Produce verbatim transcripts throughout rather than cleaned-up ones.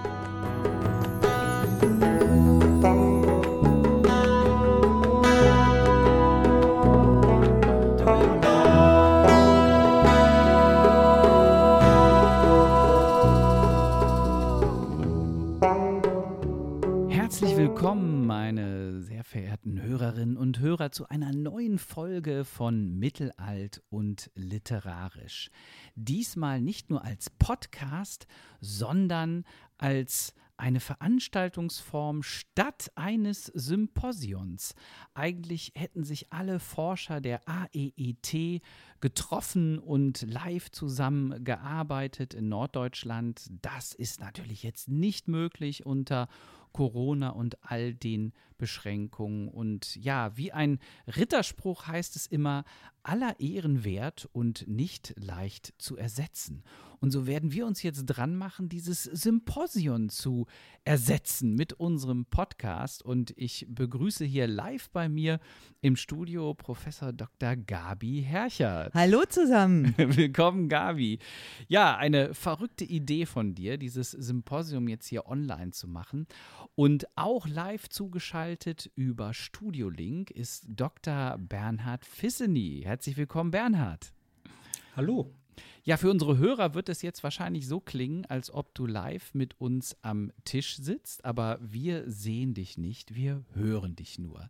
Herzlich willkommen, meine sehr verehrten Hörerinnen und Hörer, zu einer neuen Folge von Mittelalt und Literarisch. Diesmal nicht nur als Podcast, sondern als eine Veranstaltungsform statt eines Symposions. Eigentlich hätten sich alle Forscher der A E E T getroffen und live zusammengearbeitet in Norddeutschland. Das ist natürlich jetzt nicht möglich unter Corona und all den Beschränkungen. Und ja, wie ein Ritterspruch heißt es immer, aller Ehren wert und nicht leicht zu ersetzen. Und so werden wir uns jetzt dran machen, dieses Symposion zu ersetzen mit unserem Podcast. Und ich begrüße hier live bei mir im Studio Professor Doktor Gabi Herchert. Hallo zusammen. Willkommen, Gabi. Ja, eine verrückte Idee von dir, dieses Symposium jetzt hier online zu machen. Und auch live zugeschaltet über Studiolink ist Doktor Bernhard Visseny. Herzlich willkommen, Bernhard. Hallo. Ja, für unsere Hörer wird es jetzt wahrscheinlich so klingen, als ob du live mit uns am Tisch sitzt, aber wir sehen dich nicht, wir hören dich nur.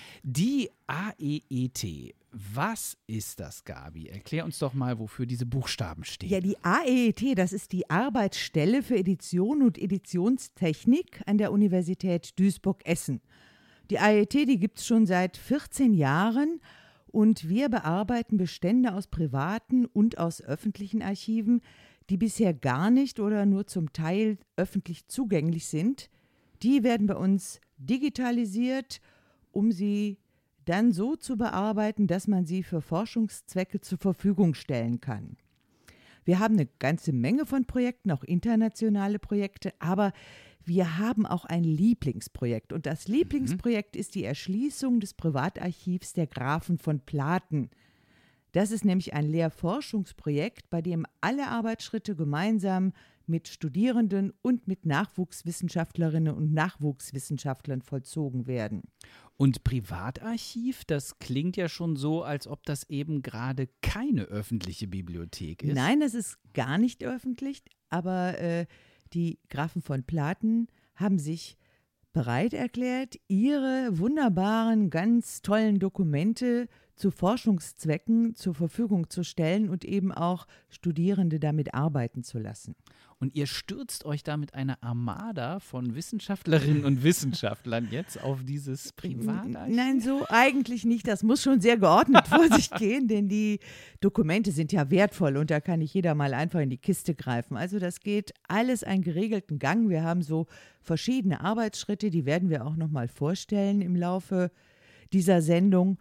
Die A E E T, was ist das, Gabi? Erklär uns doch mal, wofür diese Buchstaben stehen. Ja, die A E E T, das ist die Arbeitsstelle für Edition und Editionstechnik an der Universität Duisburg-Essen. Die A E E T, die gibt es schon seit vierzehn Jahren. Und wir bearbeiten Bestände aus privaten und aus öffentlichen Archiven, die bisher gar nicht oder nur zum Teil öffentlich zugänglich sind. Die werden bei uns digitalisiert, um sie dann so zu bearbeiten, dass man sie für Forschungszwecke zur Verfügung stellen kann. Wir haben eine ganze Menge von Projekten, auch internationale Projekte, aber wir haben auch ein Lieblingsprojekt. Und das Lieblingsprojekt ist die Erschließung des Privatarchivs der Grafen von Platen. Das ist nämlich ein Lehrforschungsprojekt, bei dem alle Arbeitsschritte gemeinsam mit Studierenden und mit Nachwuchswissenschaftlerinnen und Nachwuchswissenschaftlern vollzogen werden. Und Privatarchiv, das klingt ja schon so, als ob das eben gerade keine öffentliche Bibliothek ist. Nein, das ist gar nicht öffentlich, aber äh, die Grafen von Platen haben sich bereit erklärt, ihre wunderbaren, ganz tollen Dokumente zu Forschungszwecken zur Verfügung zu stellen und eben auch Studierende damit arbeiten zu lassen. Und ihr stürzt euch da mit einer Armada von Wissenschaftlerinnen und Wissenschaftlern jetzt auf dieses Privatarchiv? Nein, so eigentlich nicht. Das muss schon sehr geordnet vor sich gehen, denn die Dokumente sind ja wertvoll und da kann nicht jeder mal einfach in die Kiste greifen. Also das geht alles einen geregelten Gang. Wir haben so verschiedene Arbeitsschritte, die werden wir auch noch mal vorstellen im Laufe dieser Sendung.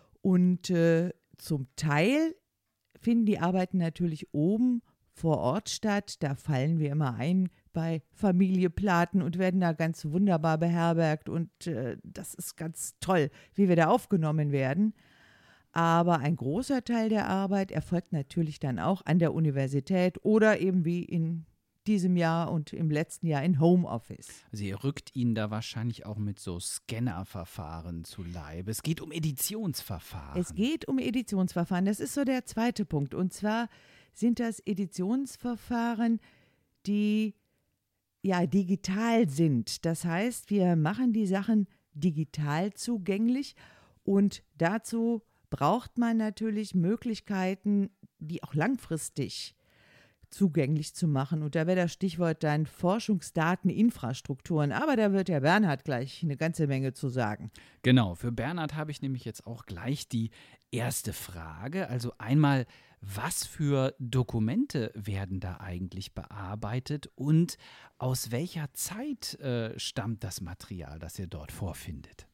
Und äh, zum Teil finden die Arbeiten natürlich oben vor Ort statt. Da fallen wir immer ein bei Familie Platen und werden da ganz wunderbar beherbergt. Und äh, das ist ganz toll, wie wir da aufgenommen werden. Aber ein großer Teil der Arbeit erfolgt natürlich dann auch an der Universität oder eben wie in diesem Jahr und im letzten Jahr in Homeoffice. Also ihr rückt Ihnen da wahrscheinlich auch mit so Scannerverfahren zu Leibe. Es geht um Editionsverfahren. Es geht um Editionsverfahren. Das ist so der zweite Punkt. Und zwar sind das Editionsverfahren, die ja digital sind. Das heißt, wir machen die Sachen digital zugänglich und dazu braucht man natürlich Möglichkeiten, die auch langfristig zugänglich zu machen. Und da wäre das Stichwort dann Forschungsdateninfrastrukturen. Aber da wird der Bernhard gleich eine ganze Menge zu sagen. Genau, für Bernhard habe ich nämlich jetzt auch gleich die erste Frage. Also einmal, was für Dokumente werden da eigentlich bearbeitet und aus welcher Zeit äh, stammt das Material, das ihr dort vorfindet?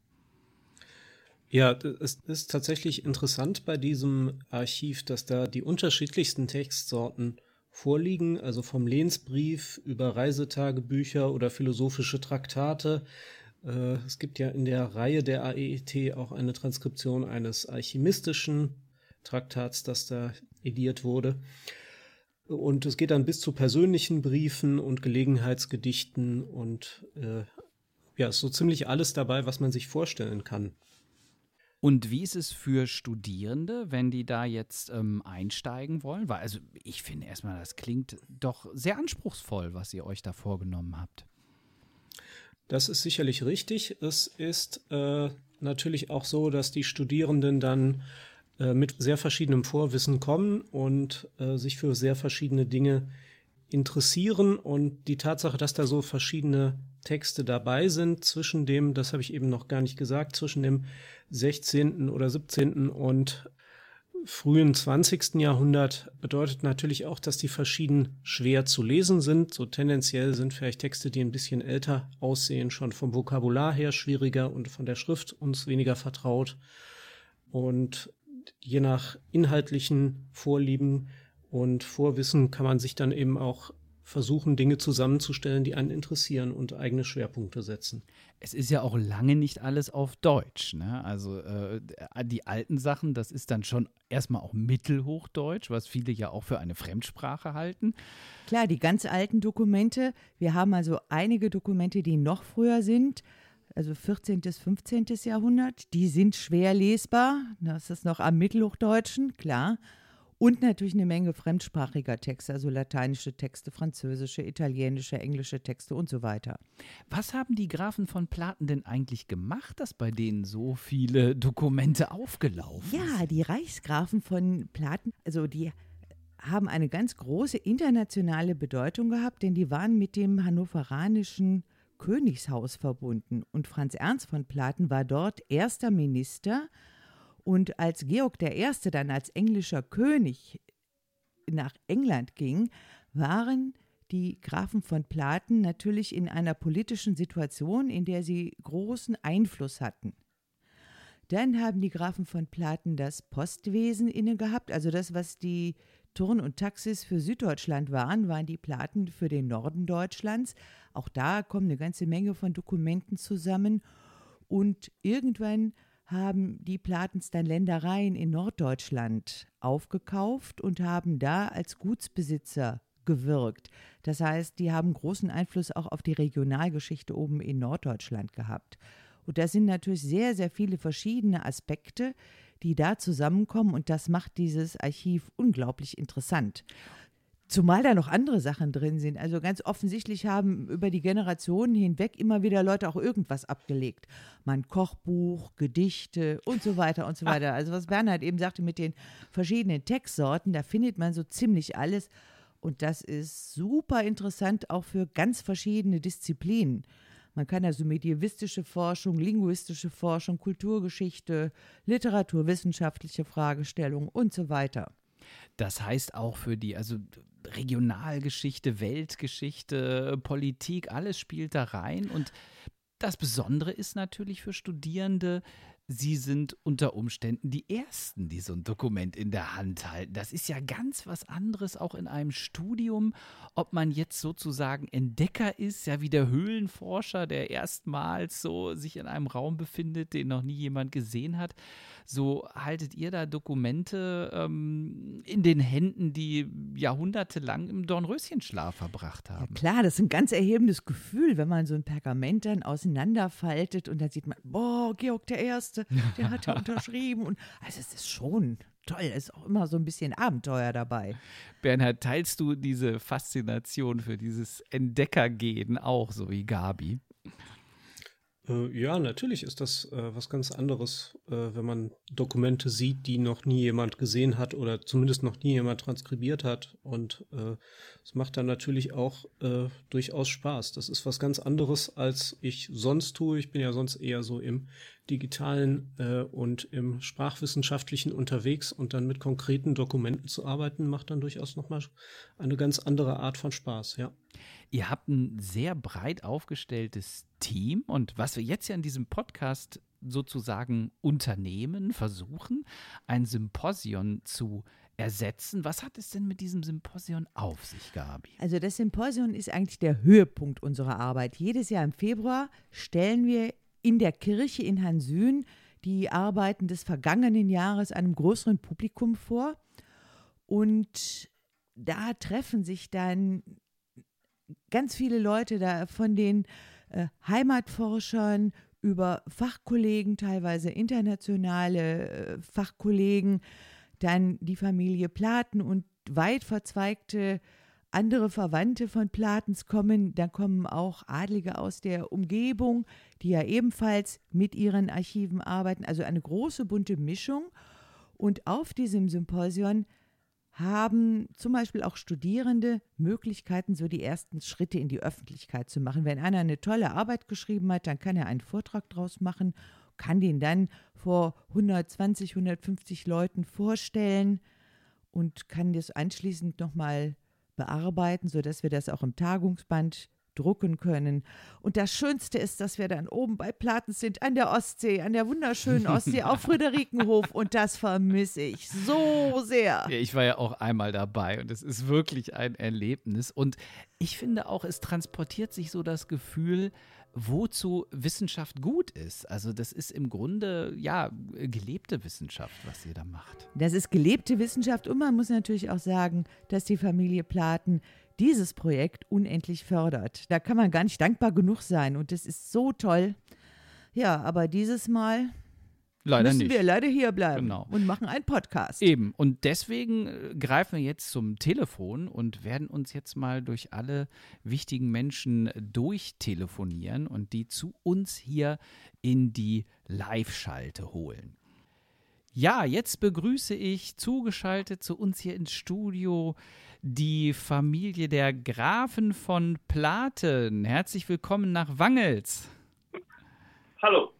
Ja, es ist tatsächlich interessant bei diesem Archiv, dass da die unterschiedlichsten Textsorten vorliegen, also vom Lehnsbrief über Reisetagebücher oder philosophische Traktate. Äh, es gibt ja in der Reihe der A E E T auch eine Transkription eines alchemistischen Traktats, das da ediert wurde. Und es geht dann bis zu persönlichen Briefen und Gelegenheitsgedichten und äh, ja, ist so ziemlich alles dabei, was man sich vorstellen kann. Und wie ist es für Studierende, wenn die da jetzt ähm, einsteigen wollen? Weil, also ich finde erstmal, das klingt doch sehr anspruchsvoll, was ihr euch da vorgenommen habt. Das ist sicherlich richtig. Es ist äh, natürlich auch so, dass die Studierenden dann äh, mit sehr verschiedenem Vorwissen kommen und äh, sich für sehr verschiedene Dinge interessieren. Und die Tatsache, dass da so verschiedene Texte dabei sind, zwischen dem, das habe ich eben noch gar nicht gesagt, zwischen dem sechzehnten oder siebzehnten und frühen zwanzigsten Jahrhundert, bedeutet natürlich auch, dass die verschieden schwer zu lesen sind. So tendenziell sind vielleicht Texte, die ein bisschen älter aussehen, schon vom Vokabular her schwieriger und von der Schrift uns weniger vertraut. Und je nach inhaltlichen Vorlieben und Vorwissen kann man sich dann eben auch versuchen, Dinge zusammenzustellen, die einen interessieren und eigene Schwerpunkte setzen. Es ist ja auch lange nicht alles auf Deutsch, ne? Also äh, die alten Sachen, das ist dann schon erstmal auch Mittelhochdeutsch, was viele ja auch für eine Fremdsprache halten. Klar, die ganz alten Dokumente, wir haben also einige Dokumente, die noch früher sind, also vierzehnten fünfzehnten Jahrhundert, die sind schwer lesbar, das ist noch am Mittelhochdeutschen, klar. Und natürlich eine Menge fremdsprachiger Texte, also lateinische Texte, französische, italienische, englische Texte und so weiter. Was haben die Grafen von Platen denn eigentlich gemacht, dass bei denen so viele Dokumente aufgelaufen sind? Ja, die Reichsgrafen von Platen, also die haben eine ganz große internationale Bedeutung gehabt, denn die waren mit dem hannoveranischen Königshaus verbunden. Und Franz Ernst von Platen war dort erster Minister. Und als Georg der Erste dann als englischer König nach England ging, waren die Grafen von Platen natürlich in einer politischen Situation, in der sie großen Einfluss hatten. Dann haben die Grafen von Platen das Postwesen inne gehabt, also das, was die Turn und Taxis für Süddeutschland waren, waren die Platen für den Norden Deutschlands. Auch da kommen eine ganze Menge von Dokumenten zusammen. Und irgendwann haben die Platens dann Ländereien in Norddeutschland aufgekauft und haben da als Gutsbesitzer gewirkt. Das heißt, die haben großen Einfluss auch auf die Regionalgeschichte oben in Norddeutschland gehabt. Und da sind natürlich sehr, sehr viele verschiedene Aspekte, die da zusammenkommen und das macht dieses Archiv unglaublich interessant. Zumal da noch andere Sachen drin sind. Also ganz offensichtlich haben über die Generationen hinweg immer wieder Leute auch irgendwas abgelegt. Mal ein Kochbuch, Gedichte und so weiter und so weiter. Also was Bernhard eben sagte mit den verschiedenen Textsorten, da findet man so ziemlich alles. Und das ist super interessant auch für ganz verschiedene Disziplinen. Man kann also medievistische Forschung, linguistische Forschung, Kulturgeschichte, literaturwissenschaftliche Fragestellungen und so weiter. Das heißt auch für die, also Regionalgeschichte, Weltgeschichte, Politik, alles spielt da rein. Und das Besondere ist natürlich für Studierende, sie sind unter Umständen die Ersten, die so ein Dokument in der Hand halten. Das ist ja ganz was anderes auch in einem Studium, ob man jetzt sozusagen Entdecker ist, ja wie der Höhlenforscher, der erstmals so sich in einem Raum befindet, den noch nie jemand gesehen hat. So haltet ihr da Dokumente ähm, in den Händen, die jahrhundertelang im Dornröschenschlaf verbracht haben. Ja klar, das ist ein ganz erhebendes Gefühl, wenn man so ein Pergament dann auseinanderfaltet und dann sieht man, boah, Georg der Erste, der hat ja unterschrieben. Und also es ist schon toll, es ist auch immer so ein bisschen Abenteuer dabei. Bernhard, teilst du diese Faszination für dieses Entdeckergehen auch, so wie Gabi? Ja, natürlich ist das äh, was ganz anderes, äh, wenn man Dokumente sieht, die noch nie jemand gesehen hat oder zumindest noch nie jemand transkribiert hat. Und äh, es macht dann natürlich auch äh, durchaus Spaß. Das ist was ganz anderes, als ich sonst tue. Ich bin ja sonst eher so im Digitalen äh, und im Sprachwissenschaftlichen unterwegs und dann mit konkreten Dokumenten zu arbeiten, macht dann durchaus nochmal eine ganz andere Art von Spaß, ja. Ihr habt ein sehr breit aufgestelltes Team und was wir jetzt ja in diesem Podcast sozusagen unternehmen, versuchen, ein Symposion zu ersetzen. Was hat es denn mit diesem Symposion auf sich, Gabi? Also das Symposion ist eigentlich der Höhepunkt unserer Arbeit. Jedes Jahr im Februar stellen wir in der Kirche in Hansün die Arbeiten des vergangenen Jahres einem größeren Publikum vor und da treffen sich dann ganz viele Leute da von den äh, Heimatforschern über Fachkollegen, teilweise internationale äh, Fachkollegen, dann die Familie Platen und weit verzweigte andere Verwandte von Platens kommen. Dann kommen auch Adlige aus der Umgebung, die ja ebenfalls mit ihren Archiven arbeiten. Also eine große bunte Mischung. Und auf diesem Symposion haben zum Beispiel auch Studierende Möglichkeiten, so die ersten Schritte in die Öffentlichkeit zu machen. Wenn einer eine tolle Arbeit geschrieben hat, dann kann er einen Vortrag draus machen, kann den dann vor hundertzwanzig, hundertfünfzig Leuten vorstellen und kann das anschließend nochmal bearbeiten, sodass wir das auch im Tagungsband drucken können. Und das Schönste ist, dass wir dann oben bei Platens sind, an der Ostsee, an der wunderschönen Ostsee, auf Friederikenhof. Und das vermisse ich so sehr. Ja, ich war ja auch einmal dabei und es ist wirklich ein Erlebnis. Und ich finde auch, es transportiert sich so das Gefühl, wozu Wissenschaft gut ist. Also das ist im Grunde, ja, gelebte Wissenschaft, was ihr da macht. Das ist gelebte Wissenschaft und man muss natürlich auch sagen, dass die Familie Platen dieses Projekt unendlich fördert. Da kann man gar nicht dankbar genug sein und das ist so toll. Ja, aber dieses Mal leider müssen nicht. wir leider hier bleiben Genau. und machen einen Podcast. Eben, und deswegen äh, greifen wir jetzt zum Telefon und werden uns jetzt mal durch alle wichtigen Menschen durchtelefonieren und die zu uns hier in die Live-Schalte holen. Ja, jetzt begrüße ich zugeschaltet zu uns hier ins Studio die Familie der Grafen von Platen. Herzlich willkommen nach Wangels. Hallo.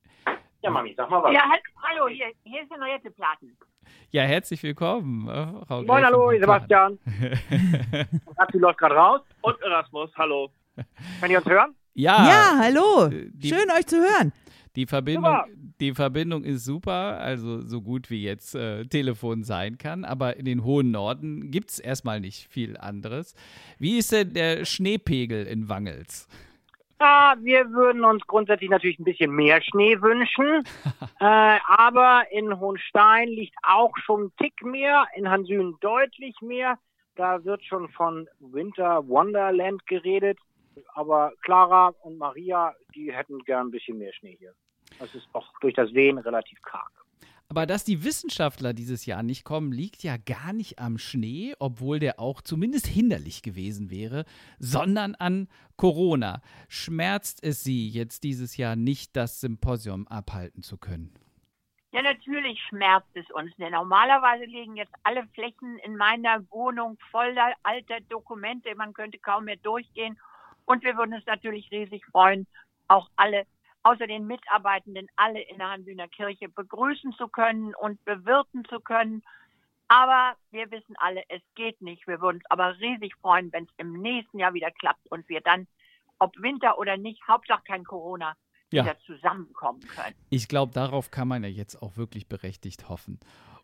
Ja, Mami, sag mal was. Ja, hallo, hier, hier ist Henriette Platen. Ja, herzlich willkommen, äh, Frau Moin, Gräfin hallo, von Sebastian. Platen. Rapsi läuft gerade raus. Und Erasmus, hallo. Kann ihr uns hören? Ja, Ja, hallo. die- Schön, euch zu hören. Die Verbindung, Super. die Verbindung ist super, also so gut wie jetzt äh, Telefon sein kann, aber in den hohen Norden gibt es erstmal nicht viel anderes. Wie ist denn der Schneepegel in Wangels? Ja, wir würden uns grundsätzlich natürlich ein bisschen mehr Schnee wünschen. äh, aber in Hohenstein liegt auch schon ein Tick mehr, in Hansühen deutlich mehr. Da wird schon von Winter Wonderland geredet. Aber Clara und Maria, die hätten gern ein bisschen mehr Schnee hier. Das ist auch durch das Wehen relativ karg. Aber dass die Wissenschaftler dieses Jahr nicht kommen, liegt ja gar nicht am Schnee, obwohl der auch zumindest hinderlich gewesen wäre, sondern an Corona. Schmerzt es Sie jetzt dieses Jahr nicht, das Symposium abhalten zu können? Ja, natürlich schmerzt es uns. Denn normalerweise liegen jetzt alle Flächen in meiner Wohnung voller alter Dokumente. Man könnte kaum mehr durchgehen. Und wir würden uns natürlich riesig freuen, auch alle, außer den Mitarbeitenden, alle in der Hansüner Kirche begrüßen zu können und bewirten zu können. Aber wir wissen alle, es geht nicht. Wir würden uns aber riesig freuen, wenn es im nächsten Jahr wieder klappt und wir dann, ob Winter oder nicht, Hauptsache kein Corona, Ja. wieder zusammenkommen können. Ich glaube, darauf kann man ja jetzt auch wirklich berechtigt hoffen.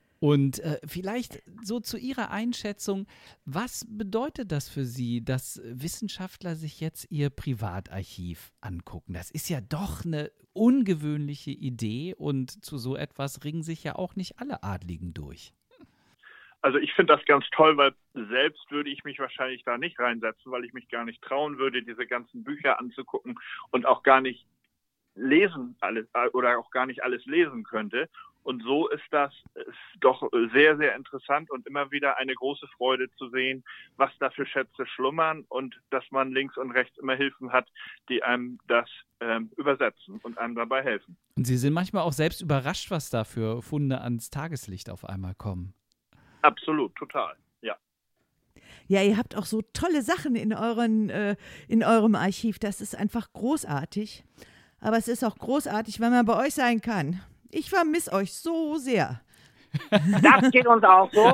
Und äh, vielleicht so zu Ihrer Einschätzung, was bedeutet das für Sie, dass Wissenschaftler sich jetzt Ihr Privatarchiv angucken? Das ist ja doch eine ungewöhnliche Idee und zu so etwas ringen sich ja auch nicht alle Adligen durch. Also ich finde das ganz toll, weil selbst würde ich mich wahrscheinlich da nicht reinsetzen, weil ich mich gar nicht trauen würde, diese ganzen Bücher anzugucken und auch gar nicht lesen alles oder auch gar nicht alles lesen könnte. Und so ist das ist doch sehr, sehr interessant und immer wieder eine große Freude zu sehen, was da für Schätze schlummern und dass man links und rechts immer Hilfen hat, die einem das ähm, übersetzen und einem dabei helfen. Und Sie sind manchmal auch selbst überrascht, was da für Funde ans Tageslicht auf einmal kommen. Absolut, total, ja. Ja, ihr habt auch so tolle Sachen in, euren, äh, in eurem Archiv. Das ist einfach großartig. Aber es ist auch großartig, wenn man bei euch sein kann. Ich vermisse euch so sehr. Das geht uns auch so.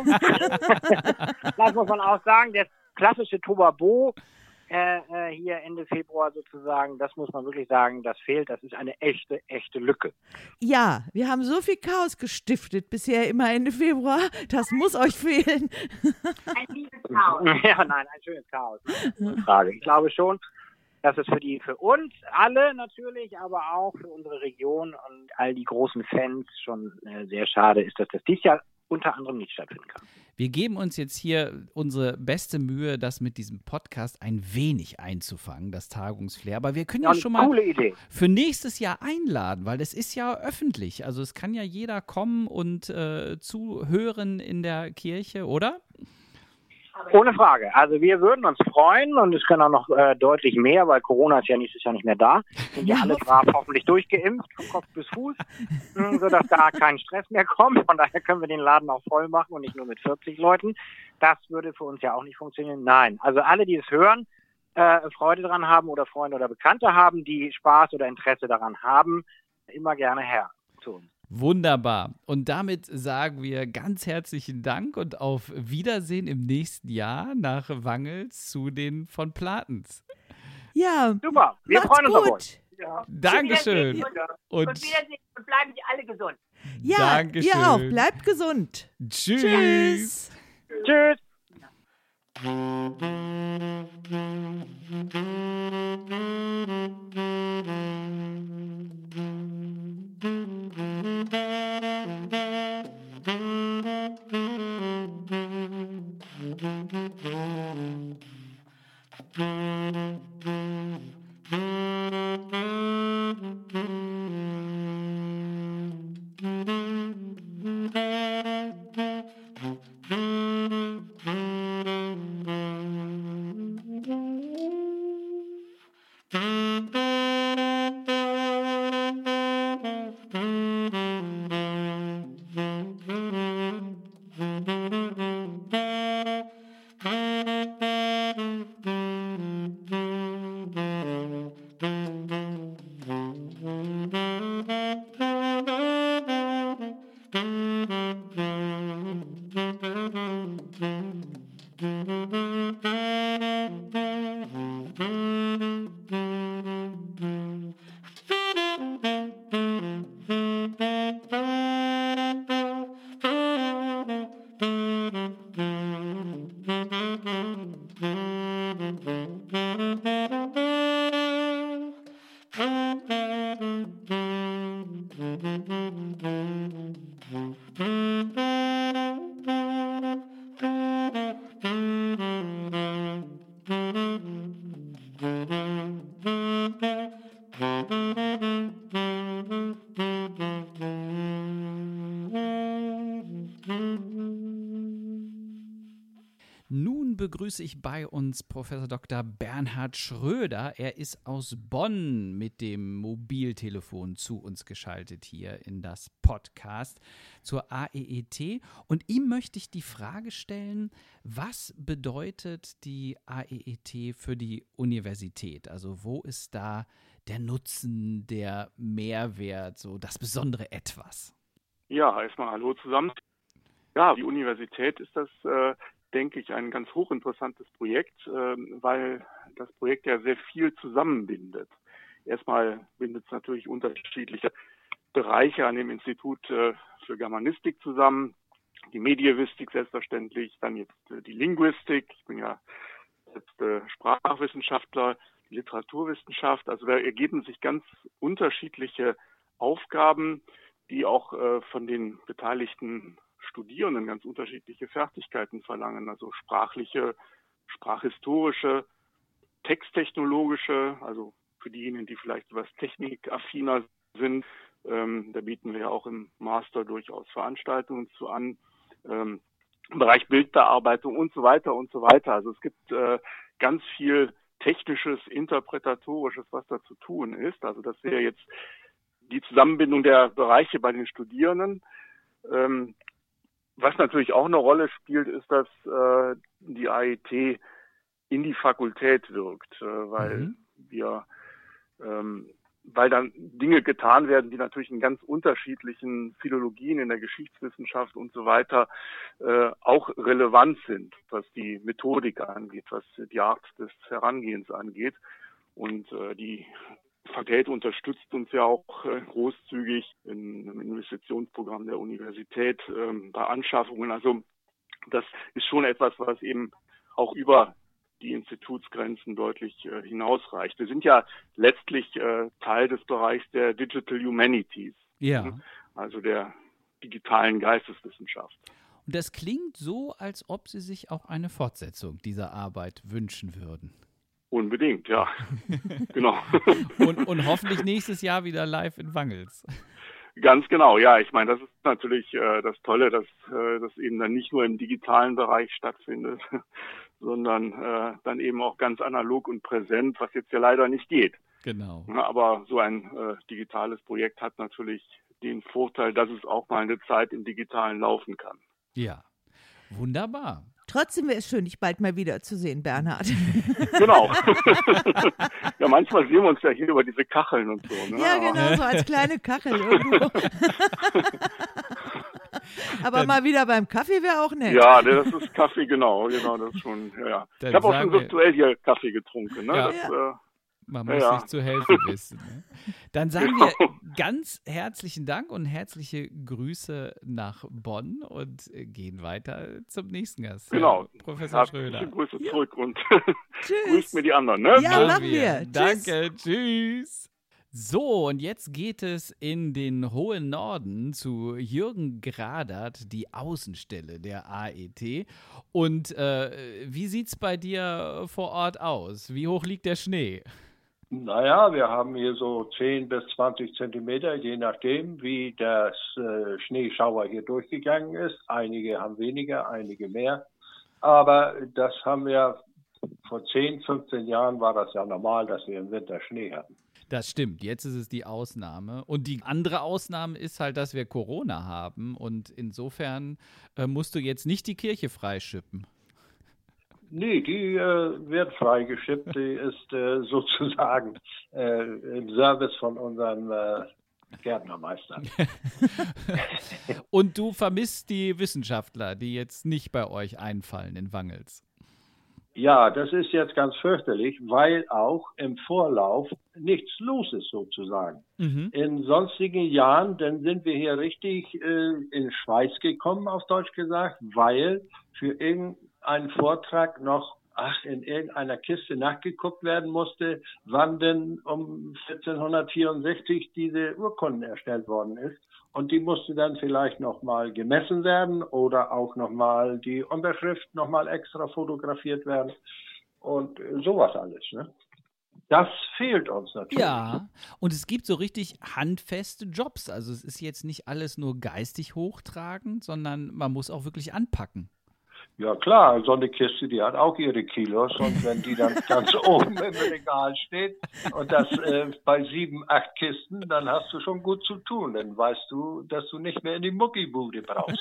Das muss man auch sagen. Der klassische Tobabo äh, äh, hier Ende Februar sozusagen, das muss man wirklich sagen, das fehlt. Das ist eine echte, echte Lücke. Ja, wir haben so viel Chaos gestiftet bisher immer Ende Februar. Das muss euch fehlen. Ein liebes Chaos. Ja, nein, ein schönes Chaos. Ohne Frage. Ich glaube schon, dass es für die, für uns alle natürlich, aber auch für unsere Region und all die großen Fans schon äh, sehr schade ist, dass das dieses Jahr unter anderem nicht stattfinden kann. Wir geben uns jetzt hier unsere beste Mühe, das mit diesem Podcast ein wenig einzufangen, das Tagungsflair. Aber wir können ja, ja schon mal Idee. für nächstes Jahr einladen, weil das ist ja öffentlich. Also es kann ja jeder kommen und äh, zuhören in der Kirche, oder? Ohne Frage. Also wir würden uns freuen und es können auch noch äh, deutlich mehr, weil Corona ist ja nächstes Jahr nicht mehr da. Sind ja alle brav hoffentlich durchgeimpft, von Kopf bis Fuß, mh, sodass da kein Stress mehr kommt. Von daher können wir den Laden auch voll machen und nicht nur mit vierzig Leuten. Das würde für uns ja auch nicht funktionieren. Nein, also alle, die es hören, äh, Freude daran haben oder Freunde oder Bekannte haben, die Spaß oder Interesse daran haben, immer gerne her zu uns. Wunderbar. Und damit sagen wir ganz herzlichen Dank und auf Wiedersehen im nächsten Jahr nach Wangels zu den von Platens. Ja, super. Wir freuen uns auf euch. Ja. Dankeschön. Und, und, und Wiedersehen und bleiben Sie alle gesund. Ja, Dankeschön. ihr auch. Bleibt gesund. Tschüss. Tschüss. Tschüss. Nun begrüße ich bei uns Professor Doktor Bernhard Schröder. Er ist aus Bonn mit dem Mobiltelefon zu uns geschaltet hier in das Podcast zur A E E T. Und ihm möchte ich die Frage stellen, was bedeutet die A E E T für die Universität? Also wo ist da der Nutzen, der Mehrwert, so das besondere Etwas? Ja, erstmal hallo zusammen. Ja, die Universität ist das, äh, denke ich, ein ganz hochinteressantes Projekt, äh, weil das Projekt ja sehr viel zusammenbindet. Erstmal bindet es natürlich unterschiedliche Bereiche an dem Institut äh, für Germanistik zusammen, die Medievistik selbstverständlich, dann jetzt äh, die Linguistik, ich bin ja selbst äh, Sprachwissenschaftler, die Literaturwissenschaft, also da ergeben sich ganz unterschiedliche Aufgaben, die auch äh, von den beteiligten Studierenden ganz unterschiedliche Fertigkeiten verlangen, also sprachliche, sprachhistorische, texttechnologische, also für diejenigen, die vielleicht etwas technikaffiner sind, ähm, da bieten wir ja auch im Master durchaus Veranstaltungen zu an, ähm, im Bereich Bildbearbeitung und so weiter und so weiter. Also es gibt äh, ganz viel Technisches, Interpretatorisches, was da zu tun ist. Also das wäre jetzt die Zusammenbindung der Bereiche bei den Studierenden. Ähm, was natürlich auch eine Rolle spielt, ist, dass äh, die A E T in die Fakultät wirkt, äh, weil mhm. wir, ähm, weil dann Dinge getan werden, die natürlich in ganz unterschiedlichen Philologien, in der Geschichtswissenschaft und so weiter äh, auch relevant sind, was die Methodik angeht, was die Art des Herangehens angeht. Und äh, die Fakultät unterstützt uns ja auch äh, großzügig in einem Investitionsprogramm der Universität äh, bei Anschaffungen. Also das ist schon etwas, was eben auch über die Institutsgrenzen deutlich äh, hinausreicht. Wir sind ja letztlich äh, Teil des Bereichs der Digital Humanities, ja. also der digitalen Geisteswissenschaft. Und das klingt so, als ob Sie sich auch eine Fortsetzung dieser Arbeit wünschen würden. Unbedingt, ja. Genau. Und, und hoffentlich nächstes Jahr wieder live in Wangels. Ganz genau, ja. Ich meine, das ist natürlich äh, das Tolle, dass äh, das eben dann nicht nur im digitalen Bereich stattfindet, sondern äh, dann eben auch ganz analog und präsent, was jetzt ja leider nicht geht. Genau. Ja, aber so ein äh, digitales Projekt hat natürlich den Vorteil, dass es auch mal eine Zeit im Digitalen laufen kann. Ja, wunderbar. Trotzdem wäre es schön, dich bald mal wieder zu sehen, Bernhard. Genau. Ja, manchmal sehen wir uns ja hier über diese Kacheln und so. Ne? Ja, genau, so als kleine Kachel irgendwo. Aber Dann, mal wieder beim Kaffee wäre auch nett. Ja, das ist Kaffee, genau. genau das ist schon, ja, ja. Ich habe auch schon wir, virtuell hier Kaffee getrunken. Ne? Ja. Das, äh, Man muss ja. sich zu helfen wissen. Ne? Dann sagen Genau. wir ganz herzlichen Dank und herzliche Grüße nach Bonn und gehen weiter zum nächsten Gast. Genau. Herr Professor Herzliche Schröder. Grüße zurück und Tschüss. grüßt mir die anderen. Ne? Ja, Machen machen wir. Danke, tschüss. So, und jetzt geht es in den hohen Norden zu Jürgen Gradert, die Außenstelle der A E T. Und äh, wie sieht es bei dir vor Ort aus? Wie hoch liegt der Schnee? Naja, wir haben hier so zehn bis zwanzig Zentimeter, je nachdem, wie das äh, Schneeschauer hier durchgegangen ist. Einige haben weniger, einige mehr. Aber das haben wir, vor zehn, fünfzehn Jahren war das ja normal, dass wir im Winter Schnee hatten. Das stimmt, jetzt ist es die Ausnahme. Und die andere Ausnahme ist halt, dass wir Corona haben. Und insofern äh, musst du jetzt nicht die Kirche freischippen. Nee, die äh, wird freigeschippt. Die ist äh, sozusagen äh, im Service von unseren äh, Gärtnermeistern. Und du vermisst die Wissenschaftler, die jetzt nicht bei euch einfallen in Wangels. Ja, das ist jetzt ganz fürchterlich, weil auch im Vorlauf nichts los ist sozusagen. Mhm. In sonstigen Jahren, dann sind wir hier richtig äh, in Schweiß gekommen, auf Deutsch gesagt, weil für irgendeinen Vortrag noch ach, in irgendeiner Kiste nachgeguckt werden musste, wann denn um vierzehnhundertvierundsechzig diese Urkunden erstellt worden ist. Und die musste dann vielleicht nochmal gemessen werden oder auch nochmal die Unterschrift nochmal extra fotografiert werden und sowas alles. Ne? Das fehlt uns natürlich. Ja, und es gibt so richtig handfeste Jobs. Also es ist jetzt nicht alles nur geistig hochtragend, sondern man muss auch wirklich anpacken. Ja klar, so eine Kiste, die hat auch ihre Kilos und wenn die dann ganz oben im Regal steht und das äh, bei sieben, acht Kisten, dann hast du schon gut zu tun. Dann weißt du, dass du nicht mehr in die Muckibude brauchst.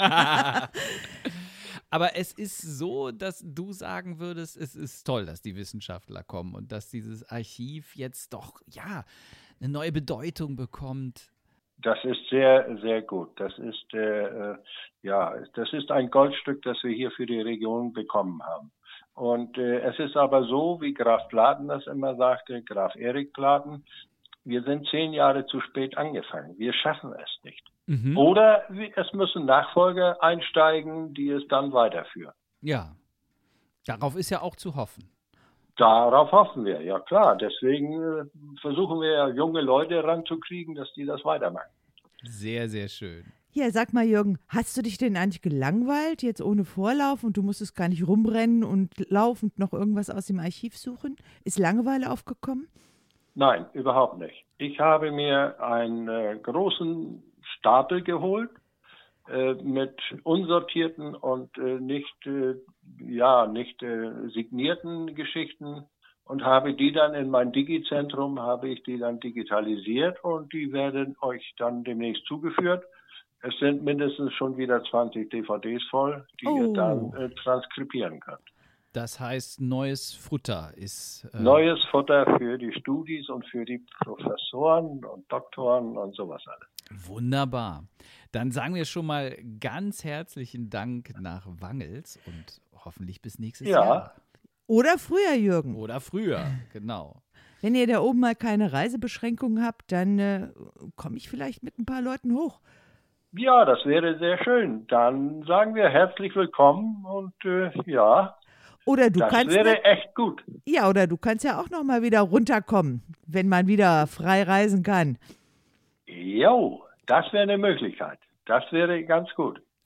Aber es ist so, dass du sagen würdest, es ist toll, dass die Wissenschaftler kommen und dass dieses Archiv jetzt doch, ja, eine neue Bedeutung bekommt. Das ist sehr, sehr gut. Das ist, äh, ja, das ist ein Goldstück, das wir hier für die Region bekommen haben. Und äh, es ist aber so, wie Graf Platen das immer sagte, Graf Erik Platen, wir sind zehn Jahre zu spät angefangen. Wir schaffen es nicht. Mhm. Oder es müssen Nachfolger einsteigen, die es dann weiterführen. Ja, darauf ist ja auch zu hoffen. Darauf hoffen wir, ja klar. Deswegen äh, versuchen wir ja junge Leute ranzukriegen, dass die das weitermachen. Sehr, sehr schön. Ja, sag mal, Jürgen, hast du dich denn eigentlich gelangweilt, jetzt ohne Vorlauf und du musstest gar nicht rumrennen und laufend noch irgendwas aus dem Archiv suchen? Ist Langeweile aufgekommen? Nein, überhaupt nicht. Ich habe mir einen äh, großen Stapel geholt äh, mit unsortierten und äh, nicht, äh, ja, nicht äh, signierten Geschichten und habe die dann in mein Digi-Zentrum, habe ich die dann digitalisiert und die werden euch dann demnächst zugeführt. Es sind mindestens schon wieder zwanzig D V Ds voll, die Oh. ihr dann äh, transkribieren könnt. Das heißt, neues Futter ist... Äh, Neues Futter für die Studis und für die Professoren und Doktoren und sowas alles. Wunderbar. Dann sagen wir schon mal ganz herzlichen Dank nach Wangels und hoffentlich bis nächstes Ja. Jahr. Oder früher, Jürgen. Oder früher, genau. Wenn ihr da oben mal keine Reisebeschränkungen habt, dann äh, komme ich vielleicht mit ein paar Leuten hoch. Ja, das wäre sehr schön. Dann sagen wir herzlich willkommen und äh, ja, Oder du das kannst wäre ne- echt gut. ja, oder du kannst ja auch noch mal wieder runterkommen, wenn man wieder frei reisen kann. Jo, das wäre eine Möglichkeit. Das wäre ganz gut.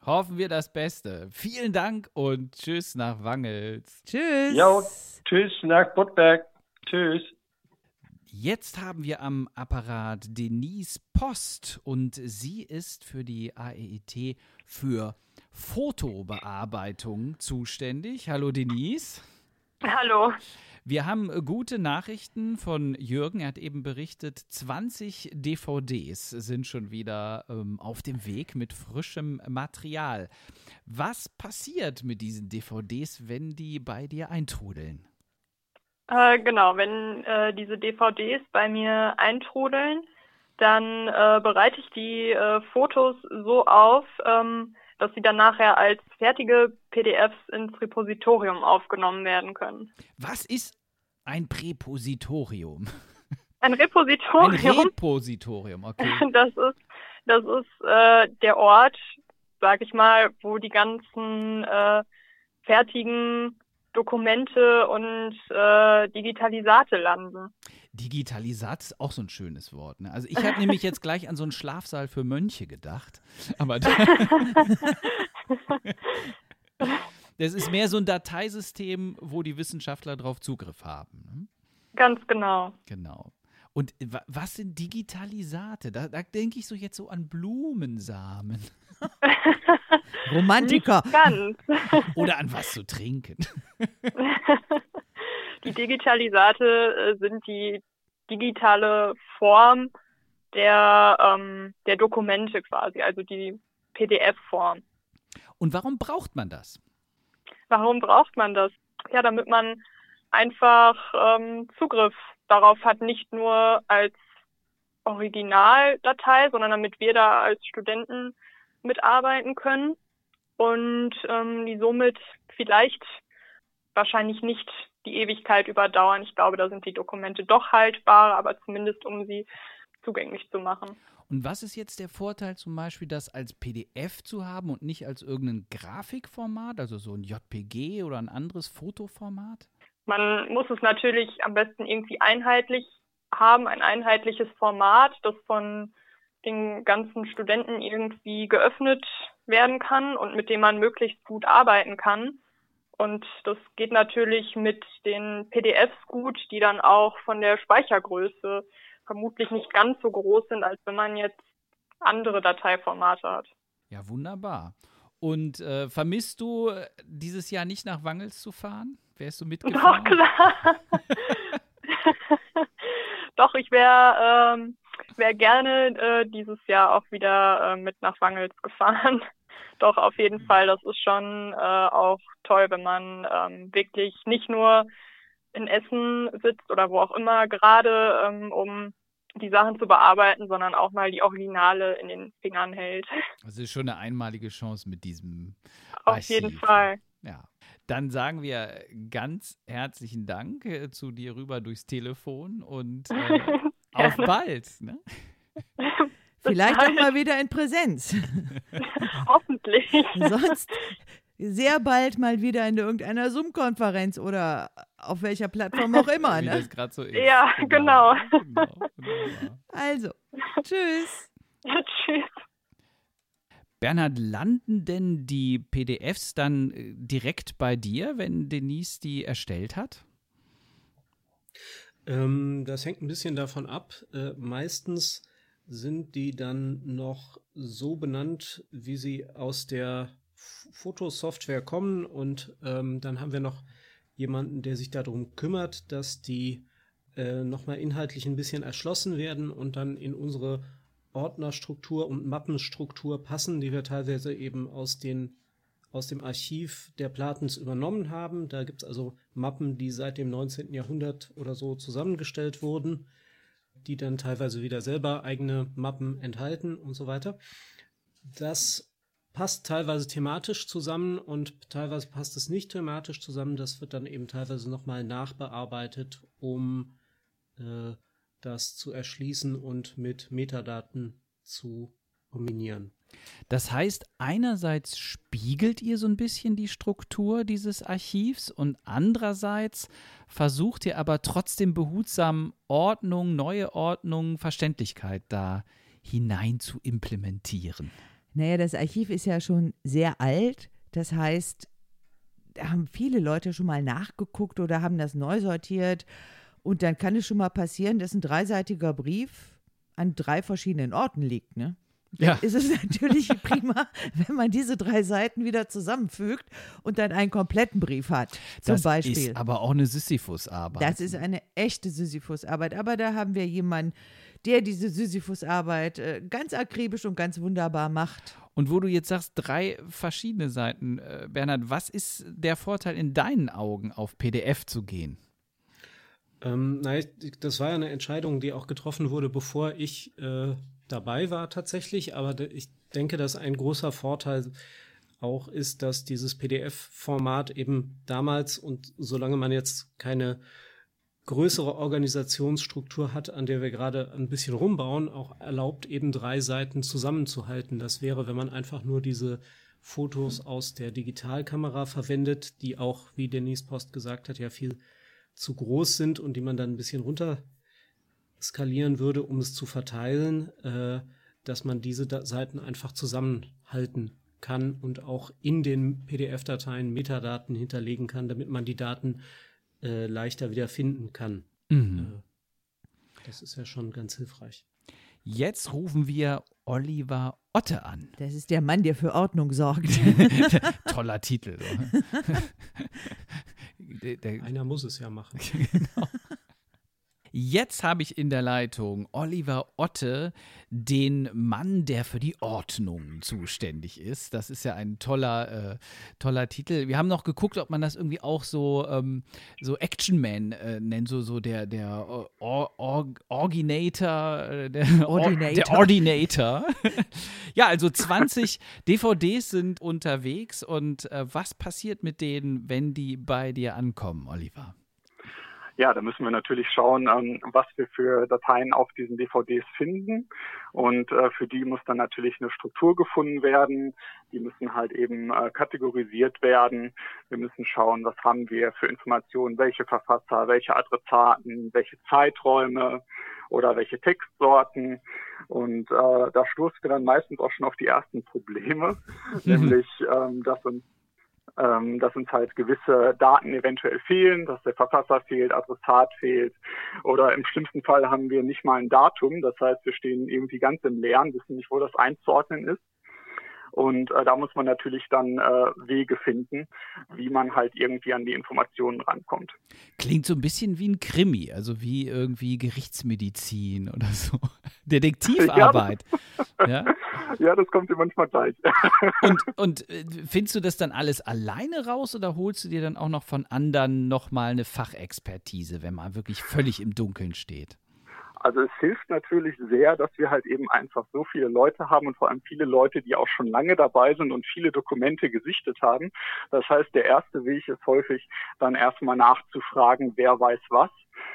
Hoffen wir das Beste. Vielen Dank und tschüss nach Wangels. Tschüss. Jo, tschüss nach Budberg. Tschüss. Jetzt haben wir am Apparat Denise Post und sie ist für die A E I T für Fotobearbeitung zuständig. Hallo Denise. Hallo. Wir haben gute Nachrichten von Jürgen. Er hat eben berichtet, zwanzig D V Ds sind schon wieder ähm, auf dem Weg mit frischem Material. Was passiert mit diesen D V Ds, wenn die bei dir eintrudeln? Äh, genau, wenn äh, diese D V Ds bei mir eintrudeln, dann äh, bereite ich die äh, Fotos so auf, ähm, dass sie dann nachher als fertige P D Fs ins Repositorium aufgenommen werden können. Was ist ein Präpositorium? Ein Repositorium? Ein Repositorium, okay. Das ist, das ist äh, der Ort, sag ich mal, wo die ganzen äh, fertigen Dokumente und äh, Digitalisate landen. Digitalisat ist auch so ein schönes Wort. Ne? Also ich habe nämlich jetzt gleich an so einen Schlafsaal für Mönche gedacht. Aber das ist mehr so ein Dateisystem, wo die Wissenschaftler drauf Zugriff haben. Ne? Ganz genau. Genau. Und wa- was sind Digitalisate? Da, da denke ich so jetzt so an Blumensamen. Romantiker. Nicht ganz. Oder an was zu trinken. Die Digitalisate äh, sind die digitale Form der, ähm, der Dokumente quasi, also die P D F-Form. Und warum braucht man das? Warum braucht man das? Ja, damit man einfach ähm, Zugriff darauf hat, nicht nur als Originaldatei, sondern damit wir da als Studenten mitarbeiten können und ähm, die somit vielleicht wahrscheinlich nicht die Ewigkeit überdauern. Ich glaube, da sind die Dokumente doch haltbar, aber zumindest um sie zugänglich zu machen. Und was ist jetzt der Vorteil zum Beispiel, das als P D F zu haben und nicht als irgendein Grafikformat, also so ein J P G oder ein anderes Fotoformat? Man muss es natürlich am besten irgendwie einheitlich haben, ein einheitliches Format, das von den ganzen Studenten irgendwie geöffnet werden kann und mit dem man möglichst gut arbeiten kann. Und das geht natürlich mit den P D Fs gut, die dann auch von der Speichergröße vermutlich nicht ganz so groß sind, als wenn man jetzt andere Dateiformate hat. Ja, wunderbar. Und äh, vermisst du dieses Jahr nicht nach Wangels zu fahren? Wärst du mitgefahren? Doch, klar. Doch, ich wäre ähm, wär gerne äh, dieses Jahr auch wieder äh, mit nach Wangels gefahren. Doch, auf jeden Fall, das ist schon äh, auch toll, wenn man ähm, wirklich nicht nur in Essen sitzt oder wo auch immer gerade, ähm, um die Sachen zu bearbeiten, sondern auch mal die Originale in den Fingern hält. Das ist schon eine einmalige Chance mit diesem Auf Archiv. jeden Fall. Ja. Dann sagen wir ganz herzlichen Dank äh, zu dir rüber durchs Telefon und äh, auf bald. Ne? Vielleicht auch mal wieder in Präsenz. Hoffentlich. Sonst sehr bald mal wieder in irgendeiner Zoom-Konferenz oder auf welcher Plattform auch immer. Wie Ne? das gerade so ist. Ja, genau. genau. Wunderbar. Also, tschüss. Ja, tschüss. Bernhard, landen denn die P D Fs dann äh, direkt bei dir, wenn Denise die erstellt hat? Ähm, das hängt ein bisschen davon ab. Äh, meistens sind die dann noch so benannt, wie sie aus der F- Fotosoftware kommen. Und ähm, dann haben wir noch jemanden, der sich darum kümmert, dass die äh, nochmal inhaltlich ein bisschen erschlossen werden und dann in unsere Ordnerstruktur und Mappenstruktur passen, die wir teilweise eben aus den aus dem Archiv der Platens übernommen haben. Da gibt es also Mappen, die seit dem neunzehnten Jahrhundert oder so zusammengestellt wurden, die dann teilweise wieder selber eigene Mappen enthalten und so weiter. Das passt teilweise thematisch zusammen und teilweise passt es nicht thematisch zusammen. Das wird dann eben teilweise nochmal nachbearbeitet, um äh, das zu erschließen und mit Metadaten zu kombinieren. Das heißt, einerseits spiegelt ihr so ein bisschen die Struktur dieses Archivs und andererseits versucht ihr aber trotzdem behutsam Ordnung, neue Ordnung, Verständlichkeit da hinein zu implementieren. Naja, das Archiv ist ja schon sehr alt. Das heißt, da haben viele Leute schon mal nachgeguckt oder haben das neu sortiert. Und dann kann es schon mal passieren, dass ein dreiseitiger Brief an drei verschiedenen Orten liegt, ne? Ja. Dann ist es natürlich prima, wenn man diese drei Seiten wieder zusammenfügt und dann einen kompletten Brief hat, zum das Beispiel. Das ist aber auch eine Sisyphus-Arbeit. Das ist eine echte Sisyphus-Arbeit. Aber da haben wir jemanden, der diese Sisyphus-Arbeit äh, ganz akribisch und ganz wunderbar macht. Und wo du jetzt sagst, drei verschiedene Seiten, äh, Bernhard, was ist der Vorteil in deinen Augen, auf P D F zu gehen? Ähm, nein, das war ja eine Entscheidung, die auch getroffen wurde, bevor ich äh, dabei war tatsächlich. Aber de- ich denke, dass ein großer Vorteil auch ist, dass dieses P D F-Format eben damals und solange man jetzt keine größere Organisationsstruktur hat, an der wir gerade ein bisschen rumbauen, auch erlaubt, eben drei Seiten zusammenzuhalten. Das wäre, wenn man einfach nur diese Fotos aus der Digitalkamera verwendet, die auch, wie Denise Post gesagt hat, ja viel zu groß sind und die man dann ein bisschen runter skalieren würde, um es zu verteilen, äh, dass man diese da- Seiten einfach zusammenhalten kann und auch in den P D F-Dateien Metadaten hinterlegen kann, damit man die Daten äh, leichter wieder finden kann. Mhm. Äh, das ist ja schon ganz hilfreich. Jetzt rufen wir Oliver Otte an. Das ist der Mann, der für Ordnung sorgt. Toller Titel. So. der, der, Einer muss es ja machen. Genau. Jetzt habe ich in der Leitung Oliver Otte, den Mann, der für die Ordnung zuständig ist. Das ist ja ein toller, äh, toller Titel. Wir haben noch geguckt, ob man das irgendwie auch so, ähm, so Action Man äh, nennt, so, so der, der Or Or Orginator, äh, der Ordinator. der Ordinator. Ja, also zwanzig D V Ds sind unterwegs und äh, was passiert mit denen, wenn die bei dir ankommen, Oliver? Ja, da müssen wir natürlich schauen, ähm, was wir für Dateien auf diesen D V Ds finden. Und äh, für die muss dann natürlich eine Struktur gefunden werden. Die müssen halt eben äh, kategorisiert werden. Wir müssen schauen, was haben wir für Informationen, welche Verfasser, welche Adressaten, welche Zeiträume oder welche Textsorten. Und äh, da stoßen wir dann meistens auch schon auf die ersten Probleme, mhm. nämlich ähm, dass uns Ähm, dass uns halt gewisse Daten eventuell fehlen, dass der Verfasser fehlt, Adressat fehlt oder im schlimmsten Fall haben wir nicht mal ein Datum. Das heißt, wir stehen irgendwie ganz im Leeren, wissen nicht, wo das einzuordnen ist. Und äh, da muss man natürlich dann äh, Wege finden, wie man halt irgendwie an die Informationen rankommt. Klingt so ein bisschen wie ein Krimi, also wie irgendwie Gerichtsmedizin oder so. Detektivarbeit. Ja, ja? ja, das kommt dir manchmal gleich. Und, und äh, findest du das dann alles alleine raus oder holst du dir dann auch noch von anderen nochmal eine Fachexpertise, wenn man wirklich völlig im Dunkeln steht? Also es hilft natürlich sehr, dass wir halt eben einfach so viele Leute haben und vor allem viele Leute, die auch schon lange dabei sind und viele Dokumente gesichtet haben. Das heißt, der erste Weg ist häufig dann erstmal nachzufragen, wer weiß was.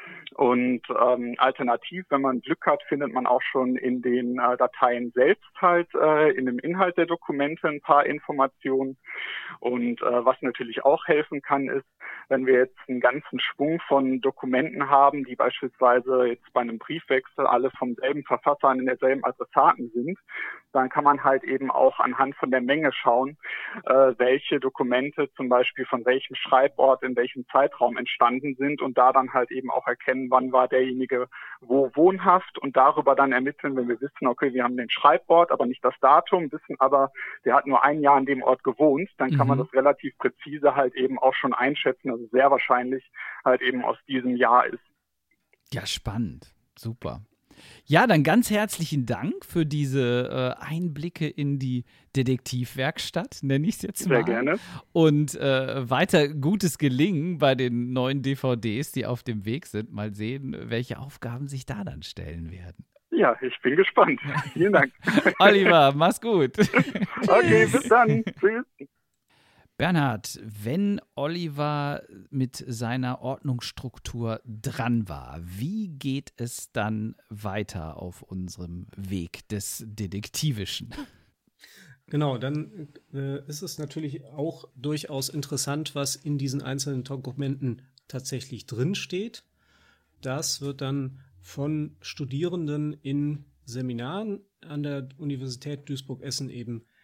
Und ähm, alternativ, wenn man Glück hat, findet man auch schon in den äh, Dateien selbst halt äh, in dem Inhalt der Dokumente ein paar Informationen. Und äh, was natürlich auch helfen kann, ist, wenn wir jetzt einen ganzen Schwung von Dokumenten haben, die beispielsweise jetzt bei einem Briefwechsel alle vom selben Verfasser an derselben Adressaten sind, dann kann man halt eben auch anhand von der Menge schauen, äh, welche Dokumente zum Beispiel von welchem Schreibort in welchem Zeitraum entstanden sind und da dann halt eben auch erkennen, wann war derjenige wo wohnhaft und darüber dann ermitteln, wenn wir wissen, okay, wir haben den Schreibort, aber nicht das Datum, wissen aber, der hat nur ein Jahr an dem Ort gewohnt, dann kann mhm. man das relativ präzise halt eben auch schon einschätzen, also sehr wahrscheinlich halt eben aus diesem Jahr ist. Ja, spannend. Super. Ja, dann ganz herzlichen Dank für diese äh, Einblicke in die Detektivwerkstatt, nenne ich es jetzt mal. Sehr gerne. Und äh, weiter gutes Gelingen bei den neuen D V Ds, die auf dem Weg sind. Mal sehen, welche Aufgaben sich da dann stellen werden. Ja, ich bin gespannt. Vielen Dank. Oliver, mach's gut. Okay, bis dann. Tschüss. Bernhard, wenn Oliver mit seiner Ordnungsstruktur dran war, wie geht es dann weiter auf unserem Weg des Detektivischen? Genau, dann äh, ist es natürlich auch durchaus interessant, was in diesen einzelnen Dokumenten tatsächlich drinsteht. Das wird dann von Studierenden in Seminaren an der Universität Duisburg-Essen eben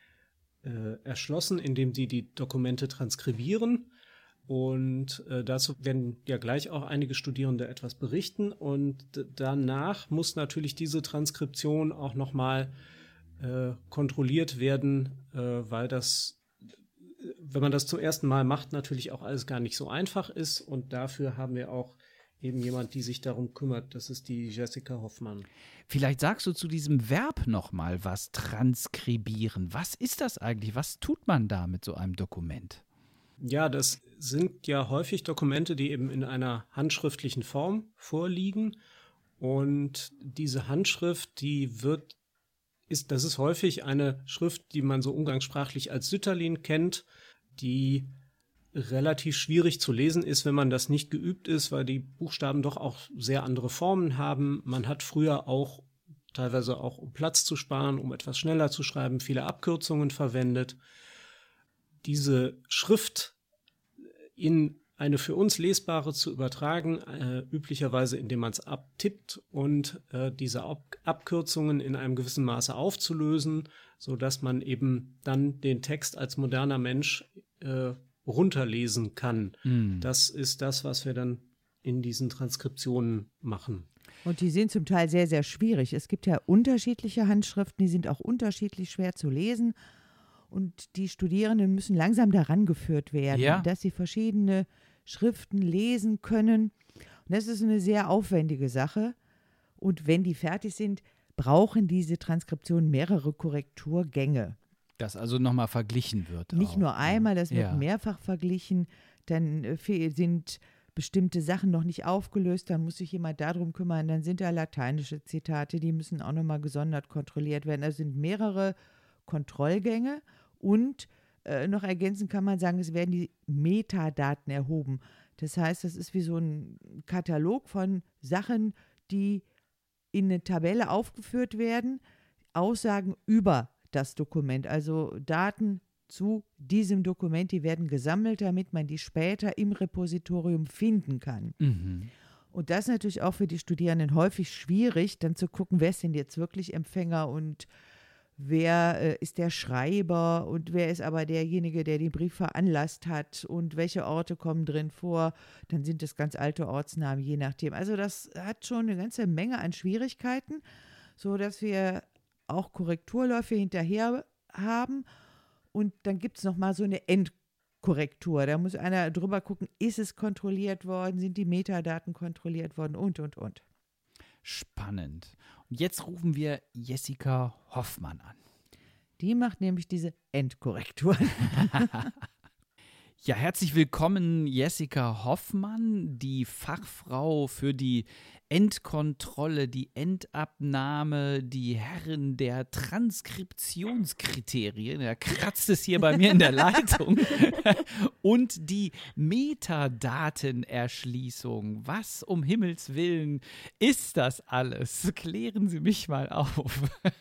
äh, erschlossen, indem sie die Dokumente transkribieren. Und äh, dazu werden ja gleich auch einige Studierende etwas berichten. Und d- danach muss natürlich diese Transkription auch nochmal äh, kontrolliert werden, äh, weil das, wenn man das zum ersten Mal macht, natürlich auch alles gar nicht so einfach ist. Und dafür haben wir auch eben jemand, die sich darum kümmert. Das ist die Jessica Hoffmann. Vielleicht sagst du zu diesem Verb nochmal was, transkribieren. Was ist das eigentlich? Was tut man da mit so einem Dokument? Ja, das sind ja häufig Dokumente, die eben in einer handschriftlichen Form vorliegen. Und diese Handschrift, die wird, ist, das ist häufig eine Schrift, die man so umgangssprachlich als Sütterlin kennt, die relativ schwierig zu lesen ist, wenn man das nicht geübt ist, weil die Buchstaben doch auch sehr andere Formen haben. Man hat früher auch, teilweise auch um Platz zu sparen, um etwas schneller zu schreiben, viele Abkürzungen verwendet. Diese Schrift in eine für uns lesbare zu übertragen, äh, üblicherweise indem man es abtippt und äh, diese Ab- Abkürzungen in einem gewissen Maße aufzulösen, sodass man eben dann den Text als moderner Mensch äh, runterlesen kann. Mm. Das ist das, was wir dann in diesen Transkriptionen machen. Und die sind zum Teil sehr, sehr schwierig. Es gibt ja unterschiedliche Handschriften, die sind auch unterschiedlich schwer zu lesen. Und die Studierenden müssen langsam daran geführt werden, Ja. dass sie verschiedene Schriften lesen können. Und das ist eine sehr aufwendige Sache. Und wenn die fertig sind, brauchen diese Transkriptionen mehrere Korrekturgänge. Dass also nochmal verglichen wird. Nicht auch, nur einmal, das wird ja. mehrfach verglichen. Dann äh, fe- sind bestimmte Sachen noch nicht aufgelöst, dann muss sich jemand darum kümmern. Dann sind da lateinische Zitate, die müssen auch nochmal gesondert kontrolliert werden. Also sind mehrere Kontrollgänge und äh, noch ergänzend kann man sagen, es werden die Metadaten erhoben. Das heißt, das ist wie so ein Katalog von Sachen, die in eine Tabelle aufgeführt werden, Aussagen über das Dokument, also Daten zu diesem Dokument, die werden gesammelt, damit man die später im Repositorium finden kann. Mhm. Und das ist natürlich auch für die Studierenden häufig schwierig, dann zu gucken, wer ist denn jetzt wirklich Empfänger und wer äh, ist der Schreiber und wer ist aber derjenige, der den Brief veranlasst hat und welche Orte kommen drin vor. Dann sind es ganz alte Ortsnamen, je nachdem. Also das hat schon eine ganze Menge an Schwierigkeiten, sodass wir auch Korrekturläufe hinterher haben. Und dann gibt es nochmal so eine Endkorrektur. Da muss einer drüber gucken, ist es kontrolliert worden, sind die Metadaten kontrolliert worden und, und, und. Spannend. Und jetzt rufen wir Jessica Hoffmann an. Die macht nämlich diese Endkorrekturen. Ja, herzlich willkommen, Jessica Hoffmann, die Fachfrau für die Endkontrolle, die Endabnahme, die Herrin der Transkriptionskriterien, da kratzt es hier bei mir in der Leitung, und die Metadatenerschließung. Was um Himmels Willen ist das alles? Klären Sie mich mal auf.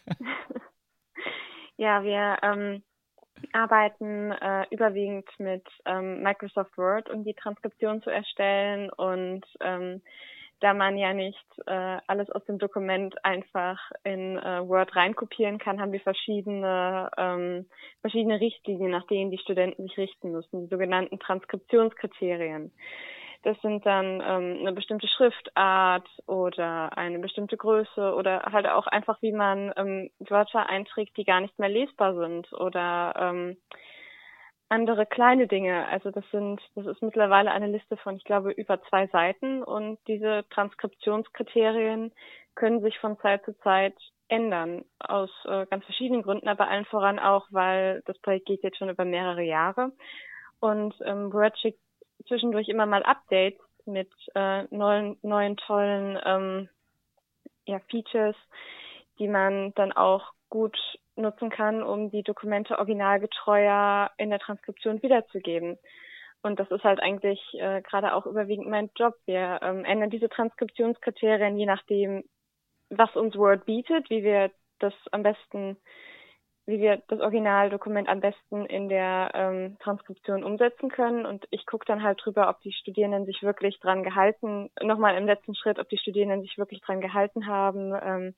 Ja, wir ähm, arbeiten äh, überwiegend mit ähm, Microsoft Word, um die Transkription zu erstellen, und ähm, da man ja nicht äh, alles aus dem Dokument einfach in äh, Word reinkopieren kann, haben wir verschiedene ähm, verschiedene Richtlinien, nach denen die Studenten sich richten müssen, die sogenannten Transkriptionskriterien. Das sind dann ähm, eine bestimmte Schriftart oder eine bestimmte Größe oder halt auch einfach, wie man ähm, Wörter einträgt, die gar nicht mehr lesbar sind, oder ähm, andere kleine Dinge. Also das sind, das ist mittlerweile eine Liste von, ich glaube, über zwei Seiten, und diese Transkriptionskriterien können sich von Zeit zu Zeit ändern, aus äh, ganz verschiedenen Gründen, aber allen voran auch, weil das Projekt geht jetzt schon über mehrere Jahre, und ähm, Word schickt zwischendurch immer mal Updates mit äh, neuen, neuen tollen ähm, ja, Features, die man dann auch gut nutzen kann, um die Dokumente originalgetreuer in der Transkription wiederzugeben. Und das ist halt eigentlich äh, gerade auch überwiegend mein Job. Wir ähm, ändern diese Transkriptionskriterien je nachdem, was uns Word bietet, wie wir das am besten, wie wir das Originaldokument am besten in der ähm, Transkription umsetzen können. Und ich gucke dann halt drüber, ob die Studierenden sich wirklich dran gehalten, nochmal im letzten Schritt, ob die Studierenden sich wirklich dran gehalten haben, ähm,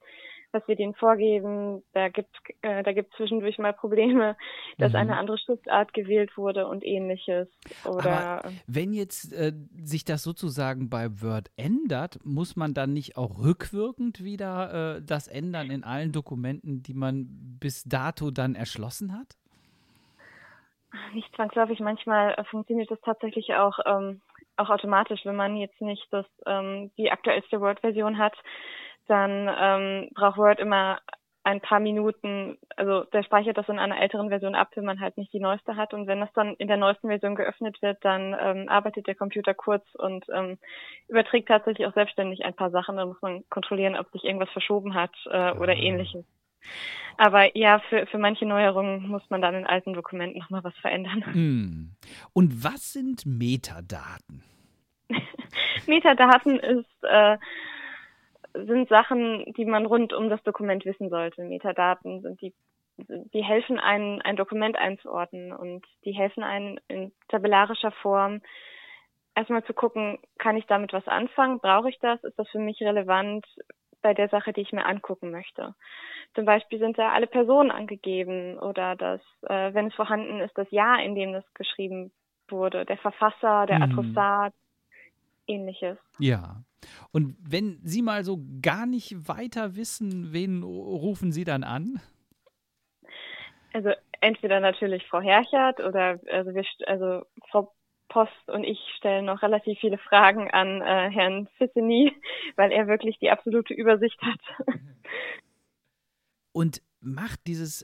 was wir denen vorgeben. Da gibt äh, da gibt zwischendurch mal Probleme, dass Mhm. eine andere Schriftart gewählt wurde und ähnliches. Oder Aber wenn jetzt äh, sich das sozusagen bei Word ändert, muss man dann nicht auch rückwirkend wieder äh, das ändern in allen Dokumenten, die man bis dato dann erschlossen hat? nicht zwangsläufig, manchmal äh, funktioniert das tatsächlich auch ähm, auch automatisch, wenn man jetzt nicht das ähm, die aktuellste Word-Version hat, dann ähm, braucht Word immer ein paar Minuten, also der speichert das in einer älteren Version ab, wenn man halt nicht die neueste hat, und wenn das dann in der neuesten Version geöffnet wird, dann ähm, arbeitet der Computer kurz und ähm, überträgt tatsächlich auch selbstständig ein paar Sachen, dann muss man kontrollieren, ob sich irgendwas verschoben hat äh, oder Ah. ähnliches. Aber ja, für, für manche Neuerungen muss man dann in alten Dokumenten nochmal was verändern. Hm. Und was sind Metadaten? Metadaten ist, äh, sind Sachen, die man rund um das Dokument wissen sollte. Metadaten sind die, die helfen einem, ein Dokument einzuordnen, und die helfen einem in tabellarischer Form erstmal zu gucken, kann ich damit was anfangen? Brauche ich das? Ist das für mich relevant bei der Sache, die ich mir angucken möchte? Zum Beispiel sind da alle Personen angegeben, oder das, äh, wenn es vorhanden ist, das Jahr, in dem das geschrieben wurde, der Verfasser, der Mhm. Adressat, ähnliches. Ja. Und wenn Sie mal so gar nicht weiter wissen, wen rufen Sie dann an? Also entweder natürlich Frau Herchert oder also wir st- also Frau Post und ich stellen noch relativ viele Fragen an äh, Herrn Fisseny, weil er wirklich die absolute Übersicht hat. Und macht dieses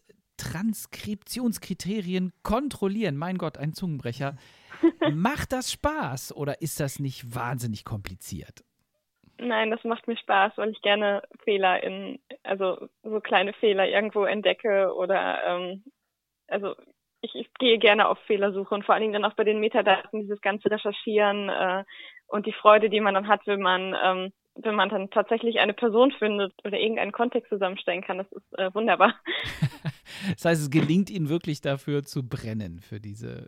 Transkriptionskriterien kontrollieren, mein Gott, ein Zungenbrecher, macht das Spaß oder ist das nicht wahnsinnig kompliziert? Nein, das macht mir Spaß, weil ich gerne Fehler in, also so kleine Fehler irgendwo entdecke oder ähm, also ich, ich gehe gerne auf Fehlersuche, und vor allen Dingen dann auch bei den Metadaten dieses ganze Recherchieren äh, und die Freude, die man dann hat, wenn man ähm, wenn man dann tatsächlich eine Person findet oder irgendeinen Kontext zusammenstellen kann. Das ist äh, wunderbar. Das heißt, es gelingt Ihnen wirklich dafür zu brennen, für diese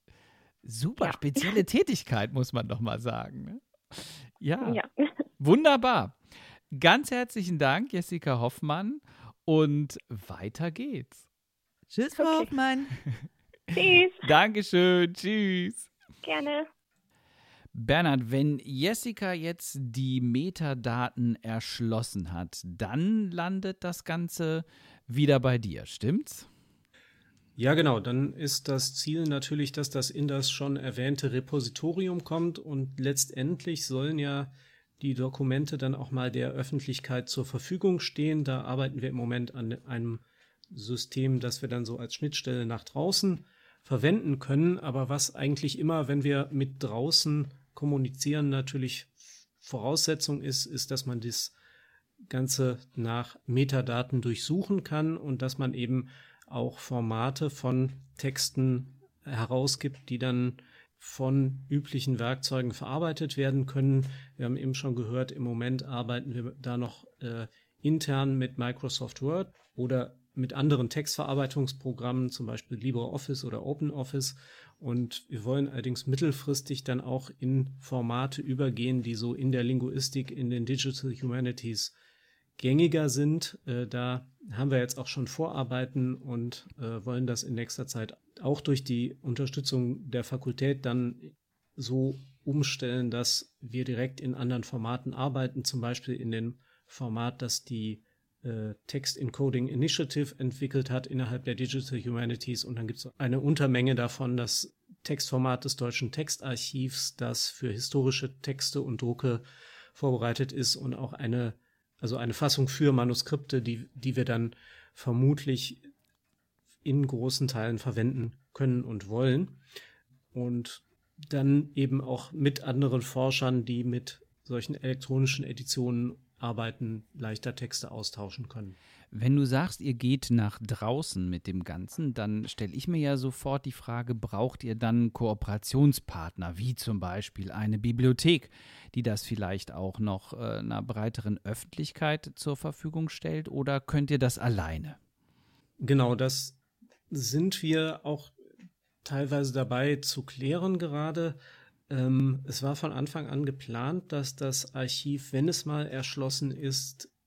super Ja. spezielle Tätigkeit, muss man doch mal sagen. Ne? Ja, Ja. wunderbar. Ganz herzlichen Dank, Jessica Hoffmann, und weiter geht's. Tschüss, Frau Okay. Hoffmann. Tschüss. Dankeschön, tschüss. Gerne. Bernhard, wenn Jessica jetzt die Metadaten erschlossen hat, dann landet das Ganze wieder bei dir, stimmt's? Ja, genau. Dann ist das Ziel natürlich, dass das in das schon erwähnte Repositorium kommt, und letztendlich sollen ja die Dokumente dann auch mal der Öffentlichkeit zur Verfügung stehen. Da arbeiten wir im Moment an einem System, das wir dann so als Schnittstelle nach draußen verwenden können, aber was eigentlich immer, wenn wir mit draußen kommunizieren, natürlich Voraussetzung ist, ist, dass man das Ganze nach Metadaten durchsuchen kann und dass man eben auch Formate von Texten herausgibt, die dann von üblichen Werkzeugen verarbeitet werden können. Wir haben eben schon gehört, im Moment arbeiten wir da noch äh, intern mit Microsoft Word oder mit anderen Textverarbeitungsprogrammen, zum Beispiel LibreOffice oder OpenOffice. Und wir wollen allerdings mittelfristig dann auch in Formate übergehen, die so in der Linguistik, in den Digital Humanities gängiger sind. Äh, da haben wir jetzt auch schon Vorarbeiten und äh, wollen das in nächster Zeit auch durch die Unterstützung der Fakultät dann so umstellen, dass wir direkt in anderen Formaten arbeiten, zum Beispiel in dem Format, das die äh, Text Encoding Initiative entwickelt hat innerhalb der Digital Humanities. Und dann gibt es eine Untermenge davon, das Textformat des Deutschen Textarchivs, das für historische Texte und Drucke vorbereitet ist, und auch eine Also eine Fassung für Manuskripte, die, die wir dann vermutlich in großen Teilen verwenden können und wollen. Und dann eben auch mit anderen Forschern, die mit solchen elektronischen Editionen arbeiten, leichter Texte austauschen können. Wenn du sagst, ihr geht nach draußen mit dem Ganzen, dann stelle ich mir ja sofort die Frage, braucht ihr dann Kooperationspartner, wie zum Beispiel eine Bibliothek, die das vielleicht auch noch äh, einer breiteren Öffentlichkeit zur Verfügung stellt, oder könnt ihr das alleine? Genau, das sind wir auch teilweise dabei zu klären gerade. Ähm, es war von Anfang an geplant, dass das Archiv, wenn es mal erschlossen ist,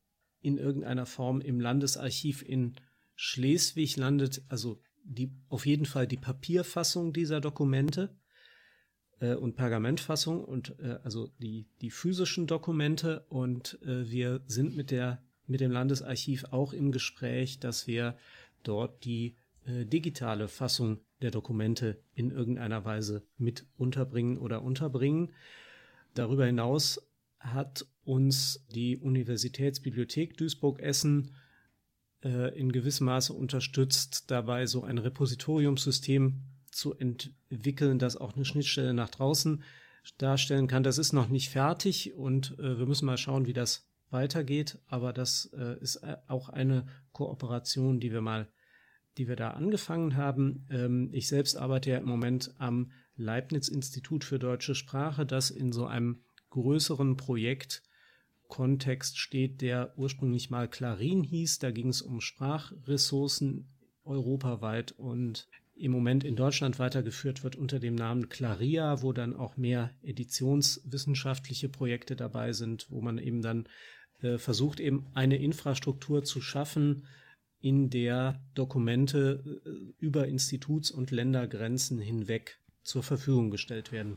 in irgendeiner Form im Landesarchiv in Schleswig landet, also die, auf jeden Fall die Papierfassung dieser Dokumente äh, und Pergamentfassung und äh, also die, die physischen Dokumente, und äh, wir sind mit der mit dem Landesarchiv auch im Gespräch, dass wir dort die äh, digitale Fassung der Dokumente in irgendeiner Weise mit unterbringen oder unterbringen. Darüber hinaus hat uns die Universitätsbibliothek Duisburg-Essen äh, in gewissem Maße unterstützt, dabei so ein Repositoriumssystem zu entwickeln, das auch eine Schnittstelle nach draußen darstellen kann. Das ist noch nicht fertig, und äh, wir müssen mal schauen, wie das weitergeht, aber das äh, ist auch eine Kooperation, die wir mal, die wir da angefangen haben. Ähm, ich selbst arbeite ja im Moment am Leibniz-Institut für deutsche Sprache, das in so einem größeren Projektkontext steht, der ursprünglich mal Clarin hieß. Da ging es um Sprachressourcen europaweit und im Moment in Deutschland weitergeführt wird unter dem Namen Claria, wo dann auch mehr editionswissenschaftliche Projekte dabei sind, wo man eben dann äh, versucht, eben eine Infrastruktur zu schaffen, in der Dokumente äh, über Instituts- und Ländergrenzen hinweg zur Verfügung gestellt werden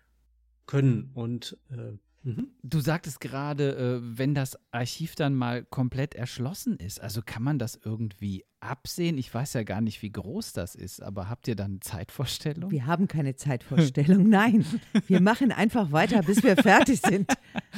können. Und äh, du sagtest gerade, äh, wenn das Archiv dann mal komplett erschlossen ist, also kann man das irgendwie absehen? Ich weiß ja gar nicht, wie groß das ist, aber habt ihr dann eine Zeitvorstellung? Wir haben keine Zeitvorstellung, nein. Wir machen einfach weiter, bis wir fertig sind.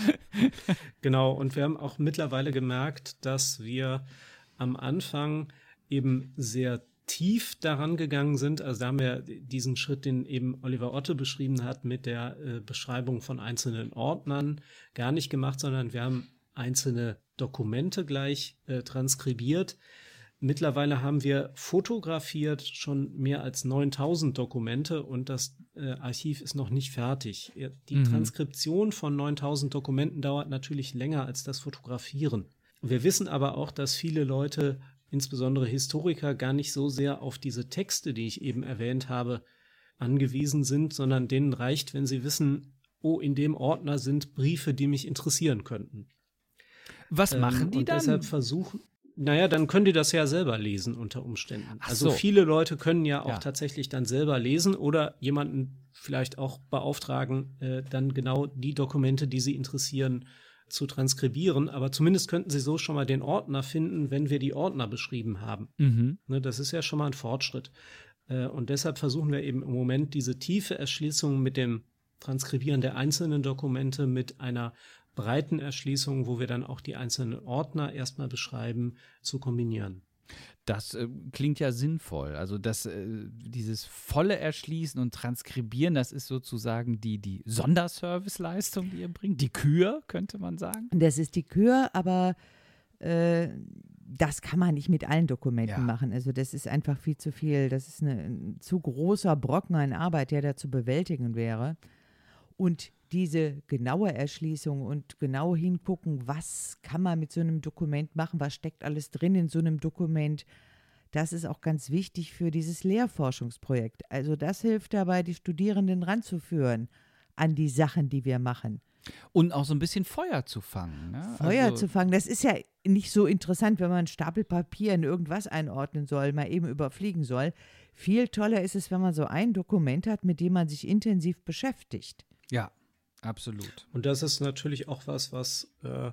Genau, und wir haben auch mittlerweile gemerkt, dass wir am Anfang eben sehr tief daran gegangen sind. Also da haben wir diesen Schritt, den eben Oliver Otte beschrieben hat, mit der äh, Beschreibung von einzelnen Ordnern gar nicht gemacht, sondern wir haben einzelne Dokumente gleich äh, transkribiert. Mittlerweile haben wir fotografiert schon mehr als neuntausend Dokumente, und das äh, Archiv ist noch nicht fertig. Die mhm. Transkription von neuntausend Dokumenten dauert natürlich länger als das Fotografieren. Wir wissen aber auch, dass viele Leute, insbesondere Historiker, gar nicht so sehr auf diese Texte, die ich eben erwähnt habe, angewiesen sind, sondern denen reicht, wenn sie wissen, oh, in dem Ordner sind Briefe, die mich interessieren könnten. Was ähm, machen die und dann? Deshalb versuchen, naja, dann können die das ja selber lesen unter Umständen. Ach also so. viele Leute können ja auch ja. tatsächlich dann selber lesen oder jemanden vielleicht auch beauftragen, äh, dann genau die Dokumente, die sie interessieren, zu transkribieren, aber zumindest könnten sie so schon mal den Ordner finden, wenn wir die Ordner beschrieben haben. Mhm. Ne, das ist ja schon mal ein Fortschritt. Äh, und deshalb versuchen wir eben im Moment diese tiefe Erschließung mit dem Transkribieren der einzelnen Dokumente mit einer breiten Erschließung, wo wir dann auch die einzelnen Ordner erstmal beschreiben, zu kombinieren. Das äh, klingt ja sinnvoll. Also das, äh, dieses volle Erschließen und Transkribieren, das ist sozusagen die, die Sonderserviceleistung, die ihr bringt. Die Kür, könnte man sagen. Das ist die Kür, aber äh, das kann man nicht mit allen Dokumenten Ja. machen. Also das ist einfach viel zu viel. Das ist eine, ein zu großer Brocken an Arbeit, der da zu bewältigen wäre. Und diese genaue Erschließung und genau hingucken, was kann man mit so einem Dokument machen, was steckt alles drin in so einem Dokument, das ist auch ganz wichtig für dieses Lehrforschungsprojekt. Also das hilft dabei, die Studierenden ranzuführen an die Sachen, die wir machen. Und auch so ein bisschen Feuer zu fangen. Ne? Feuer also, zu fangen, das ist ja nicht so interessant, wenn man einen Stapel Papier in irgendwas einordnen soll, mal eben überfliegen soll. Viel toller ist es, wenn man so ein Dokument hat, mit dem man sich intensiv beschäftigt. Ja, absolut. Und das ist natürlich auch was, was äh,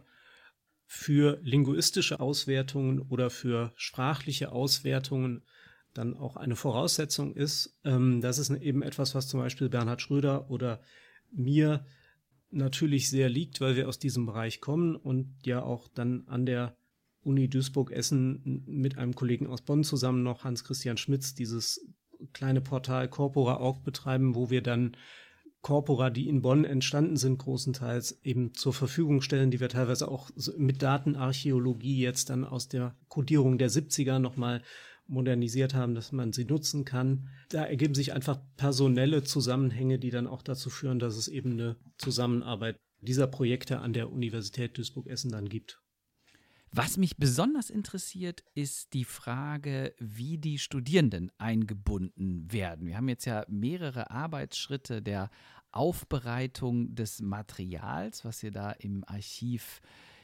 für linguistische Auswertungen oder für sprachliche Auswertungen dann auch eine Voraussetzung ist. Ähm, das ist eben etwas, was zum Beispiel Bernhard Schröder oder mir natürlich sehr liegt, weil wir aus diesem Bereich kommen und ja auch dann an der Uni Duisburg-Essen mit einem Kollegen aus Bonn zusammen noch, Hans-Christian Schmitz, dieses kleine Portal Corpora Punkt org betreiben, wo wir dann Corpora, die in Bonn entstanden sind, großenteils eben zur Verfügung stellen, die wir teilweise auch mit Datenarchäologie jetzt dann aus der Codierung der siebziger nochmal modernisiert haben, dass man sie nutzen kann. Da ergeben sich einfach personelle Zusammenhänge, die dann auch dazu führen, dass es eben eine Zusammenarbeit dieser Projekte an der Universität Duisburg-Essen dann gibt. Was mich besonders interessiert, ist die Frage, wie die Studierenden eingebunden werden. Wir haben jetzt ja mehrere Arbeitsschritte der Aufbereitung des Materials, was ihr da im Archiv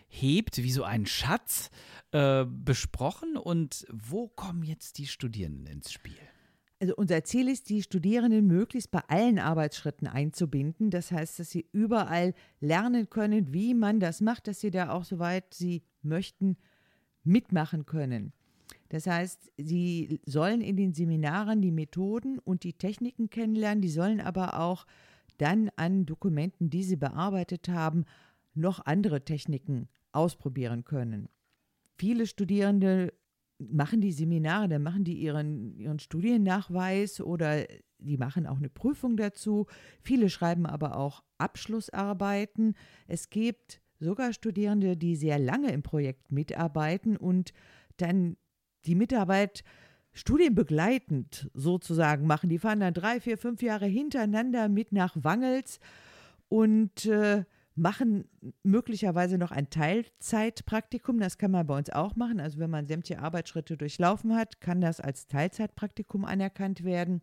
hebt, wie so einen Schatz, äh, besprochen. Und wo kommen jetzt die Studierenden ins Spiel? Also unser Ziel ist, die Studierenden möglichst bei allen Arbeitsschritten einzubinden. Das heißt, dass sie überall lernen können, wie man das macht, dass sie da auch, soweit sie möchten, mitmachen können. Das heißt, sie sollen in den Seminaren die Methoden und die Techniken kennenlernen, die sollen aber auch dann an Dokumenten, die sie bearbeitet haben, noch andere Techniken ausprobieren können. Viele Studierende machen die Seminare, dann machen die ihren, ihren Studiennachweis oder die machen auch eine Prüfung dazu. Viele schreiben aber auch Abschlussarbeiten. Es gibt sogar Studierende, die sehr lange im Projekt mitarbeiten und dann die Mitarbeit studienbegleitend sozusagen machen. Die fahren dann drei, vier, fünf Jahre hintereinander mit nach Wangels und äh, machen möglicherweise noch ein Teilzeitpraktikum. Das kann man bei uns auch machen. Also wenn man sämtliche Arbeitsschritte durchlaufen hat, kann das als Teilzeitpraktikum anerkannt werden.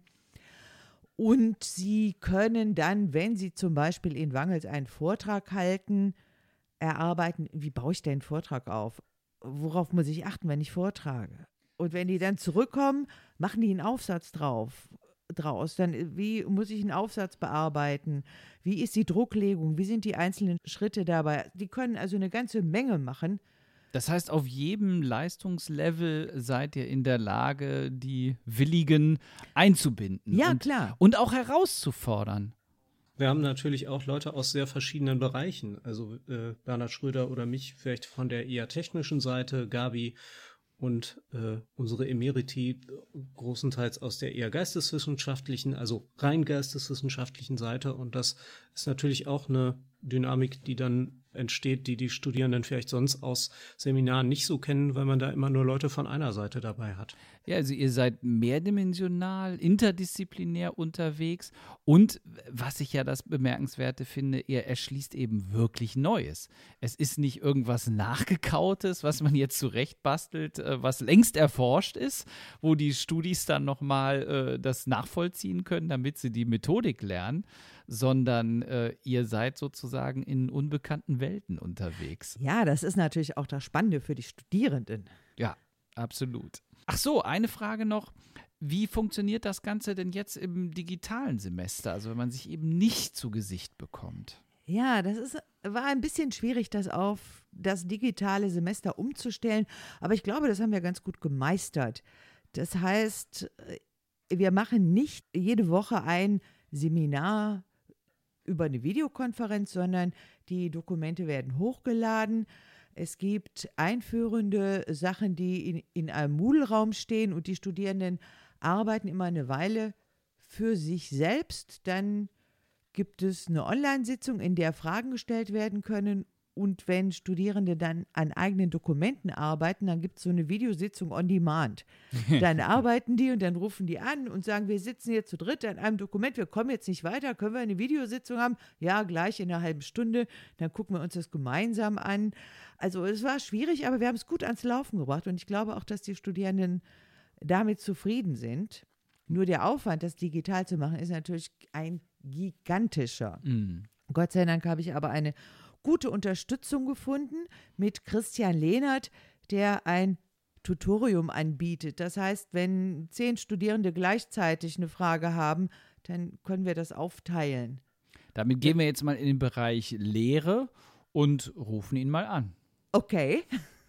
Und sie können dann, wenn sie zum Beispiel in Wangels einen Vortrag halten, erarbeiten, wie baue ich denn einen Vortrag auf? Worauf muss ich achten, wenn ich vortrage? Und wenn die dann zurückkommen, machen die einen Aufsatz drauf. draus. Dann, wie muss ich einen Aufsatz bearbeiten? Wie ist die Drucklegung? Wie sind die einzelnen Schritte dabei? Die können also eine ganze Menge machen. Das heißt, auf jedem Leistungslevel seid ihr in der Lage, die Willigen einzubinden. Ja, und, klar. Und auch herauszufordern. Wir haben natürlich auch Leute aus sehr verschiedenen Bereichen. Also äh, Bernhard Schröder oder mich vielleicht von der eher technischen Seite, Gabi und äh, unsere Emeriti großenteils aus der eher geisteswissenschaftlichen, also rein geisteswissenschaftlichen Seite. Und das ist natürlich auch eine Dynamik, die dann entsteht, die die Studierenden vielleicht sonst aus Seminaren nicht so kennen, weil man da immer nur Leute von einer Seite dabei hat. Ja, also ihr seid mehrdimensional, interdisziplinär unterwegs und was ich ja das Bemerkenswerte finde, ihr erschließt eben wirklich Neues. Es ist nicht irgendwas Nachgekautes, was man jetzt zurechtbastelt, was längst erforscht ist, wo die Studis dann nochmal äh, das nachvollziehen können, damit sie die Methodik lernen, sondern äh, ihr seid sozusagen in unbekannten Welten unterwegs. Ja, das ist natürlich auch das Spannende für die Studierenden. Ja, absolut. Ach so, eine Frage noch. Wie funktioniert das Ganze denn jetzt im digitalen Semester, also wenn man sich eben nicht zu Gesicht bekommt? Ja, das ist, war ein bisschen schwierig, das auf das digitale Semester umzustellen, aber ich glaube, das haben wir ganz gut gemeistert. Das heißt, wir machen nicht jede Woche ein Seminar über eine Videokonferenz, sondern die Dokumente werden hochgeladen. Es gibt einführende Sachen, die in, in einem Moodle-Raum stehen und die Studierenden arbeiten immer eine Weile für sich selbst. Dann gibt es eine Online-Sitzung, in der Fragen gestellt werden können. Und wenn Studierende dann an eigenen Dokumenten arbeiten, dann gibt es so eine Videositzung on demand. Dann arbeiten die und dann rufen die an und sagen, wir sitzen jetzt zu dritt an einem Dokument, wir kommen jetzt nicht weiter, können wir eine Videositzung haben? Ja, gleich in einer halben Stunde. Dann gucken wir uns das gemeinsam an. Also es war schwierig, aber wir haben es gut ans Laufen gebracht und ich glaube auch, dass die Studierenden damit zufrieden sind. Nur der Aufwand, das digital zu machen, ist natürlich ein gigantischer. Mhm. Gott sei Dank habe ich aber eine gute Unterstützung gefunden mit Christian Lehnert, der ein Tutorium anbietet. Das heißt, wenn zehn Studierende gleichzeitig eine Frage haben, dann können wir das aufteilen. Damit gehen wir jetzt mal in den Bereich Lehre und rufen ihn mal an. Okay.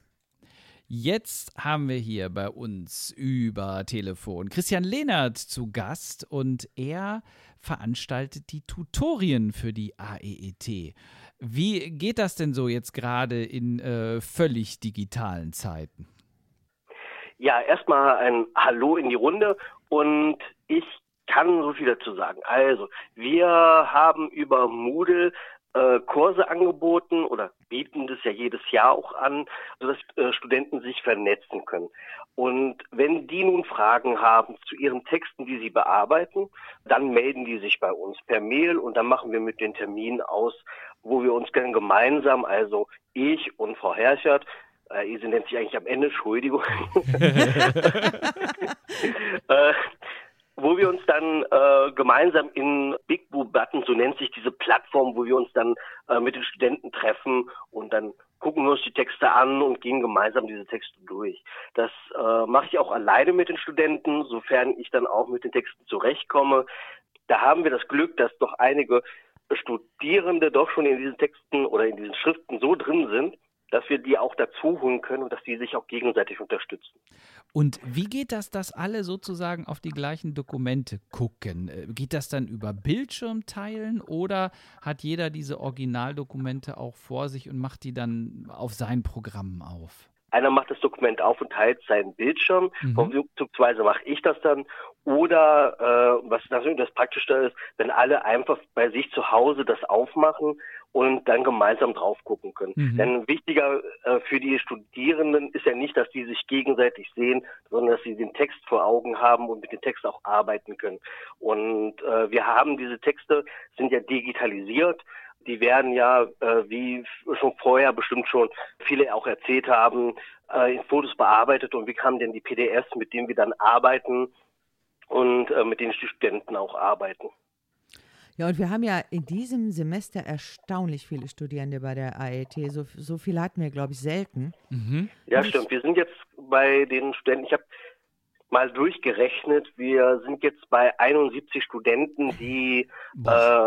Jetzt haben wir hier bei uns über Telefon Christian Lehnert zu Gast und er veranstaltet die Tutorien für die A E E T. Wie geht das denn so jetzt gerade in äh, völlig digitalen Zeiten? Ja, erstmal ein Hallo in die Runde und ich kann so viel dazu sagen. Also, wir haben über Moodle äh, Kurse angeboten oder bieten das ja jedes Jahr auch an, sodass äh, Studenten sich vernetzen können. Und wenn die nun Fragen haben zu ihren Texten, die sie bearbeiten, dann melden die sich bei uns per Mail und dann machen wir mit den Terminen aus, wo wir uns dann gemeinsam, also ich und Frau Herchert, äh, Ise nennt sich eigentlich am Ende, Entschuldigung, äh, wo wir uns dann äh, gemeinsam in Big Blue Button, so nennt sich diese Plattform, wo wir uns dann äh, mit den Studenten treffen und dann gucken wir uns die Texte an und gehen gemeinsam diese Texte durch. Das äh, mache ich auch alleine mit den Studenten, sofern ich dann auch mit den Texten zurechtkomme. Da haben wir das Glück, dass doch einige Studierende doch schon in diesen Texten oder in diesen Schriften so drin sind, dass wir die auch dazu holen können und dass die sich auch gegenseitig unterstützen. Und wie geht das, dass alle sozusagen auf die gleichen Dokumente gucken? Geht das dann über Bildschirm teilen oder hat jeder diese Originaldokumente auch vor sich und macht die dann auf sein Programm auf? Einer macht das Dokument auf und teilt seinen Bildschirm, Mhm. vorzugsweise mache ich das dann. Oder, äh, was natürlich das Praktischste ist, wenn alle einfach bei sich zu Hause das aufmachen und dann gemeinsam drauf gucken können. Mhm. Denn wichtiger äh, für die Studierenden ist ja nicht, dass die sich gegenseitig sehen, sondern dass sie den Text vor Augen haben und mit dem Text auch arbeiten können. Und äh, wir haben diese Texte, sind ja digitalisiert. Die werden ja, äh, wie schon vorher bestimmt schon viele auch erzählt haben, äh, in Fotos bearbeitet und wir haben dann die P D Fs, mit denen wir dann arbeiten und äh, mit denen die Studenten auch arbeiten. Ja, und wir haben ja in diesem Semester erstaunlich viele Studierende bei der A E T. So, so viele hatten wir, glaube ich, selten. Mhm. Ja, stimmt. Wir sind jetzt bei den Studenten, ich habe mal durchgerechnet, wir sind jetzt bei einundsiebzig Studenten, die äh,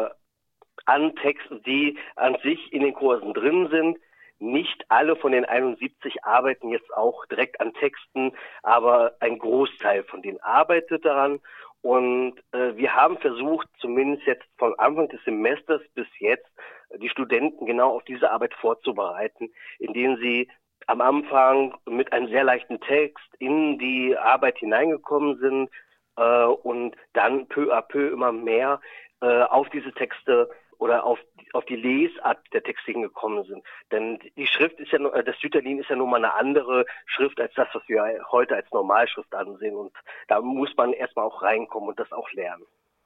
an Texten, die an sich in den Kursen drin sind. Nicht alle von den einundsiebzig arbeiten jetzt auch direkt an Texten, aber ein Großteil von denen arbeitet daran. Und äh, wir haben versucht, zumindest jetzt von Anfang des Semesters bis jetzt, die Studenten genau auf diese Arbeit vorzubereiten, indem sie am Anfang mit einem sehr leichten Text in die Arbeit hineingekommen sind äh, und dann peu à peu immer mehr äh, auf diese Texte oder auf, auf die Lesart der Texte hingekommen sind. Denn die Schrift ist ja, das Sütterlin ist ja nun mal eine andere Schrift als das, was wir heute als Normalschrift ansehen. Und da muss man erstmal auch reinkommen und das auch lernen.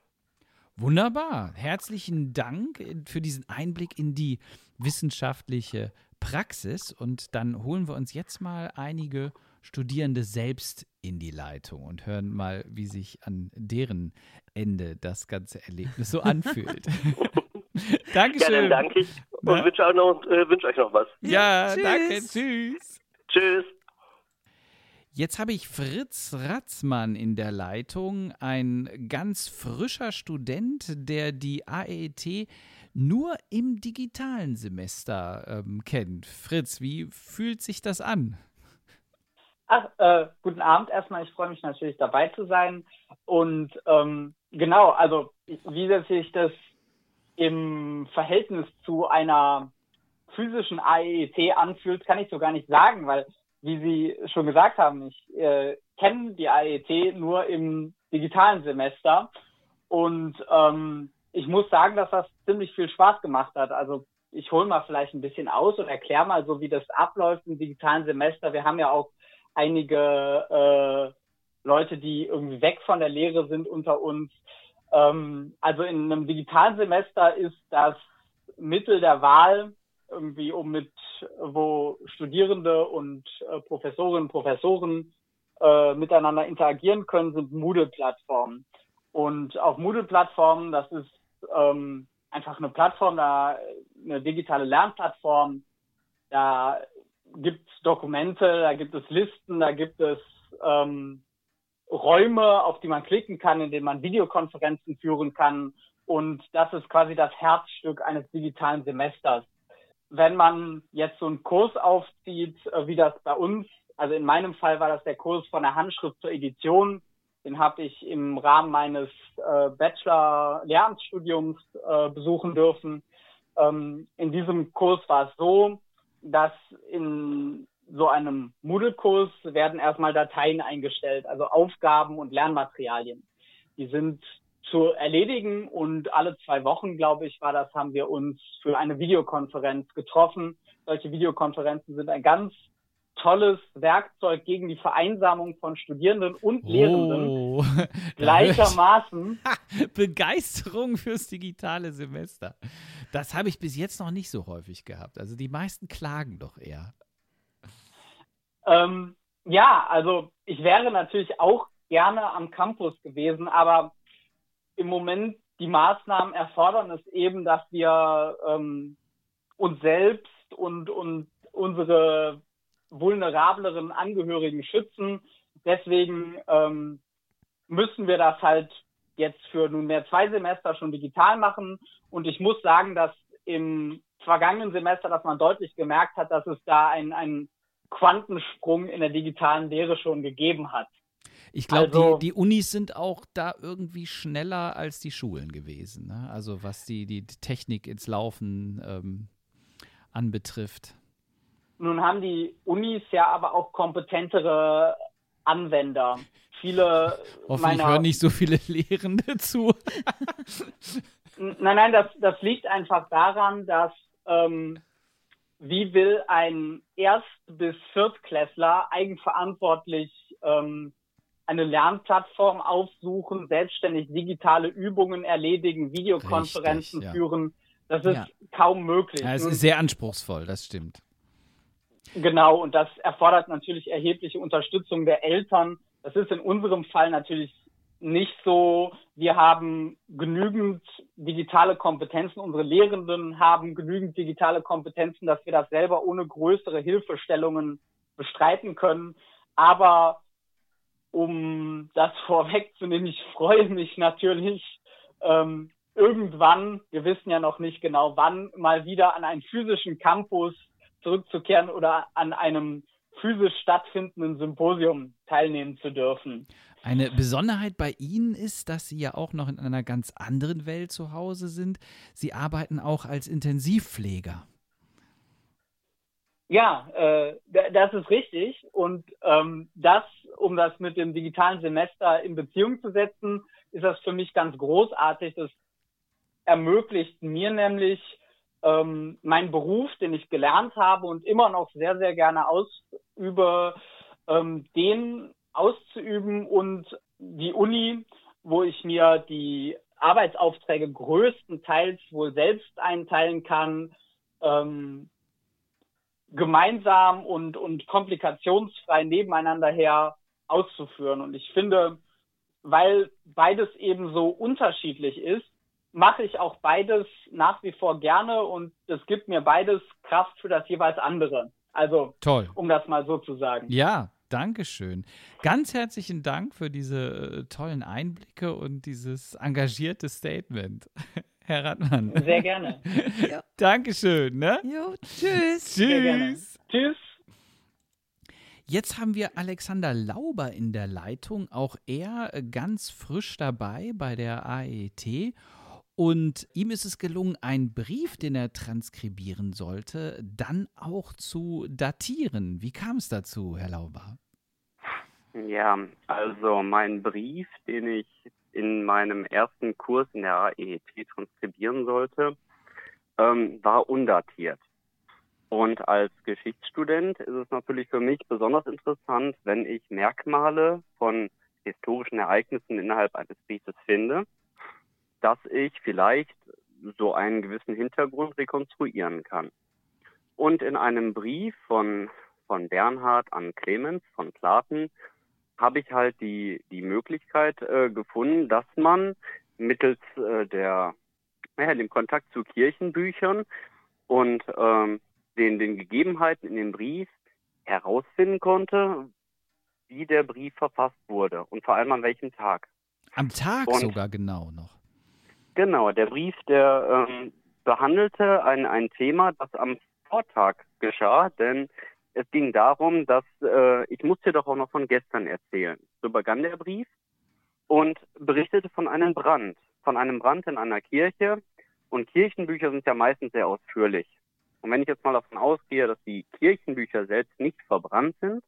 Wunderbar. Herzlichen Dank für diesen Einblick in die wissenschaftliche Praxis. Und dann holen wir uns jetzt mal einige Studierende selbst in die Leitung und hören mal, wie sich an deren Ende das ganze Erlebnis so anfühlt. Dankeschön. Ja, dann danke ich und ja. wünsche, auch noch, äh, wünsche euch noch was. Ja, Tschüss. danke. Tschüss. Tschüss. Jetzt habe ich Fritz Ratzmann in der Leitung, ein ganz frischer Student, der die A E T nur im digitalen Semester ähm, kennt. Fritz, wie fühlt sich das an? Ach, äh, guten Abend erstmal. Ich freue mich natürlich dabei zu sein. Und ähm, genau, also wie sich das im Verhältnis zu einer physischen A E T anfühlt, kann ich so gar nicht sagen, weil, wie Sie schon gesagt haben, ich äh, kenne die A E T nur im digitalen Semester und ähm, ich muss sagen, dass das ziemlich viel Spaß gemacht hat. Also ich hole mal vielleicht ein bisschen aus und erkläre mal so, wie das abläuft im digitalen Semester. Wir haben ja auch einige äh, Leute, die irgendwie weg von der Lehre sind unter uns. Ähm, also in einem digitalen Semester ist das Mittel der Wahl, irgendwie um mit, wo Studierende und äh, Professorinnen und Professoren äh, miteinander interagieren können, sind Moodle-Plattformen. Und auf Moodle-Plattformen, das ist ähm, einfach eine Plattform, da, eine digitale Lernplattform, da gibt es Dokumente, da gibt es Listen, da gibt es ähm, Räume, auf die man klicken kann, in denen man Videokonferenzen führen kann. Und das ist quasi das Herzstück eines digitalen Semesters. Wenn man jetzt so einen Kurs aufzieht, wie das bei uns, also in meinem Fall war das der Kurs von der Handschrift zur Edition, den habe ich im Rahmen meines äh, Bachelor-Lehramtsstudiums äh, besuchen dürfen. Ähm, in diesem Kurs war es so, dass in so einem Moodle-Kurs werden erstmal Dateien eingestellt, also Aufgaben und Lernmaterialien. Die sind zu erledigen und alle zwei Wochen, glaube ich, war das, haben wir uns für eine Videokonferenz getroffen. Solche Videokonferenzen sind ein ganz tolles Werkzeug gegen die Vereinsamung von Studierenden und Lehrenden Oh, gleichermaßen. Begeisterung fürs digitale Semester. Das habe ich bis jetzt noch nicht so häufig gehabt. Also die meisten klagen doch eher. Ähm, ja, also ich wäre natürlich auch gerne am Campus gewesen, aber im Moment die Maßnahmen erfordern es eben, dass wir ähm, uns selbst und, und unsere vulnerableren Angehörigen schützen. Deswegen ähm, müssen wir das halt jetzt für nunmehr zwei Semester schon digital machen. Und ich muss sagen, dass im vergangenen Semester, dass man deutlich gemerkt hat, dass es da einen, einen Quantensprung in der digitalen Lehre schon gegeben hat. Ich glaube, Also, die, die Unis sind auch da irgendwie schneller als die Schulen gewesen, ne? Also was die, die Technik ins Laufen ähm, anbetrifft. Nun haben die Unis ja aber auch kompetentere Anwender. Viele Hoffentlich meiner, hören nicht so viele Lehrende zu. Nein, nein, das, das liegt einfach daran, dass ähm, wie will ein Erst- bis Viertklässler eigenverantwortlich ähm, eine Lernplattform aufsuchen, selbstständig digitale Übungen erledigen, Videokonferenzen Richtig, ja. führen. Das ist Ja. kaum möglich. Ja, es Nun, ist sehr anspruchsvoll, das stimmt. Genau, und das erfordert natürlich erhebliche Unterstützung der Eltern. Das ist in unserem Fall natürlich nicht so. Wir haben genügend digitale Kompetenzen, unsere Lehrenden haben genügend digitale Kompetenzen, dass wir das selber ohne größere Hilfestellungen bestreiten können. Aber um das vorwegzunehmen, ich freue mich natürlich ähm, irgendwann, wir wissen ja noch nicht genau wann, mal wieder an einen physischen Campus zurückzukehren oder an einem physisch stattfindenden Symposium teilnehmen zu dürfen. Eine Besonderheit bei Ihnen ist, dass Sie ja auch noch in einer ganz anderen Welt zu Hause sind. Sie arbeiten auch als Intensivpfleger. Ja, äh, das ist richtig. Und ähm, das, um das mit dem digitalen Semester in Beziehung zu setzen, ist das für mich ganz großartig. Das ermöglicht mir nämlich, ähm, meinen Beruf, den ich gelernt habe und immer noch sehr, sehr gerne ausübe, ähm, den auszuüben und die Uni, wo ich mir die Arbeitsaufträge größtenteils wohl selbst einteilen kann, ähm, gemeinsam und, und komplikationsfrei nebeneinander her auszuführen. Und ich finde, weil beides eben so unterschiedlich ist, mache ich auch beides nach wie vor gerne und es gibt mir beides Kraft für das jeweils andere. Also, Toll. Um das mal so zu sagen. Ja, danke schön. Ganz herzlichen Dank für diese äh, tollen Einblicke und dieses engagierte Statement, Herr Radmann. Sehr gerne. Ja. Dankeschön, ne? Jo, tschüss. Sehr gerne. Tschüss. Tschüss. Jetzt haben wir Alexander Lauber in der Leitung, auch er äh, ganz frisch dabei bei der A E T. Und ihm ist es gelungen, einen Brief, den er transkribieren sollte, dann auch zu datieren. Wie kam es dazu, Herr Lauber? Ja, also mein Brief, den ich in meinem ersten Kurs in der A E T transkribieren sollte, ähm, war undatiert. Und als Geschichtsstudent ist es natürlich für mich besonders interessant, wenn ich Merkmale von historischen Ereignissen innerhalb eines Briefes finde, dass ich vielleicht so einen gewissen Hintergrund rekonstruieren kann. Und in einem Brief von, von Bernhard an Clemens von Platen habe ich halt die, die Möglichkeit äh, gefunden, dass man mittels äh, der, naja, dem Kontakt zu Kirchenbüchern und ähm, den, den Gegebenheiten in dem Brief herausfinden konnte, wie der Brief verfasst wurde und vor allem an welchem Tag. Am Tag und, sogar genau noch. Genau, der Brief, der ähm, behandelte ein, ein Thema, das am Vortag geschah, denn es ging darum, dass äh, ich musste doch auch noch von gestern erzählen. So begann der Brief und berichtete von einem Brand, von einem Brand in einer Kirche. Und Kirchenbücher sind ja meistens sehr ausführlich. Und wenn ich jetzt mal davon ausgehe, dass die Kirchenbücher selbst nicht verbrannt sind,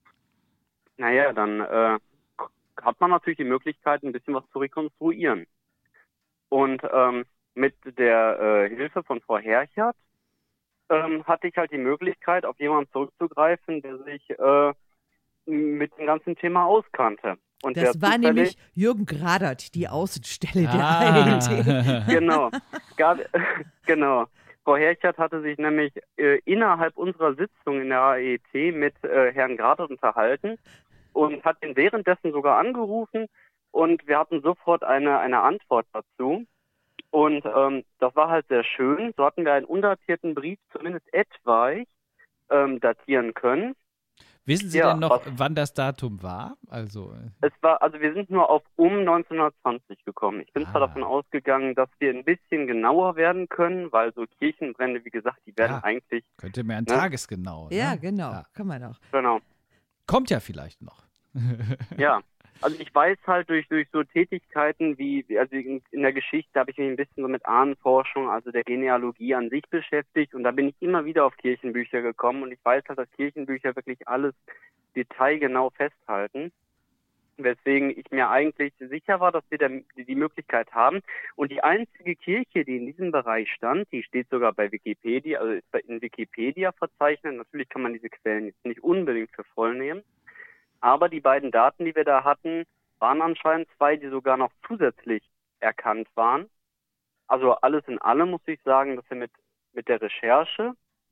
naja, dann äh, hat man natürlich die Möglichkeit, ein bisschen was zu rekonstruieren. Und ähm, mit der äh, Hilfe von Frau Herchert ähm, hatte ich halt die Möglichkeit, auf jemanden zurückzugreifen, der sich äh, mit dem ganzen Thema auskannte. Und das war nämlich Jürgen Gradert, die Außenstelle der A E T. Genau, Gar, genau. Frau Herchert hatte sich nämlich äh, innerhalb unserer Sitzung in der A E T mit äh, Herrn Gradert unterhalten und hat ihn währenddessen sogar angerufen und wir hatten sofort eine, eine Antwort dazu. Und ähm, das war halt sehr schön. So hatten wir einen undatierten Brief, zumindest etwaig, ähm, datieren können. Wissen Sie Ja, denn noch, was- wann das Datum war? Also, äh, Es war, also wir sind nur auf um neunzehnhundertzwanzig gekommen. Ich bin zwar Ah. davon ausgegangen, dass wir ein bisschen genauer werden können, weil so Kirchenbrände, wie gesagt, die werden Ja. eigentlich, könnte mehr ein Ne? tagesgenau. Ne? Ja, genau. Ja. Kann man auch. genau, Kommt ja vielleicht noch. ja. Also ich weiß halt durch durch so Tätigkeiten wie, wie- also in, in der Geschichte habe ich mich ein bisschen so mit Ahnenforschung, also der Genealogie an sich beschäftigt und da bin ich immer wieder auf Kirchenbücher gekommen und ich weiß halt, dass Kirchenbücher wirklich alles detailgenau festhalten. Weswegen ich mir eigentlich sicher war, dass wir da die Möglichkeit haben. Und die einzige Kirche, die in diesem Bereich stand, die steht sogar bei Wikipedia, also ist bei- in Wikipedia verzeichnet. Natürlich kann man diese Quellen jetzt nicht unbedingt für voll nehmen. Aber die beiden Daten, die wir da hatten, waren anscheinend zwei, die sogar noch zusätzlich erkannt waren. Also alles in allem muss ich sagen, dass wir mit, mit der Recherche,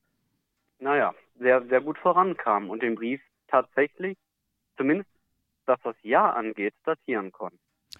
naja, sehr, sehr gut vorankamen und den Brief tatsächlich, zumindest was das Jahr angeht, datieren konnten.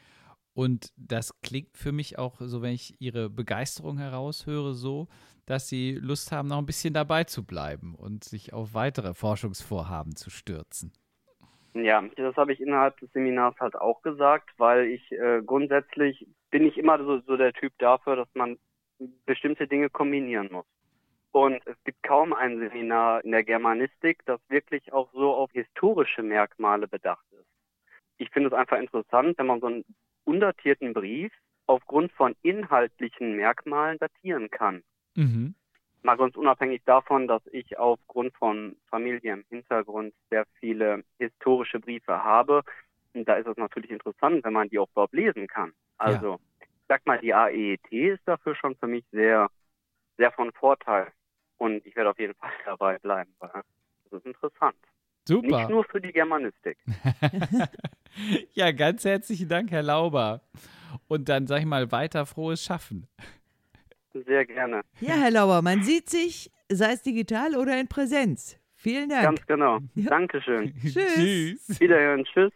Und das klingt für mich auch so, wenn ich Ihre Begeisterung heraushöre, so, dass Sie Lust haben, noch ein bisschen dabei zu bleiben und sich auf weitere Forschungsvorhaben zu stürzen. Ja, das habe ich innerhalb des Seminars halt auch gesagt, weil ich äh, grundsätzlich bin ich immer so, so der Typ dafür, dass man bestimmte Dinge kombinieren muss. Und es gibt kaum ein Seminar in der Germanistik, das wirklich auch so auf historische Merkmale bedacht ist. Ich finde es einfach interessant, wenn man so einen undatierten Brief aufgrund von inhaltlichen Merkmalen datieren kann. Mhm. Mal ganz unabhängig davon, dass ich aufgrund von Familie im Hintergrund sehr viele historische Briefe habe. Und da ist es natürlich interessant, wenn man die auch überhaupt lesen kann. Also, ich sag mal, die A E E T ist dafür schon für mich sehr, sehr von Vorteil. Und ich werde auf jeden Fall dabei bleiben, weil das ist interessant. Super. Nicht nur für die Germanistik. Ja, ganz herzlichen Dank, Herr Lauber. Und dann, sag ich mal, weiter frohes Schaffen. Sehr gerne. Ja, Herr Lauer, man sieht sich, sei es digital oder in Präsenz. Vielen Dank. Ganz genau. Ja. Dankeschön. Tschüss. Tschüss. Wiederhören. Tschüss.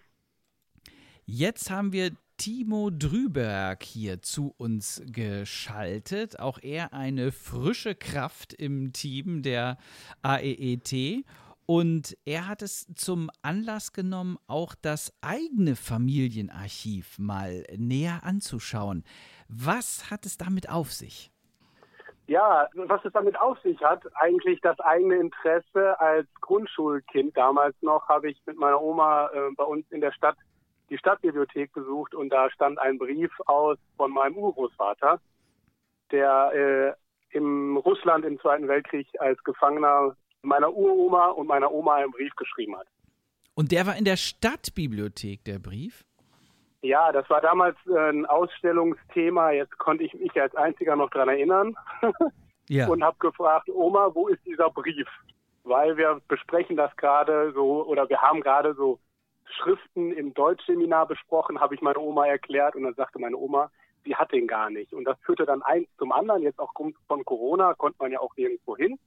Jetzt haben wir Timo Drüberg hier zu uns geschaltet. Auch er eine frische Kraft im Team der A E E T. Und er hat es zum Anlass genommen, auch das eigene Familienarchiv mal näher anzuschauen. Was hat es damit auf sich? Ja, was es damit auf sich hat, eigentlich das eigene Interesse. Als Grundschulkind damals noch habe ich mit meiner Oma äh, bei uns in der Stadt die Stadtbibliothek besucht und da stand ein Brief aus von meinem Urgroßvater, der äh, im Russland im Zweiten Weltkrieg als Gefangener meiner Uroma und meiner Oma einen Brief geschrieben hat. Und der war in der Stadtbibliothek, der Brief? Ja, das war damals äh, ein Ausstellungsthema. Jetzt konnte ich mich als Einziger noch dran erinnern Ja. und habe gefragt, Oma, wo ist dieser Brief? Weil wir besprechen das gerade so, oder wir haben gerade so Schriften im Deutschseminar besprochen, habe ich meine Oma erklärt und dann sagte meine Oma, sie hat den gar nicht. Und das führte dann eins zum anderen. Jetzt auch von Corona konnte man ja auch nirgendwo hin.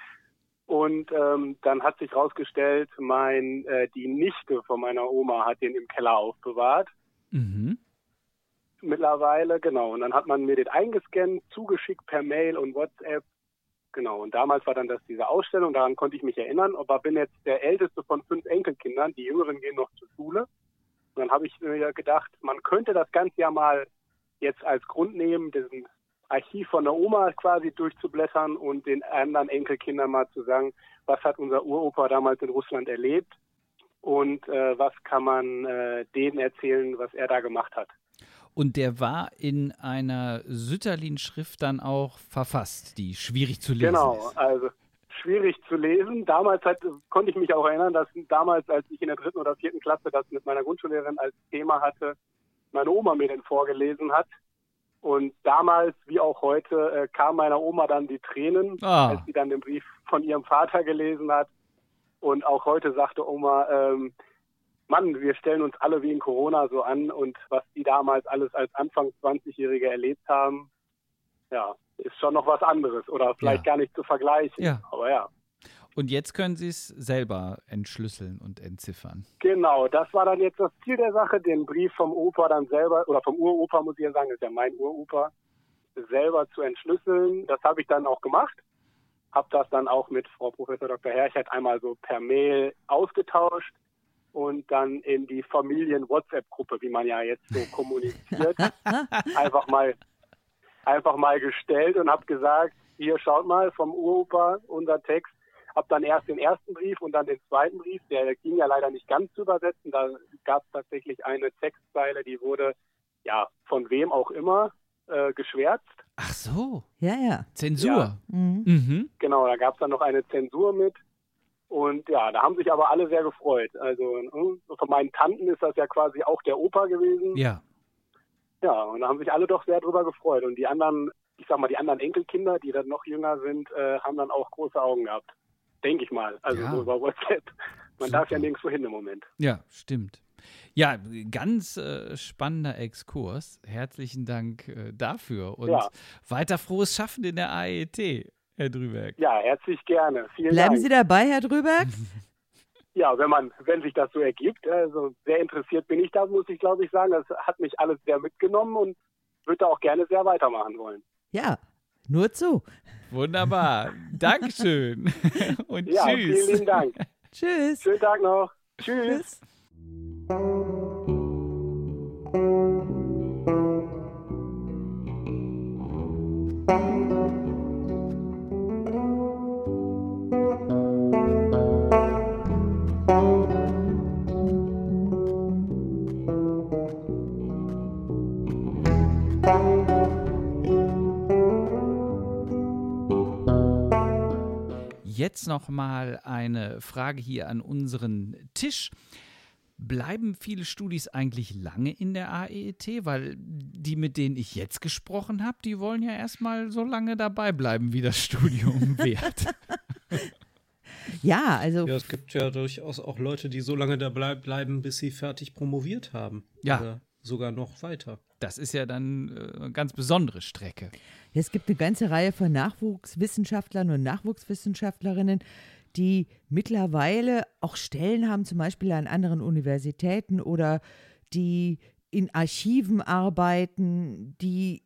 Und ähm, dann hat sich herausgestellt, mein, äh, die Nichte von meiner Oma hat den im Keller aufbewahrt. Mhm. Mittlerweile, genau. Und dann hat man mir den eingescannt, zugeschickt per Mail und WhatsApp. Genau. Und damals war dann das diese Ausstellung, daran konnte ich mich erinnern. Aber bin jetzt der älteste von fünf Enkelkindern. Die Jüngeren gehen noch zur Schule. Und dann habe ich mir gedacht, man könnte das Ganze ja mal jetzt als Grund nehmen, diesen Archiv von der Oma quasi durchzublättern und den anderen Enkelkindern mal zu sagen, was hat unser Uropa damals in Russland erlebt und äh, was kann man äh, denen erzählen, was er da gemacht hat. Und der war in einer Sütterlin-Schrift dann auch verfasst, die schwierig zu lesen Genau, ist. also schwierig zu lesen. Damals hat, konnte ich mich auch erinnern, dass damals, als ich in der dritten oder vierten Klasse das mit meiner Grundschullehrerin als Thema hatte, meine Oma mir den vorgelesen hat. Und damals, wie auch heute, äh, kam meiner Oma dann die Tränen, Ah. als sie dann den Brief von ihrem Vater gelesen hat. Und auch heute sagte Oma, ähm, Mann, wir stellen uns alle wegen Corona so an und was die damals alles als Anfang zwanzigjährige erlebt haben, ja, ist schon noch was anderes oder vielleicht Ja. gar nicht zu vergleichen. Ja. Aber ja. Und jetzt können Sie es selber entschlüsseln und entziffern. Genau, das war dann jetzt das Ziel der Sache, den Brief vom Opa dann selber, oder vom Uropa muss ich ja sagen, ist ja mein Uropa, selber zu entschlüsseln. Das habe ich dann auch gemacht habe das dann auch mit Frau Professor Doktor Herchert einmal so per Mail ausgetauscht und dann in die Familien-WhatsApp-Gruppe, wie man ja jetzt so kommuniziert, einfach mal einfach mal gestellt und habe gesagt, hier schaut mal vom Uropa unser Text. Habe dann erst den ersten Brief und dann den zweiten Brief, der ging ja leider nicht ganz zu übersetzen. Da gab es tatsächlich eine Textzeile, die wurde ja von wem auch immer äh, geschwärzt. Ach so. Ja, ja. Zensur. Ja. Mhm. Mhm. Genau, da gab es dann noch eine Zensur mit. Und ja, da haben sich aber alle sehr gefreut. Also von meinen Tanten ist das ja quasi auch der Opa gewesen. Ja. Ja, und da haben sich alle doch sehr drüber gefreut. Und die anderen, ich sag mal, die anderen Enkelkinder, die dann noch jünger sind, äh, haben dann auch große Augen gehabt. Denke ich mal. Also Ja. so über WhatsApp. Man Super. darf ja nirgendwo hin im Moment. Ja, stimmt. Ja, ganz äh, spannender Exkurs. Herzlichen Dank äh, dafür und Ja. weiter frohes Schaffen in der A E T, Herr Drüberg. Ja, herzlich gerne. Vielen Bleiben Dank. Sie dabei, Herr Drüberg? Ja, wenn man, wenn sich das so ergibt, also sehr interessiert bin ich da, muss ich glaube ich sagen. Das hat mich alles sehr mitgenommen und würde da auch gerne sehr weitermachen wollen. Ja, nur zu. Wunderbar. Dankeschön. Und Ja, tschüss. vielen lieben Dank. Tschüss. Schönen Tag noch. Tschüss. Jetzt noch mal eine Frage hier an unseren Tisch. Bleiben viele Studis eigentlich lange in der A E T? Weil die, mit denen ich jetzt gesprochen habe, die wollen ja erstmal so lange dabei bleiben, wie das Studium währt. Ja, also Ja, es gibt ja durchaus auch Leute, die so lange dabei bleiben, bis sie fertig promoviert haben. Ja. Oder sogar noch weiter. Das ist ja dann äh, eine ganz besondere Strecke. es gibt eine ganze Reihe von Nachwuchswissenschaftlern und Nachwuchswissenschaftlerinnen, die mittlerweile auch Stellen haben, zum Beispiel an anderen Universitäten oder die in Archiven arbeiten, die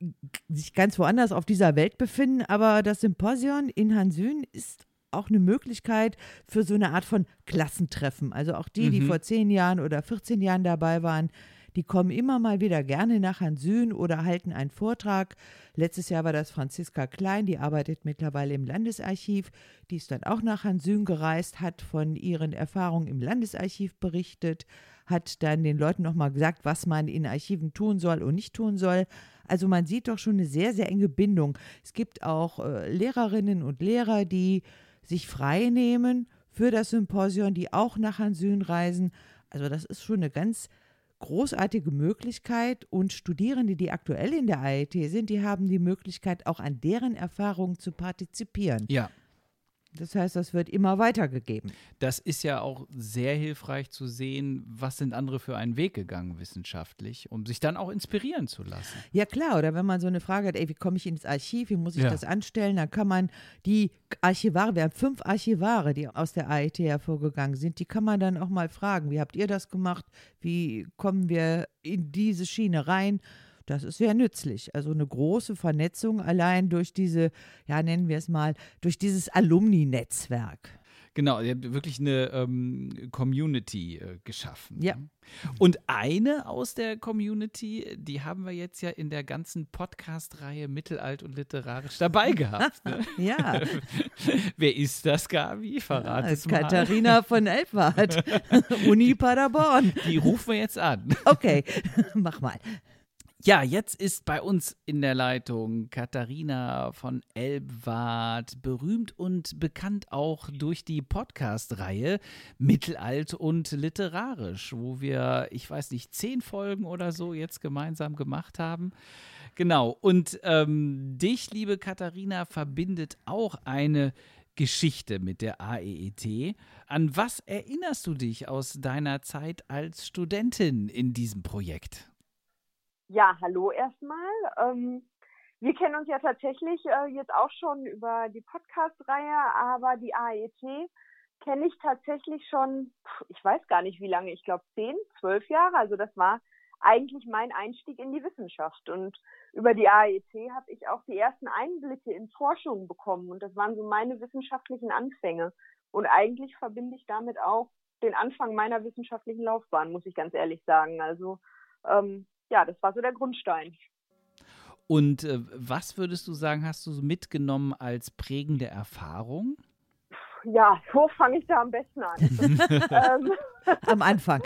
sich ganz woanders auf dieser Welt befinden. Aber das Symposion in Hansün ist auch eine Möglichkeit für so eine Art von Klassentreffen. Also auch die, die Mhm. vor zehn Jahren oder vierzehn Jahren dabei waren, die kommen immer mal wieder gerne nach Hansün oder halten einen Vortrag. Letztes Jahr war das Franziska Klein, die arbeitet mittlerweile im Landesarchiv. Die ist dann auch nach Hansün gereist, hat von ihren Erfahrungen im Landesarchiv berichtet, hat dann den Leuten nochmal gesagt, was man in Archiven tun soll und nicht tun soll. Also man sieht doch schon eine sehr, sehr enge Bindung. Es gibt auch äh, Lehrerinnen und Lehrer, die sich frei nehmen für das Symposion, die auch nach Hansün reisen. Also das ist schon eine ganz großartige Möglichkeit, und Studierende, die aktuell in der A E T sind, die haben die Möglichkeit, auch an deren Erfahrungen zu partizipieren. Ja. Das heißt, das wird immer weitergegeben. Das ist ja auch sehr hilfreich zu sehen, was sind andere für einen Weg gegangen wissenschaftlich, um sich dann auch inspirieren zu lassen. Ja klar, oder wenn man so eine Frage hat, ey, wie komme ich ins Archiv, wie muss ich Ja. das anstellen, dann kann man die Archivare, wir haben fünf Archivare, die aus der A E T hervorgegangen sind, die kann man dann auch mal fragen, wie habt ihr das gemacht, wie kommen wir in diese Schiene rein? Das ist sehr nützlich. Also eine große Vernetzung allein durch diese, ja nennen wir es mal, durch dieses Alumni-Netzwerk. Genau, ihr habt wirklich eine ähm, Community äh, geschaffen. Ja. Und eine aus der Community, die haben wir jetzt ja in der ganzen Podcast-Reihe Mittelalt und Literarisch dabei gehabt. Ne? Ja. Wer ist das, Gabi? Verrat Ja, es mal. Katharina von Elfwart, Uni Paderborn. Die rufen wir jetzt an. Okay, mach mal. Ja, jetzt ist bei uns in der Leitung Katharina von Elbwart, berühmt und bekannt auch durch die Podcast-Reihe Mittelalt und Literarisch, wo wir, ich weiß nicht, zehn Folgen oder so jetzt gemeinsam gemacht haben. Genau, und ähm, dich, liebe Katharina, verbindet auch eine Geschichte mit der A E E T. An was erinnerst du dich aus deiner Zeit als Studentin in diesem Projekt? Ja, hallo erstmal. Ähm, wir kennen uns ja tatsächlich äh, jetzt auch schon über die Podcast-Reihe, aber die A E T kenne ich tatsächlich schon, ich weiß gar nicht wie lange, ich glaube zehn, zwölf Jahre. Also das war eigentlich mein Einstieg in die Wissenschaft. Und über die A E T habe ich auch die ersten Einblicke in Forschung bekommen. Und das waren so meine wissenschaftlichen Anfänge. Und eigentlich verbinde ich damit auch den Anfang meiner wissenschaftlichen Laufbahn, muss ich ganz ehrlich sagen. Also ähm, ja, das war so der Grundstein. Und äh, was würdest du sagen, hast du mitgenommen als prägende Erfahrung? Ja, wo fange ich da am besten an? ähm, am Anfang.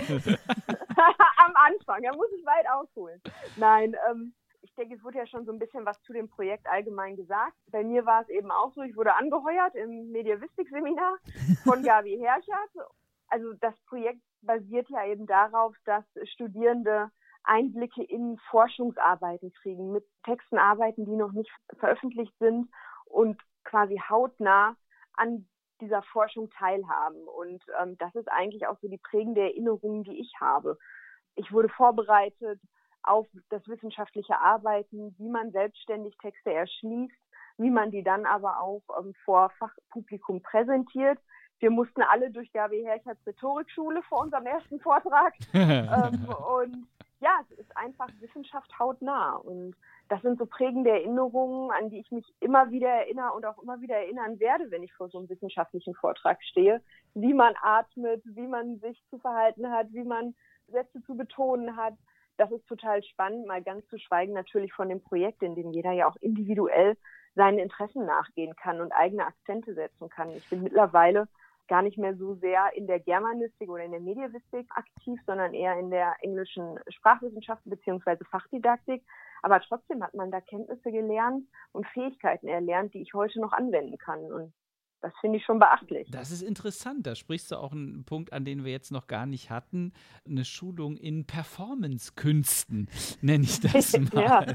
am Anfang, da muss ich weit ausholen. Nein, ähm, ich denke, es wurde ja schon so ein bisschen was zu dem Projekt allgemein gesagt. Bei mir war es eben auch so, ich wurde angeheuert im Mediavistik-Seminar von Gabi Herschert. Also das Projekt basiert ja eben darauf, dass Studierende Einblicke in Forschungsarbeiten kriegen, mit Texten arbeiten, die noch nicht veröffentlicht sind und quasi hautnah an dieser Forschung teilhaben. Und ähm, das ist eigentlich auch so die prägende Erinnerung, die ich habe. Ich wurde vorbereitet auf das wissenschaftliche Arbeiten, wie man selbstständig Texte erschließt, wie man die dann aber auch ähm, vor Fachpublikum präsentiert. Wir mussten alle durch Gabi Hercherts Rhetorikschule vor unserem ersten Vortrag. ähm, und ja, es ist einfach Wissenschaft hautnah. Und das sind so prägende Erinnerungen, an die ich mich immer wieder erinnere und auch immer wieder erinnern werde, wenn ich vor so einem wissenschaftlichen Vortrag stehe. Wie man atmet, wie man sich zu verhalten hat, wie man Sätze zu betonen hat. Das ist total spannend, mal ganz zu schweigen natürlich von dem Projekt, in dem jeder ja auch individuell seinen Interessen nachgehen kann und eigene Akzente setzen kann. Ich bin mittlerweile gar nicht mehr so sehr in der Germanistik oder in der Mediavistik aktiv, sondern eher in der englischen Sprachwissenschaften bzw. Fachdidaktik. Aber trotzdem hat man da Kenntnisse gelernt und Fähigkeiten erlernt, die ich heute noch anwenden kann. Und das finde ich schon beachtlich. Das ist interessant. Da sprichst du auch einen Punkt an, den wir jetzt noch gar nicht hatten. Eine Schulung in Performance-Künsten, nenne ich das mal. Ja.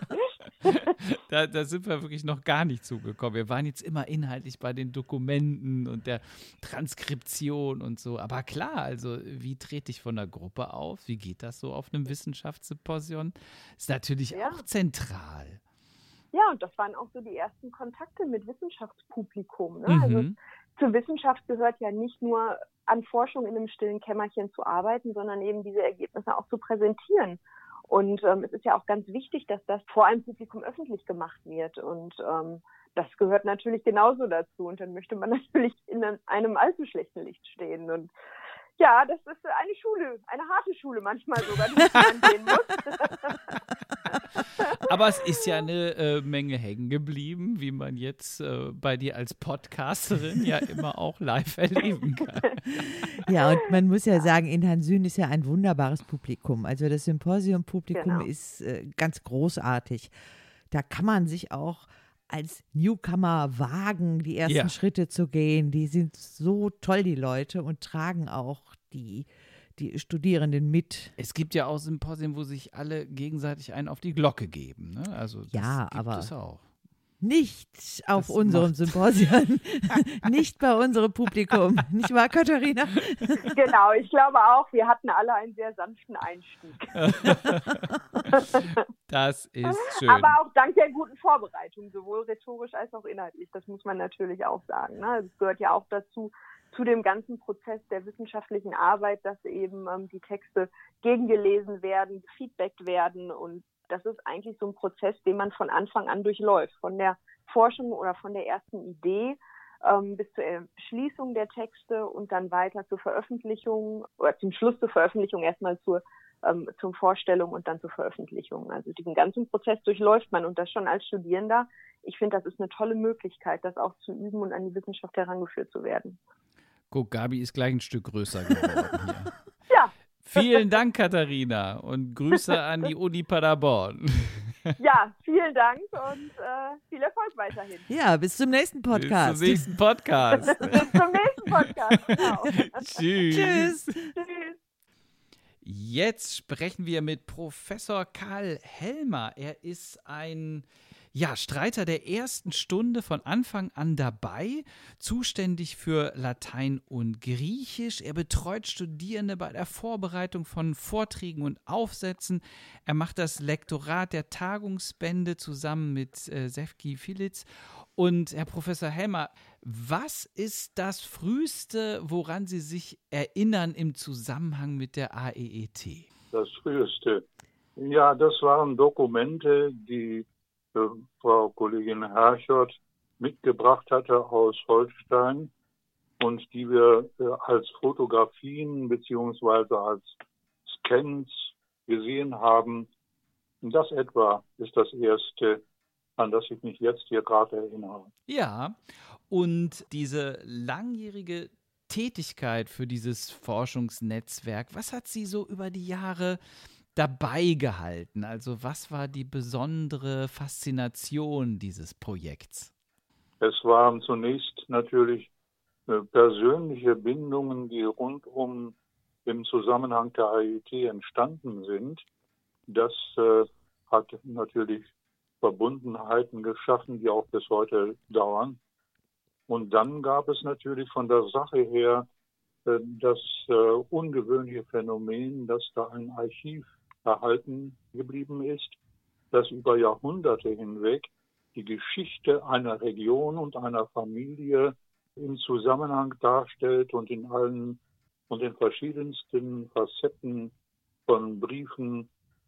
da, da sind wir wirklich noch gar nicht zugekommen. Wir waren jetzt immer inhaltlich bei den Dokumenten und der Transkription und so. Aber klar, also wie trete ich von der Gruppe auf? Wie geht das so auf einem Wissenschaftssymposion? Ist natürlich Ja. auch zentral. Ja, und das waren auch so die ersten Kontakte mit Wissenschaftspublikum. Ne? Mhm. Also zur Wissenschaft gehört ja nicht nur an Forschung in einem stillen Kämmerchen zu arbeiten, sondern eben diese Ergebnisse auch zu präsentieren. Und ähm, es ist ja auch ganz wichtig, dass das vor einem Publikum öffentlich gemacht wird. Und ähm, das gehört natürlich genauso dazu. Und dann möchte man natürlich in einem allzu schlechten Licht stehen. Und ja, das ist eine Schule, eine harte Schule manchmal sogar, die man gehen muss. Aber es ist ja eine äh, Menge hängen geblieben, wie man jetzt äh, bei dir als Podcasterin ja immer auch live erleben kann. Ja, und man muss ja sagen, in Hansün ist ja ein wunderbares Publikum. Also das Symposium-Publikum Genau. ist äh, ganz großartig. Da kann man sich auch als Newcomer wagen, die ersten Ja. Schritte zu gehen. Die sind so toll, die Leute, und tragen auch die, die Studierenden mit. Es gibt ja auch Symposien, wo sich alle gegenseitig einen auf die Glocke geben. Ne? Also das Ja, gibt aber es auch. Nicht auf Das unserem macht- Symposium, nicht bei unserem Publikum. Nicht wahr, Katharina? Genau, ich glaube auch, wir hatten alle einen sehr sanften Einstieg. Das ist schön. Aber auch dank der guten Vorbereitung, sowohl rhetorisch als auch inhaltlich. Das muss man natürlich auch sagen. Ne? Es gehört ja auch dazu, zu dem ganzen Prozess der wissenschaftlichen Arbeit, dass eben ähm, die Texte gegengelesen werden, gefeedbackt werden. Und das ist eigentlich so ein Prozess, den man von Anfang an durchläuft. Von der Forschung oder von der ersten Idee ähm, bis zur Schließung der Texte und dann weiter zur Veröffentlichung oder zum Schluss zur Veröffentlichung erstmal zur ähm, zur Vorstellung und dann zur Veröffentlichung. Also diesen ganzen Prozess durchläuft man und das schon als Studierender. Ich finde, das ist eine tolle Möglichkeit, das auch zu üben und an die Wissenschaft herangeführt zu werden. Guck, Gabi ist gleich ein Stück größer geworden hier. Ja. Vielen Dank, Katharina, und Grüße an die Uni Paderborn. Ja, vielen Dank und äh, viel Erfolg weiterhin. Ja, bis zum nächsten Podcast. Bis zum nächsten Podcast. Bis zum nächsten Podcast. Genau. Tschüss. Tschüss. Tschüss. Jetzt sprechen wir mit Professor Karl Helmer. Er ist ein ja, Streiter der ersten Stunde, von Anfang an dabei, zuständig für Latein und Griechisch. Er betreut Studierende bei der Vorbereitung von Vorträgen und Aufsätzen. Er macht das Lektorat der Tagungsbände zusammen mit äh, Sefki Filitz. Und Herr Professor Helmer, was ist das Früheste, woran Sie sich erinnern im Zusammenhang mit der A E E T? Das Früheste. Ja, das waren Dokumente, die äh, Frau Kollegin Herchott mitgebracht hatte aus Holstein und die wir äh, als Fotografien beziehungsweise als Scans gesehen haben. Und das etwa ist das Erste, an das ich mich jetzt hier gerade erinnere. Ja, und diese langjährige Tätigkeit für dieses Forschungsnetzwerk, was hat Sie so über die Jahre dabei gehalten? Also was war die besondere Faszination dieses Projekts? Es waren zunächst natürlich äh, persönliche Bindungen, die rundum im Zusammenhang der A E T entstanden sind. Das äh, hat natürlich Verbundenheiten geschaffen, die auch bis heute dauern. Und dann gab es natürlich von der Sache her äh, das äh, ungewöhnliche Phänomen, dass da ein Archiv erhalten geblieben ist, das über Jahrhunderte hinweg die Geschichte einer Region und einer Familie im Zusammenhang darstellt und in allen und in verschiedensten Facetten von Briefen,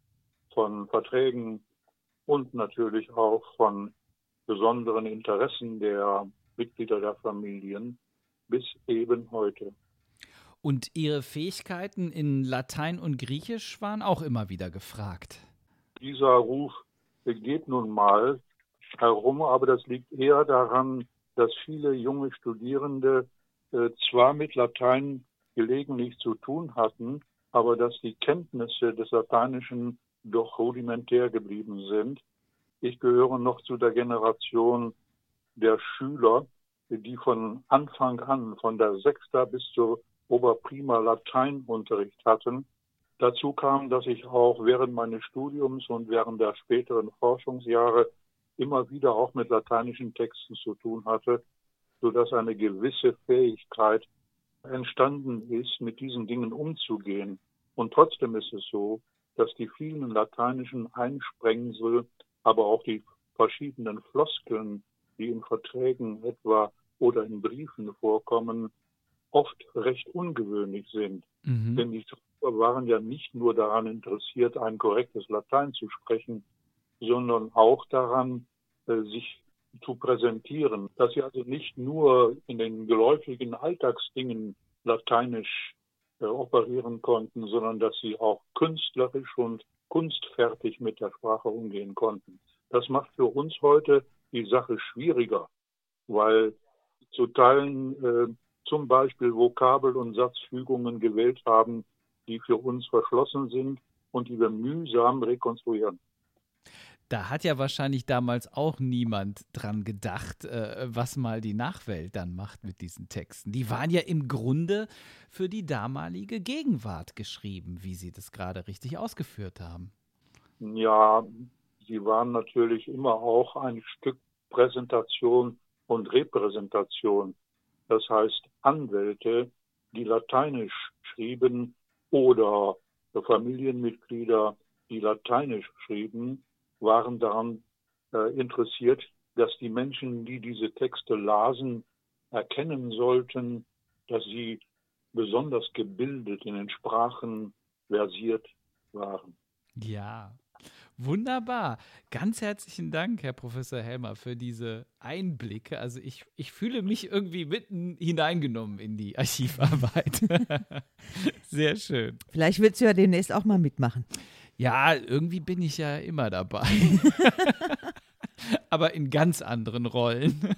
von Verträgen und natürlich auch von besonderen Interessen der Mitglieder der Familien bis eben heute. Und Ihre Fähigkeiten in Latein und Griechisch waren auch immer wieder gefragt. Dieser Ruf geht nun mal herum, aber das liegt eher daran, dass viele junge Studierende äh, zwar mit Latein gelegentlich zu tun hatten, aber dass die Kenntnisse des Lateinischen doch rudimentär geblieben sind. Ich gehöre noch zu der Generation der Schüler, die von Anfang an, von der Sechster bis zur Oberprima Lateinunterricht hatten. Dazu kam, dass ich auch während meines Studiums und während der späteren Forschungsjahre immer wieder auch mit lateinischen Texten zu tun hatte, sodass eine gewisse Fähigkeit entstanden ist, mit diesen Dingen umzugehen. Und trotzdem ist es so, dass die vielen lateinischen Einsprengsel, aber auch die verschiedenen Floskeln, die in Verträgen etwa oder in Briefen vorkommen, oft recht ungewöhnlich sind. Mhm. Denn die Schreiber waren ja nicht nur daran interessiert, ein korrektes Latein zu sprechen, sondern auch daran, äh, sich zu präsentieren. Dass sie also nicht nur in den geläufigen Alltagsdingen lateinisch äh, operieren konnten, sondern dass sie auch künstlerisch und kunstfertig mit der Sprache umgehen konnten. Das macht für uns heute die Sache schwieriger, weil zu Teilen äh, zum Beispiel Vokabel- und Satzfügungen gewählt haben, die für uns verschlossen sind und die wir mühsam rekonstruieren. Da hat ja wahrscheinlich damals auch niemand dran gedacht, äh, was mal die Nachwelt dann macht mit diesen Texten. Die waren ja im Grunde für die damalige Gegenwart geschrieben, wie Sie das gerade richtig ausgeführt haben. Ja, sie waren natürlich immer auch ein Stück Präsentation und Repräsentation. Das heißt, Anwälte, die Lateinisch schrieben oder Familienmitglieder, die Lateinisch schrieben, waren daran äh, interessiert, dass die Menschen, die diese Texte lasen, erkennen sollten, dass sie besonders gebildet in den Sprachen versiert waren. Ja, wunderbar. Ganz herzlichen Dank, Herr Professor Helmer, für diese Einblicke. Also ich, ich fühle mich irgendwie mitten hineingenommen in die Archivarbeit. Sehr schön. Vielleicht willst du ja demnächst auch mal mitmachen. Ja, irgendwie bin ich ja immer dabei. Aber in ganz anderen Rollen.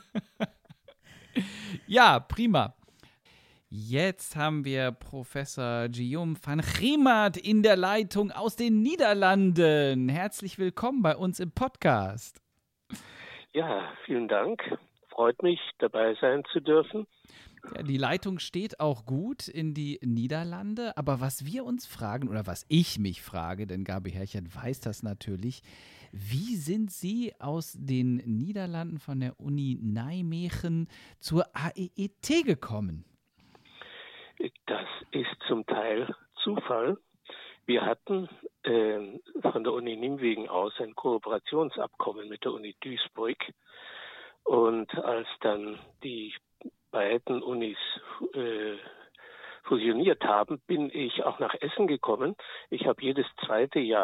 Ja, prima. Jetzt haben wir Professor Guillaume van Griemaert in der Leitung aus den Niederlanden. Herzlich willkommen bei uns im Podcast. Ja, vielen Dank. Freut mich, dabei sein zu dürfen. Ja, die Leitung steht auch gut in die Niederlande. Aber was wir uns fragen, oder was ich mich frage, denn Gabi Herchert weiß das natürlich, wie sind Sie aus den Niederlanden von der Uni Nijmegen zur A E E T gekommen? Das ist zum Teil Zufall. Wir hatten äh, von der Uni Nijmegen aus ein Kooperationsabkommen mit der Uni Duisburg. Und als dann die beiden Unis äh, fusioniert haben, bin ich auch nach Essen gekommen. Ich habe jedes zweite Jahr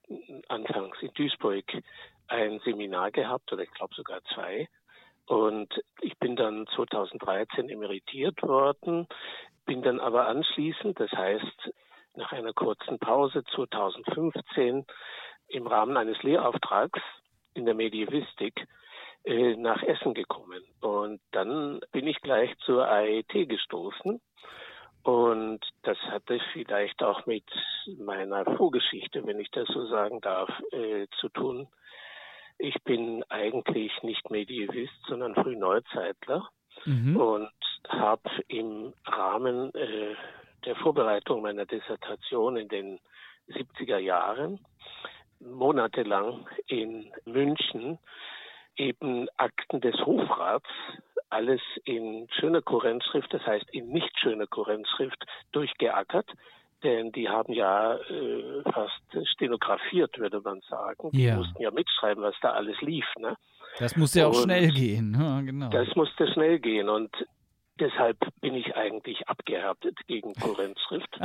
anfangs in Duisburg ein Seminar gehabt, oder ich glaube sogar zwei. Und ich bin dann zweitausenddreizehn emeritiert worden, bin dann aber anschließend, das heißt nach einer kurzen Pause zweitausendfünfzehn, im Rahmen eines Lehrauftrags in der Medievistik äh, nach Essen gekommen. Und dann bin ich gleich zur A E T gestoßen. Und das hatte vielleicht auch mit meiner Vorgeschichte, wenn ich das so sagen darf, äh, zu tun. Ich bin eigentlich nicht Medievist, sondern Frühneuzeitler mhm. und habe im Rahmen äh, der Vorbereitung meiner Dissertation in den siebziger Jahren monatelang in München eben Akten des Hofrats, alles in schöner Kurrentschrift, das heißt in nicht schöner Kurrentschrift, durchgeackert. Denn die haben ja äh, fast stenografiert, würde man sagen. Die ja. mussten ja mitschreiben, was da alles lief. Ne? Das musste ja auch und schnell gehen. Ja, genau. Das musste schnell gehen und deshalb bin ich eigentlich abgehärtet gegen Kurrentschrift.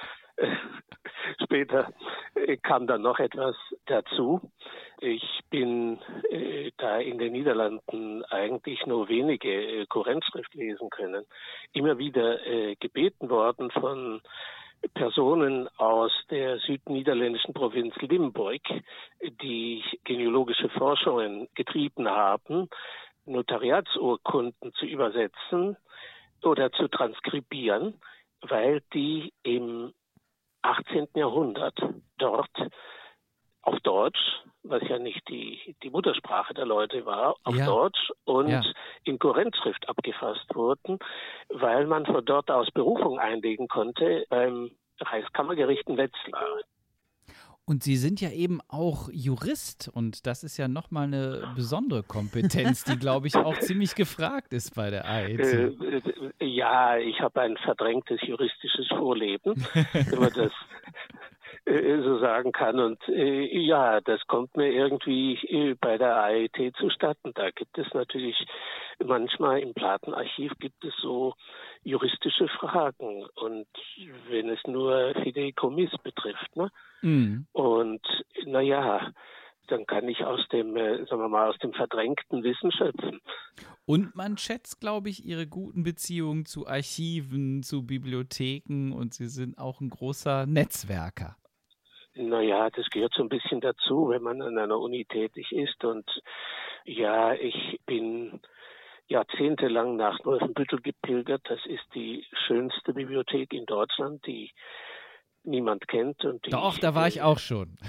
Später äh, kam dann noch etwas dazu. Ich bin äh, da in den Niederlanden eigentlich nur wenige äh, Kurrentschrift lesen können. Immer wieder äh, gebeten worden von Personen aus der südniederländischen Provinz Limburg, die genealogische Forschungen getrieben haben, Notariatsurkunden zu übersetzen oder zu transkribieren, weil die im achtzehnten Jahrhundert dort auf Deutsch, was ja nicht die, die Muttersprache der Leute war, auf ja. Deutsch und ja. in Kurrentschrift abgefasst wurden, weil man von dort aus Berufung einlegen konnte beim Reichskammergericht in Wetzlar. Und Sie sind ja eben auch Jurist und das ist ja nochmal eine besondere Kompetenz, die, glaube ich, auch ziemlich gefragt ist bei der A E T. Äh, äh, ja, ich habe ein verdrängtes juristisches Vorleben, wenn man das äh, so sagen kann. Und äh, ja, das kommt mir irgendwie äh, bei der A E T zustatten. Da gibt es natürlich manchmal im Plattenarchiv gibt es so juristische Fragen. Und wenn es nur Fideikommiss betrifft, ne? Mhm. Und naja, dann kann ich aus dem, äh, sagen wir mal, aus dem verdrängten Wissen schöpfen. Und man schätzt, glaube ich, Ihre guten Beziehungen zu Archiven, zu Bibliotheken und Sie sind auch ein großer Netzwerker. Naja, das gehört so ein bisschen dazu, wenn man an einer Uni tätig ist. Und ja, ich bin jahrzehntelang nach Wolfenbüttel gepilgert. Das ist die schönste Bibliothek in Deutschland, die niemand kennt. Und die Doch, da war ich auch schon.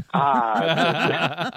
Ah,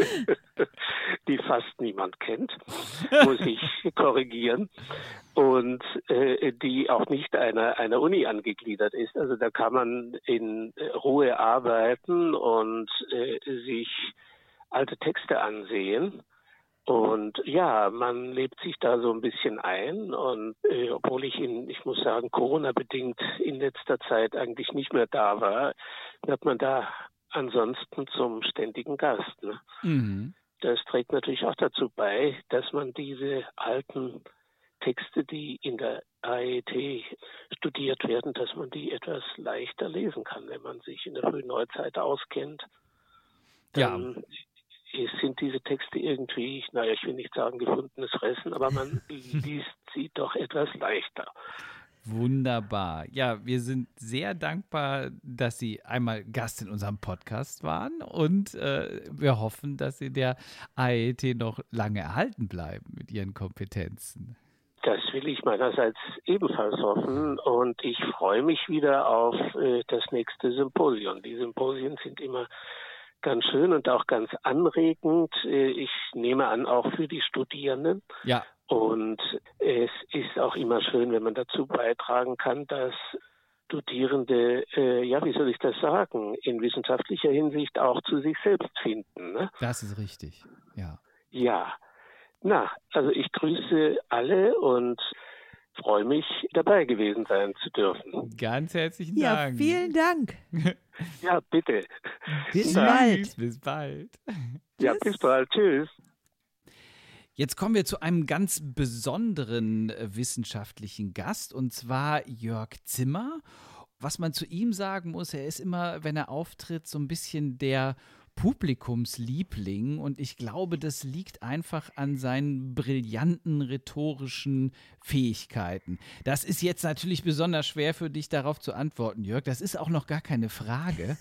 die fast niemand kennt, muss ich korrigieren. Und äh, die auch nicht einer, einer Uni angegliedert ist. Also da kann man in Ruhe arbeiten und äh, sich alte Texte ansehen. Und ja, man lebt sich da so ein bisschen ein und äh, obwohl ich in, ich muss sagen, Corona-bedingt in letzter Zeit eigentlich nicht mehr da war, wird man da ansonsten zum ständigen Gast. Ne? Mhm. Das trägt natürlich auch dazu bei, dass man diese alten Texte, die in der A E T studiert werden, dass man die etwas leichter lesen kann, wenn man sich in der frühen Neuzeit auskennt. Dann ja. sind diese Texte irgendwie, naja, ich will nicht sagen gefundenes Fressen, aber man liest sie doch etwas leichter. Wunderbar. Ja, wir sind sehr dankbar, dass Sie einmal Gast in unserem Podcast waren und äh, wir hoffen, dass Sie der A E T noch lange erhalten bleiben mit Ihren Kompetenzen. Das will ich meinerseits ebenfalls hoffen und ich freue mich wieder auf äh, das nächste Symposium. Die Symposien sind immer ganz schön und auch ganz anregend. Äh, ich nehme an, auch für die Studierenden. Ja. Und es ist auch immer schön, wenn man dazu beitragen kann, dass Studierende, äh, ja, wie soll ich das sagen, in wissenschaftlicher Hinsicht auch zu sich selbst finden. Ne? Das ist richtig, ja. Ja. Na, also ich grüße alle und freue mich, dabei gewesen sein zu dürfen. Ganz herzlichen ja, Dank. Ja, vielen Dank. Ja, bitte. Bis bald. Bis bald. Ja, bis bald. Tschüss. Jetzt kommen wir zu einem ganz besonderen wissenschaftlichen Gast, und zwar Jörg Zimmer. was man zu ihm sagen muss, er ist immer, wenn er auftritt, so ein bisschen der Publikumsliebling und ich glaube, das liegt einfach an seinen brillanten rhetorischen Fähigkeiten. Das ist jetzt natürlich besonders schwer für dich, darauf zu antworten, Jörg. Das ist auch noch gar keine Frage.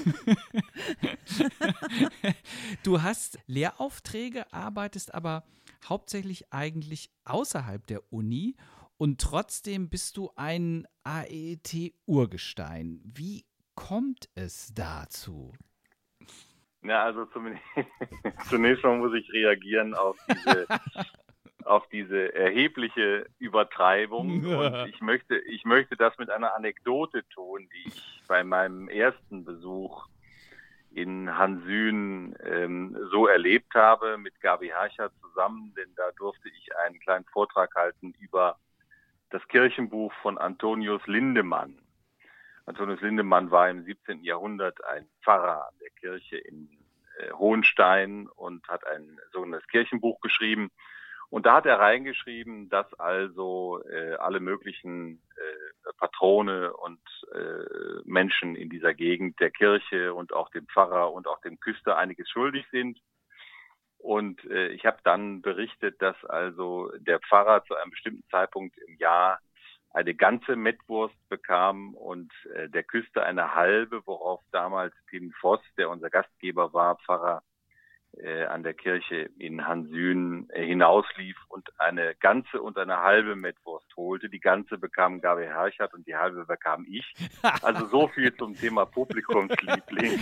Du hast Lehraufträge, arbeitest aber hauptsächlich eigentlich außerhalb der Uni und trotzdem bist du ein A E E T-Urgestein. Wie kommt es dazu? Ja, also zumindest, zunächst mal muss ich reagieren auf diese, auf diese erhebliche Übertreibung. Und ich möchte, ich möchte das mit einer Anekdote tun, die ich bei meinem ersten Besuch in Hansün ähm, so erlebt habe, mit Gabi Harchert zusammen, denn da durfte ich einen kleinen Vortrag halten über das Kirchenbuch von Antonius Lindemann. Antonius Lindemann war im siebzehnten Jahrhundert ein Pfarrer an der Kirche in äh, Hohenstein und hat ein sogenanntes Kirchenbuch geschrieben. Und da hat er reingeschrieben, dass also äh, alle möglichen äh, Patrone und äh, Menschen in dieser Gegend der Kirche und auch dem Pfarrer und auch dem Küster einiges schuldig sind. Und äh, ich habe dann berichtet, dass also der Pfarrer zu einem bestimmten Zeitpunkt im Jahr eine ganze Mettwurst bekam und äh, der Küster eine halbe, worauf damals Tim Voss, der unser Gastgeber war, Pfarrer äh, an der Kirche in Hansün, äh, hinauslief und eine ganze und eine halbe Mettwurst holte. Die ganze bekam Gabi Harchert und die halbe bekam ich. Also so viel zum Thema Publikumsliebling.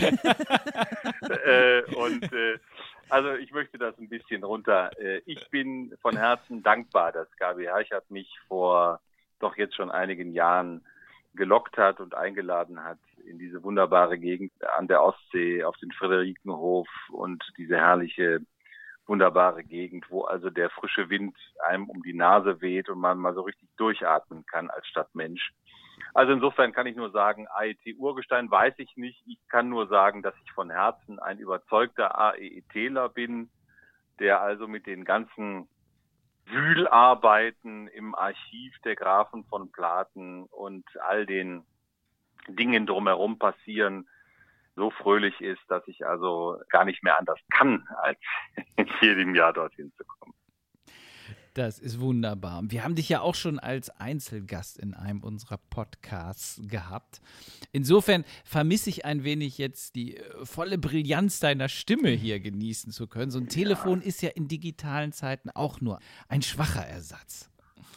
äh, und äh, also ich möchte das ein bisschen runter. Äh, ich bin von Herzen dankbar, dass Gabi Harchert mich vor doch jetzt schon einigen Jahren gelockt hat und eingeladen hat in diese wunderbare Gegend an der Ostsee, auf den Friederikenhof und diese herrliche, wunderbare Gegend, wo also der frische Wind einem um die Nase weht und man mal so richtig durchatmen kann als Stadtmensch. Also insofern kann ich nur sagen, A E E T-Urgestein weiß ich nicht. Ich kann nur sagen, dass ich von Herzen ein überzeugter A E E Tler bin, der also mit den ganzen Wühlarbeiten im Archiv der Grafen von Platen und all den Dingen drumherum passieren, so fröhlich ist, dass ich also gar nicht mehr anders kann, als in jedem Jahr dorthin zu kommen. Das ist wunderbar. Wir haben dich ja auch schon als Einzelgast in einem unserer Podcasts gehabt. Insofern vermisse ich ein wenig jetzt die volle Brillanz deiner Stimme hier genießen zu können. So ein Telefon ja. ist ja in digitalen Zeiten auch nur ein schwacher Ersatz.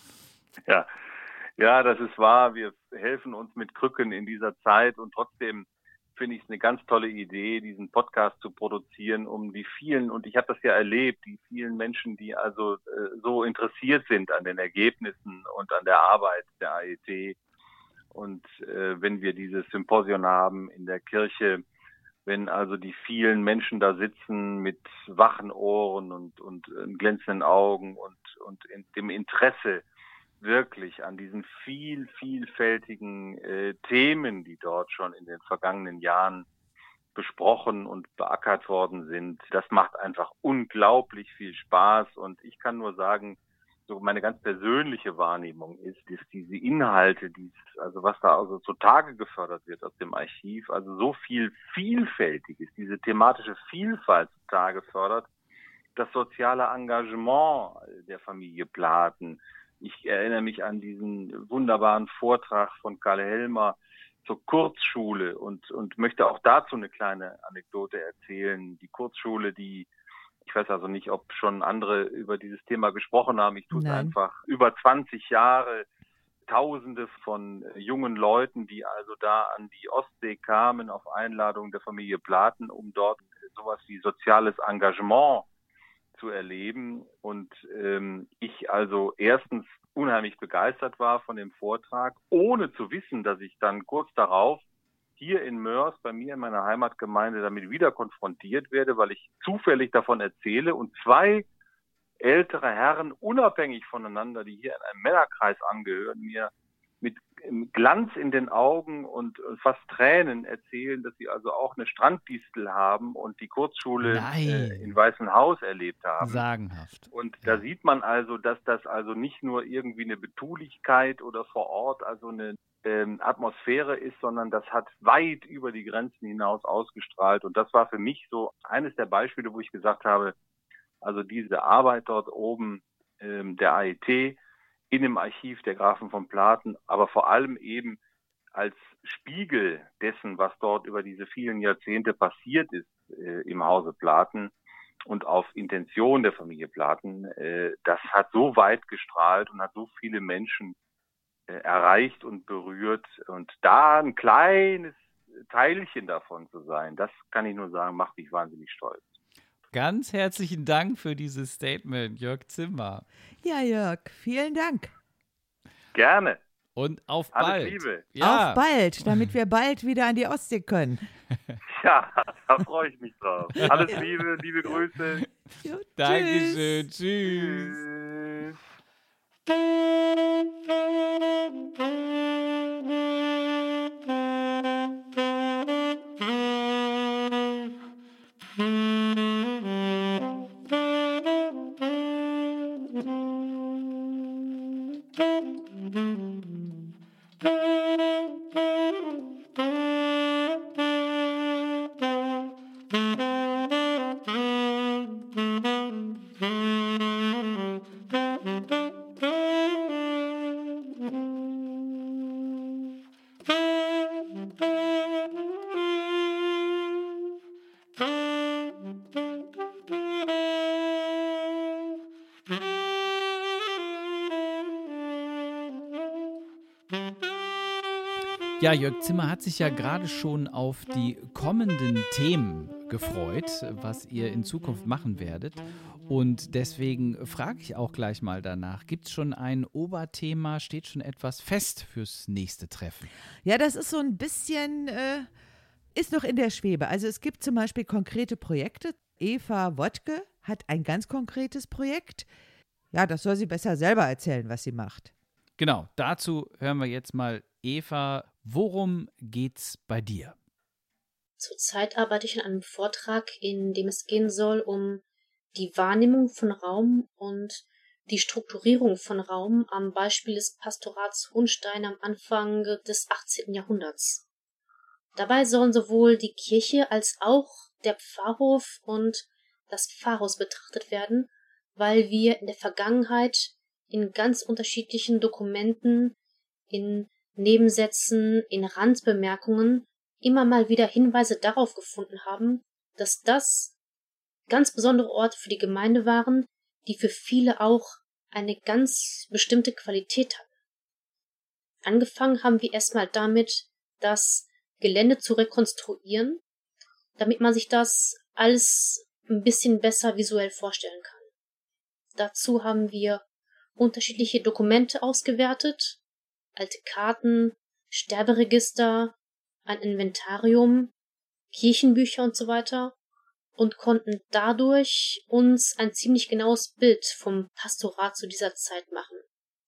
Ja, ja, das ist wahr. Wir helfen uns mit Krücken in dieser Zeit und trotzdem finde ich es eine ganz tolle Idee, diesen Podcast zu produzieren, um die vielen, und ich habe das ja erlebt, die vielen Menschen, die also äh, so interessiert sind an den Ergebnissen und an der Arbeit der A E E T. Und äh, wenn wir dieses Symposion haben in der Kirche, wenn also die vielen Menschen da sitzen mit wachen Ohren und, und äh, glänzenden Augen und, und in dem Interesse wirklich an diesen viel, vielfältigen äh, Themen, die dort schon in den vergangenen Jahren besprochen und beackert worden sind. Das macht einfach unglaublich viel Spaß und ich kann nur sagen, so meine ganz persönliche Wahrnehmung ist, dass diese Inhalte, dies, also was da also zutage gefördert wird aus dem Archiv, also so viel Vielfältiges, diese thematische Vielfalt zutage fördert, das soziale Engagement der Familie Platen. Ich erinnere mich an diesen wunderbaren Vortrag von Karl Helmer zur Kurzschule und, und möchte auch dazu eine kleine Anekdote erzählen. Die Kurzschule, die, ich weiß also nicht, ob schon andere über dieses Thema gesprochen haben. Ich tue es einfach. Über zwanzig Jahre, Tausende von jungen Leuten, die also da an die Ostsee kamen auf Einladung der Familie Platen, um dort sowas wie soziales Engagement zu erleben und ähm, ich also erstens unheimlich begeistert war von dem Vortrag, ohne zu wissen, dass ich dann kurz darauf hier in Moers bei mir in meiner Heimatgemeinde damit wieder konfrontiert werde, weil ich zufällig davon erzähle und zwei ältere Herren, unabhängig voneinander, die hier in einem Männerkreis angehören, mir mit Glanz in den Augen und fast Tränen erzählen, dass sie also auch eine Stranddistel haben und die Kurzschule äh, in Weißenhaus erlebt haben. Sagenhaft. Und da sieht man also, dass das also nicht nur irgendwie eine Betulichkeit oder vor Ort also eine ähm, Atmosphäre ist, sondern das hat weit über die Grenzen hinaus ausgestrahlt. Und das war für mich so eines der Beispiele, wo ich gesagt habe, also diese Arbeit dort oben ähm, der A E T, in dem Archiv der Grafen von Platen, aber vor allem eben als Spiegel dessen, was dort über diese vielen Jahrzehnte passiert ist äh, im Hause Platen und auf Intention der Familie Platen, äh, das hat so weit gestrahlt und hat so viele Menschen äh, erreicht und berührt. Und da ein kleines Teilchen davon zu sein, das kann ich nur sagen, macht mich wahnsinnig stolz. Ganz herzlichen Dank für dieses Statement, Jörg Zimmer. Ja, Jörg, vielen Dank. Gerne. Und auf Alles bald. Liebe. Ja. Auf bald, damit wir bald wieder an die Ostsee können. Ja, da freue ich mich drauf. Alles Liebe, liebe Grüße. Jo, Dankeschön. Tschüss. Ja, Jörg Zimmer hat sich ja gerade schon auf die kommenden Themen gefreut, was ihr in Zukunft machen werdet. Und deswegen frage ich auch gleich mal danach, gibt es schon ein Oberthema, steht schon etwas fest fürs nächste Treffen? Ja, das ist so ein bisschen, äh, ist noch in der Schwebe. Also es gibt zum Beispiel konkrete Projekte. Eva Wodke hat ein ganz konkretes Projekt. Ja, das soll sie besser selber erzählen, was sie macht. Genau, dazu hören wir jetzt mal Eva. Worum geht's bei dir? Zurzeit arbeite ich an einem Vortrag, in dem es gehen soll um die Wahrnehmung von Raum und die Strukturierung von Raum am Beispiel des Pastorats Hohnstein am Anfang des achtzehnten Jahrhunderts. Dabei sollen sowohl die Kirche als auch der Pfarrhof und das Pfarrhaus betrachtet werden, weil wir in der Vergangenheit in ganz unterschiedlichen Dokumenten, in Nebensätzen, in Randbemerkungen immer mal wieder Hinweise darauf gefunden haben, dass das ganz besondere Orte für die Gemeinde waren, die für viele auch eine ganz bestimmte Qualität hatten. Angefangen haben wir erstmal damit, das Gelände zu rekonstruieren, damit man sich das alles ein bisschen besser visuell vorstellen kann. Dazu haben wir unterschiedliche Dokumente ausgewertet, alte Karten, Sterberegister, ein Inventarium, Kirchenbücher und so weiter und konnten dadurch uns ein ziemlich genaues Bild vom Pastorat zu dieser Zeit machen.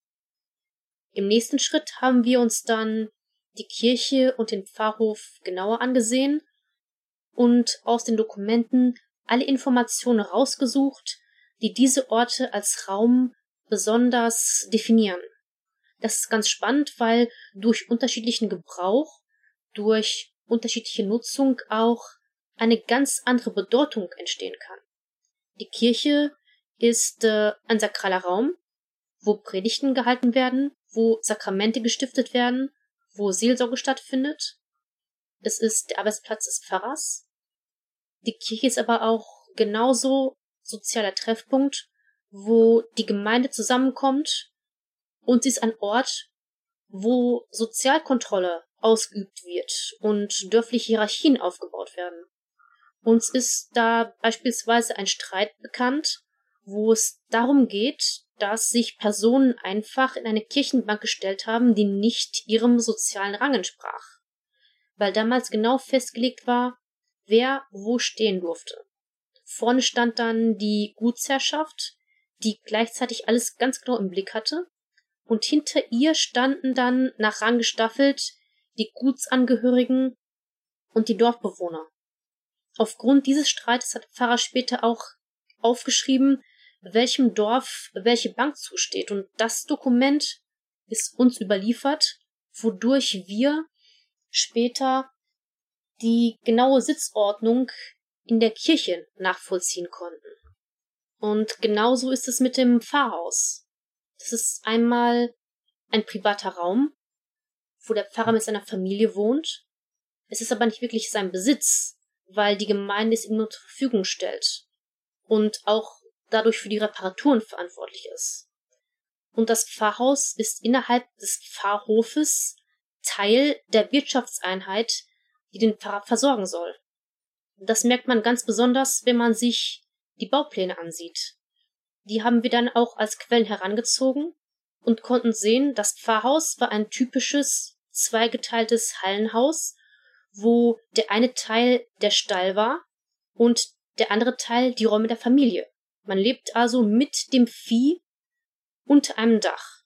Im nächsten Schritt haben wir uns dann die Kirche und den Pfarrhof genauer angesehen und aus den Dokumenten alle Informationen rausgesucht, die diese Orte als Raum besonders definieren. Das ist ganz spannend, weil durch unterschiedlichen Gebrauch, durch unterschiedliche Nutzung auch eine ganz andere Bedeutung entstehen kann. Die Kirche ist äh, ein sakraler Raum, wo Predigten gehalten werden, wo Sakramente gestiftet werden, wo Seelsorge stattfindet. Es ist der Arbeitsplatz des Pfarrers. Die Kirche ist aber auch genauso sozialer Treffpunkt, wo die Gemeinde zusammenkommt, und sie ist ein Ort, wo Sozialkontrolle ausgeübt wird und dörfliche Hierarchien aufgebaut werden. Uns ist da beispielsweise ein Streit bekannt, wo es darum geht, dass sich Personen einfach in eine Kirchenbank gestellt haben, die nicht ihrem sozialen Rang entsprach, weil damals genau festgelegt war, wer wo stehen durfte. Vorne stand dann die Gutsherrschaft, die gleichzeitig alles ganz genau im Blick hatte, und hinter ihr standen dann nach Rang gestaffelt die Gutsangehörigen und die Dorfbewohner. Aufgrund dieses Streites hat der Pfarrer später auch aufgeschrieben, welchem Dorf welche Bank zusteht. Und das Dokument ist uns überliefert, wodurch wir später die genaue Sitzordnung in der Kirche nachvollziehen konnten. Und genauso ist es mit dem Pfarrhaus. Das ist einmal ein privater Raum, wo der Pfarrer mit seiner Familie wohnt. Es ist aber nicht wirklich sein Besitz, weil die Gemeinde es ihm nur zur Verfügung stellt und auch dadurch für die Reparaturen verantwortlich ist. Und das Pfarrhaus ist innerhalb des Pfarrhofes Teil der Wirtschaftseinheit, die den Pfarrer versorgen soll. Das merkt man ganz besonders, wenn man sich die Baupläne ansieht. Die haben wir dann auch als Quellen herangezogen und konnten sehen, das Pfarrhaus war ein typisches zweigeteiltes Hallenhaus, wo der eine Teil der Stall war und der andere Teil die Räume der Familie. Man lebt also mit dem Vieh unter einem Dach.